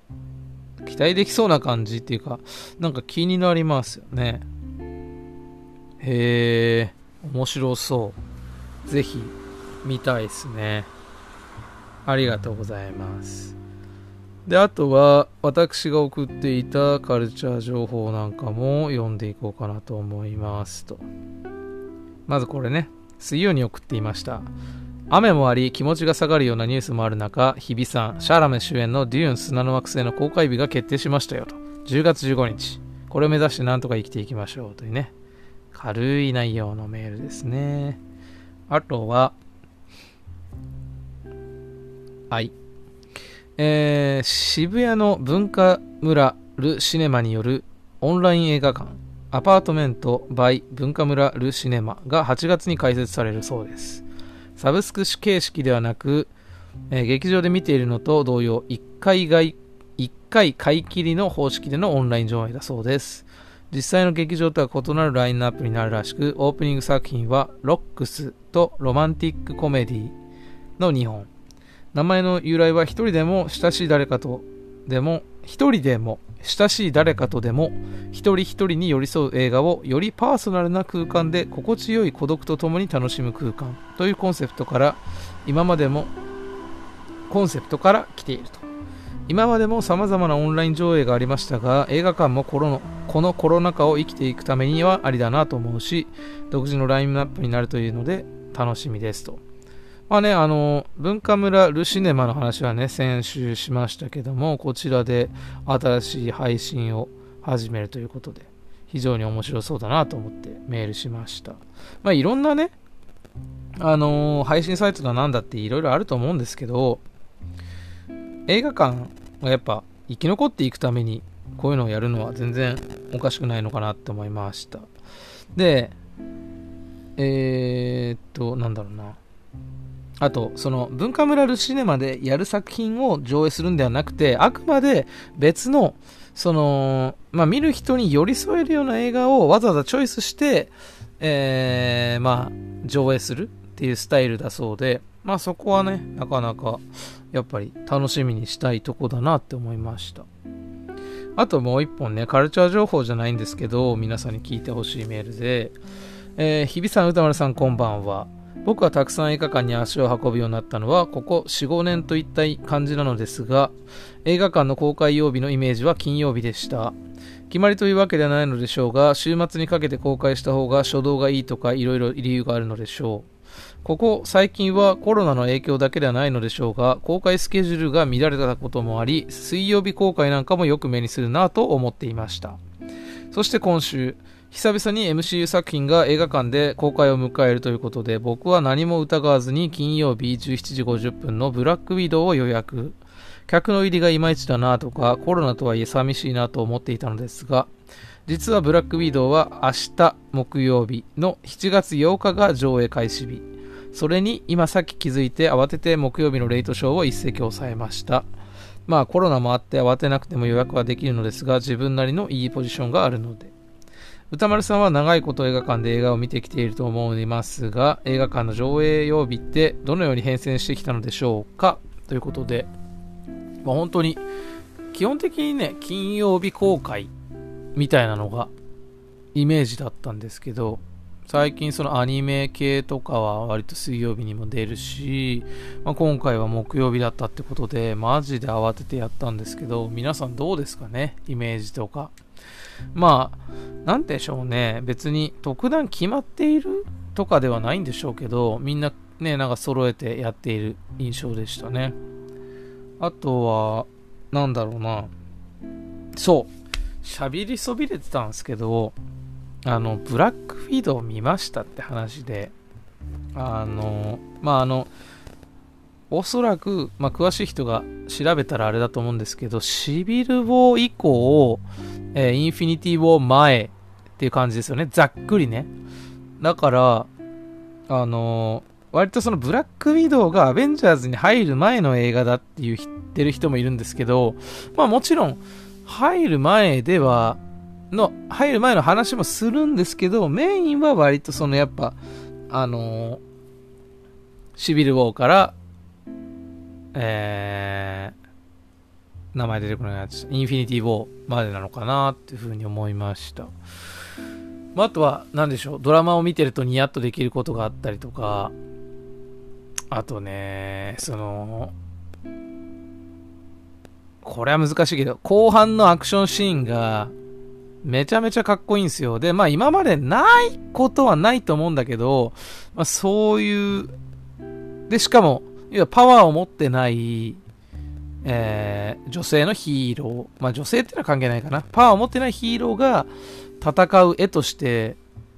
っていうか、なんか気になりますよね。面白そう。ぜひ見たいですね。ありがとうございます。で、あとは私が送っていたカルチャー情報なんかも読んでいこうかなと思いますと。まずこれね、水曜に送っていました。雨もあり気持ちが下がるようなニュースもある中、日比さん、シャーラメ主演のデューン砂の惑星の公開日が決定しましたよと。10月15日。これを目指してなんとか生きていきましょうというね、軽い内容のメールですね。あとは、はい。渋谷の文化村ルシネマによるオンライン映画館アパートメント by 文化村ルシネマが8月に開設されるそうです。サブスク形式ではなく、劇場で見ているのと同様1回買い切りの方式でのオンライン上映だそうです。実際の劇場とは異なるラインナップになるらしく、オープニング作品はロックスとロマンティックコメディの2本。名前の由来は一人でも親しい誰かとでも一人でも親しい誰かとでも一人一人に寄り添う映画をよりパーソナルな空間で心地よい孤独とともに楽しむ空間というコンセプトから来ていると。今までも様々なオンライン上映がありましたが、映画館もこのコロナ禍を生きていくためにはありだなと思うし、独自のラインナップになるというので楽しみですと。まあね、文化村ルシネマの話はね、先週しましたけども、こちらで新しい配信を始めるということで、非常に面白そうだなと思ってメールしました。まあいろんなね、配信サイトだなんだっていろいろあると思うんですけど、映画館がやっぱ生き残っていくためにこういうのをやるのは全然おかしくないのかなって思いました。で、なんだろうな。あと、その文化村ルシネマでやる作品を上映するんではなくて、あくまで別の、見る人に寄り添えるような映画をわざわざチョイスして、上映するっていうスタイルだそうで、まあそこはね、なかなかやっぱり楽しみにしたいとこだなって思いました。あともう一本ね、カルチャー情報じゃないんですけど、皆さんに聞いてほしいメールで、日比さん、歌丸さんこんばんは。僕はたくさん映画館に足を運ぶようになったのはここ 4,5 年といった感じなのですが、映画館の公開曜日のイメージは金曜日でした。決まりというわけではないのでしょうが、週末にかけて公開した方が初動がいいとかいろいろ理由があるのでしょう。ここ最近はコロナの影響だけではないのでしょうが、公開スケジュールが乱れたこともあり、水曜日公開なんかもよく目にするなと思っていました。そして今週、久々に MCU 作品が映画館で公開を迎えるということで、僕は何も疑わずに金曜日17時50分のブラックウィドウを予約。客の入りがいまいちだなとか、コロナとはいえ寂しいなと思っていたのですが、実はブラックウィドウは明日木曜日の7月8日が上映開始日。それに今さっき気づいて慌てて木曜日のレイトショーを一席抑えました。まあコロナもあって慌てなくても予約はできるのですが、自分なりのいいポジションがあるので。歌丸さんは長いこと映画館で映画を見てきていると思いますが、映画館の上映曜日ってどのように変遷してきたのでしょうかということで、本当に基本的にね、金曜日公開みたいなのがイメージだったんですけど、最近そのアニメ系とかは割と水曜日にも出るし、今回は木曜日だったってことでマジで慌ててやったんですけど、皆さんどうですかね、イメージとか。なんでしょうね、別に特段決まっているとかではないんでしょうけど、みんなね、なんか揃えてやっている印象でしたね。あとはなんだろうな、喋りそびれてたんですけど、ブラックウィドウ見ましたって話で、おそらく、詳しい人が調べたらあれだと思うんですけど、シビルウォー以降、インフィニティウォー前っていう感じですよね、ざっくりね。だから、割とそのブラックウィドウがアベンジャーズに入る前の映画だっていう言ってる人もいるんですけど、もちろん、入る前の話もするんですけど、メインは割とそのやっぱ、シビルウォーから、名前出てこないやつ、インフィニティウォーまでなのかなっていうふうに思いました。あとは、なんでしょう、ドラマを見てるとニヤッとできることがあったりとか、あとね、これは難しいけど、後半のアクションシーンが、めちゃめちゃかっこいいんですよ。で、今までないことはないと思うんだけど、そういう、で、しかも、パワーを持ってない、女性のヒーロー、女性っていうのは関係ないかな。パワーを持ってないヒーローが戦う絵として、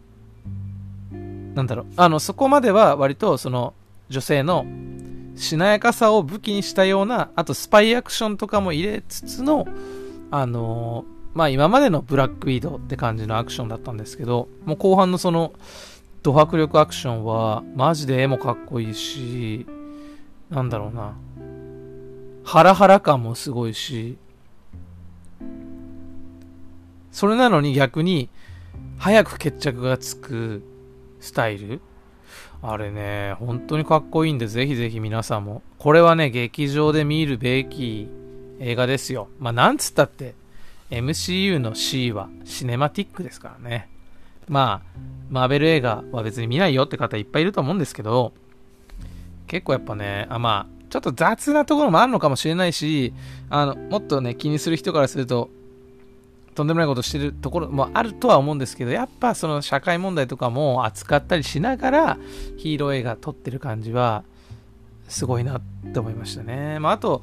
そこまでは割とその女性のしなやかさを武器にしたような、あとスパイアクションとかも入れつつの、今までのブラックウィドウって感じのアクションだったんですけど、もう後半のその、ド迫力アクションは、マジで絵もかっこいいし、ハラハラ感もすごいし、それなのに逆に、早く決着がつくスタイル、あれね、本当にかっこいいんで、ぜひぜひ皆さんも。これはね、劇場で見るべき映画ですよ。まあなんつったって MCU の C はシネマティックですからね。まあマーベル映画は別に見ないよって方いっぱいいると思うんですけど、結構やっぱね、まあちょっと雑なところもあるのかもしれないし、もっとね気にする人からするととんでもないことしてるところもあるとは思うんですけど、やっぱその社会問題とかも扱ったりしながらヒーロー映画撮ってる感じはすごいなって思いましたね。まああと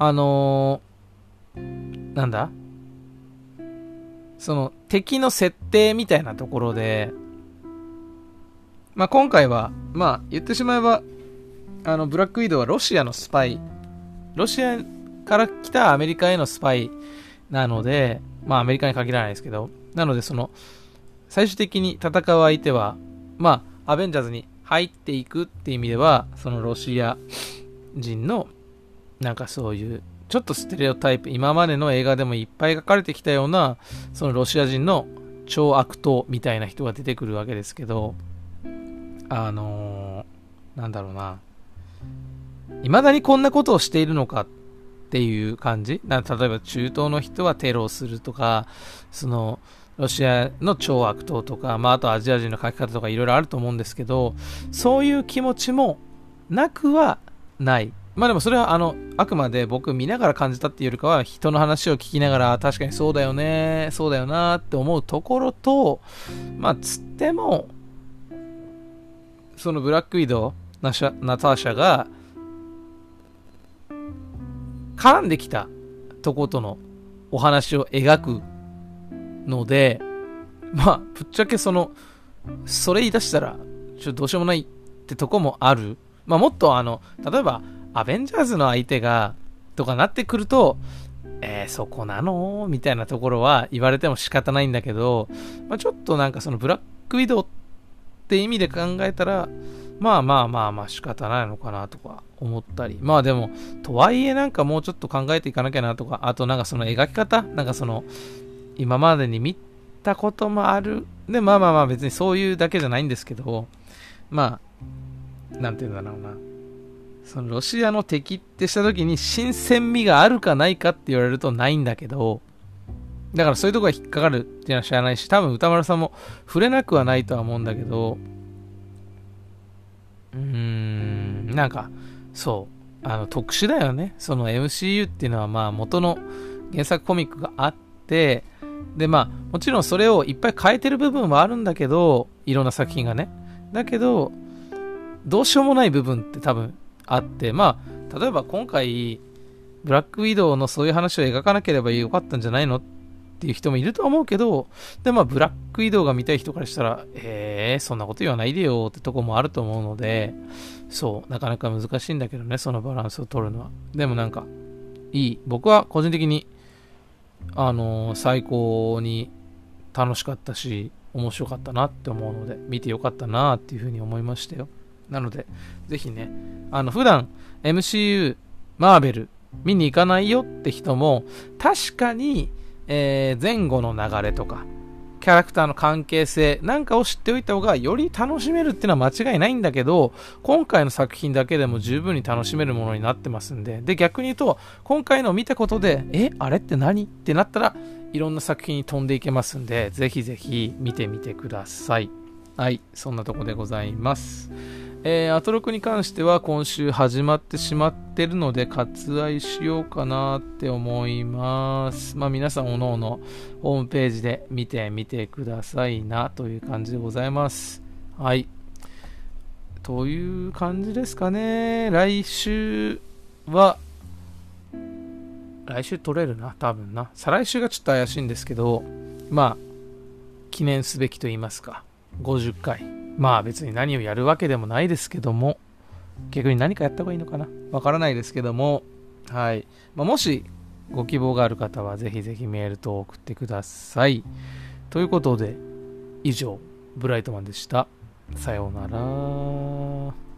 なんだその敵の設定みたいなところで、まあ今回はまあ言ってしまえばブラックウィドウはロシアのスパイ、ロシアから来たアメリカへのスパイなので、まあアメリカに限らないですけど、なのでその最終的に戦う相手はまあアベンジャーズに入っていくっていう意味では、そのロシア人のなんかそういうちょっとステレオタイプ、今までの映画でもいっぱい描かれてきたようなそのロシア人の超悪党みたいな人が出てくるわけですけど、なんだろうな、未だにこんなことをしているのかっていう感じ。例えば中東の人はテロをするとか、そのロシアの超悪党とか、まああとアジア人の書き方とかいろいろあると思うんですけど、そういう気持ちもなくはない。まあでもそれはあくまで僕見ながら感じたっていうよりかは、人の話を聞きながら確かにそうだよね、そうだよなって思うところと、まあつってもそのブラックウィドウナターシャが絡んできたとことのお話を描くので、まあぶっちゃけそれ言い出したらちょっとどうしようもないってとこもある。まあもっと例えばアベンジャーズの相手がとかなってくると、そこなのみたいなところは言われても仕方ないんだけど、まあ、ちょっとなんかそのブラックウィドウって意味で考えたら、まあ仕方ないのかなとか思ったり、まあでもとはいえなんかもうちょっと考えていかなきゃなとか、あとなんかその描き方、なんかその今までに見たこともあるで、まあ別にそういうだけじゃないんですけど、まあなんていうんだろうな、そのロシアの敵ってした時に新鮮味があるかないかって言われるとないんだけど、だからそういうとこが引っかかるっていうのは知らないし、多分歌丸さんも触れなくはないとは思うんだけど、なんかそう特殊だよね。その MCU っていうのはまあ元の原作コミックがあって、でまあもちろんそれをいっぱい変えてる部分はあるんだけど、いろんな作品がね、だけどどうしようもない部分って多分あって、まあ例えば今回ブラックウィドウのそういう話を描かなければよかったんじゃないのっていう人もいると思うけど、でまあブラックウィドウが見たい人からしたらそんなこと言わないでよってとこもあると思うので、そうなかなか難しいんだけどね、そのバランスを取るのは。でもなんかいい、僕は個人的に最高に楽しかったし面白かったなって思うので、見てよかったなっていうふうに思いましたよ。なのでぜひね、普段 MCU マーベル見に行かないよって人も確かに、前後の流れとかキャラクターの関係性なんかを知っておいた方がより楽しめるっていうのは間違いないんだけど、今回の作品だけでも十分に楽しめるものになってますんで、で逆に言うと今回のを見たことであれって何ってなったらいろんな作品に飛んでいけますんで、ぜひぜひ見てみてください。はい、そんなとこでございます。アトロクに関しては今週始まってしまってるので割愛しようかなって思います。まあ皆さんおのおのホームページで見てみてくださいなという感じでございます。はい。という感じですかね。来週撮れるな、多分な。再来週がちょっと怪しいんですけど、まあ記念すべきと言いますか、50回。まあ別に何をやるわけでもないですけども、逆に何かやった方がいいのかな、わからないですけども、はい。まあ、もしご希望がある方はぜひぜひメールと送ってください。ということで、以上、ブライトマンでした。さようなら。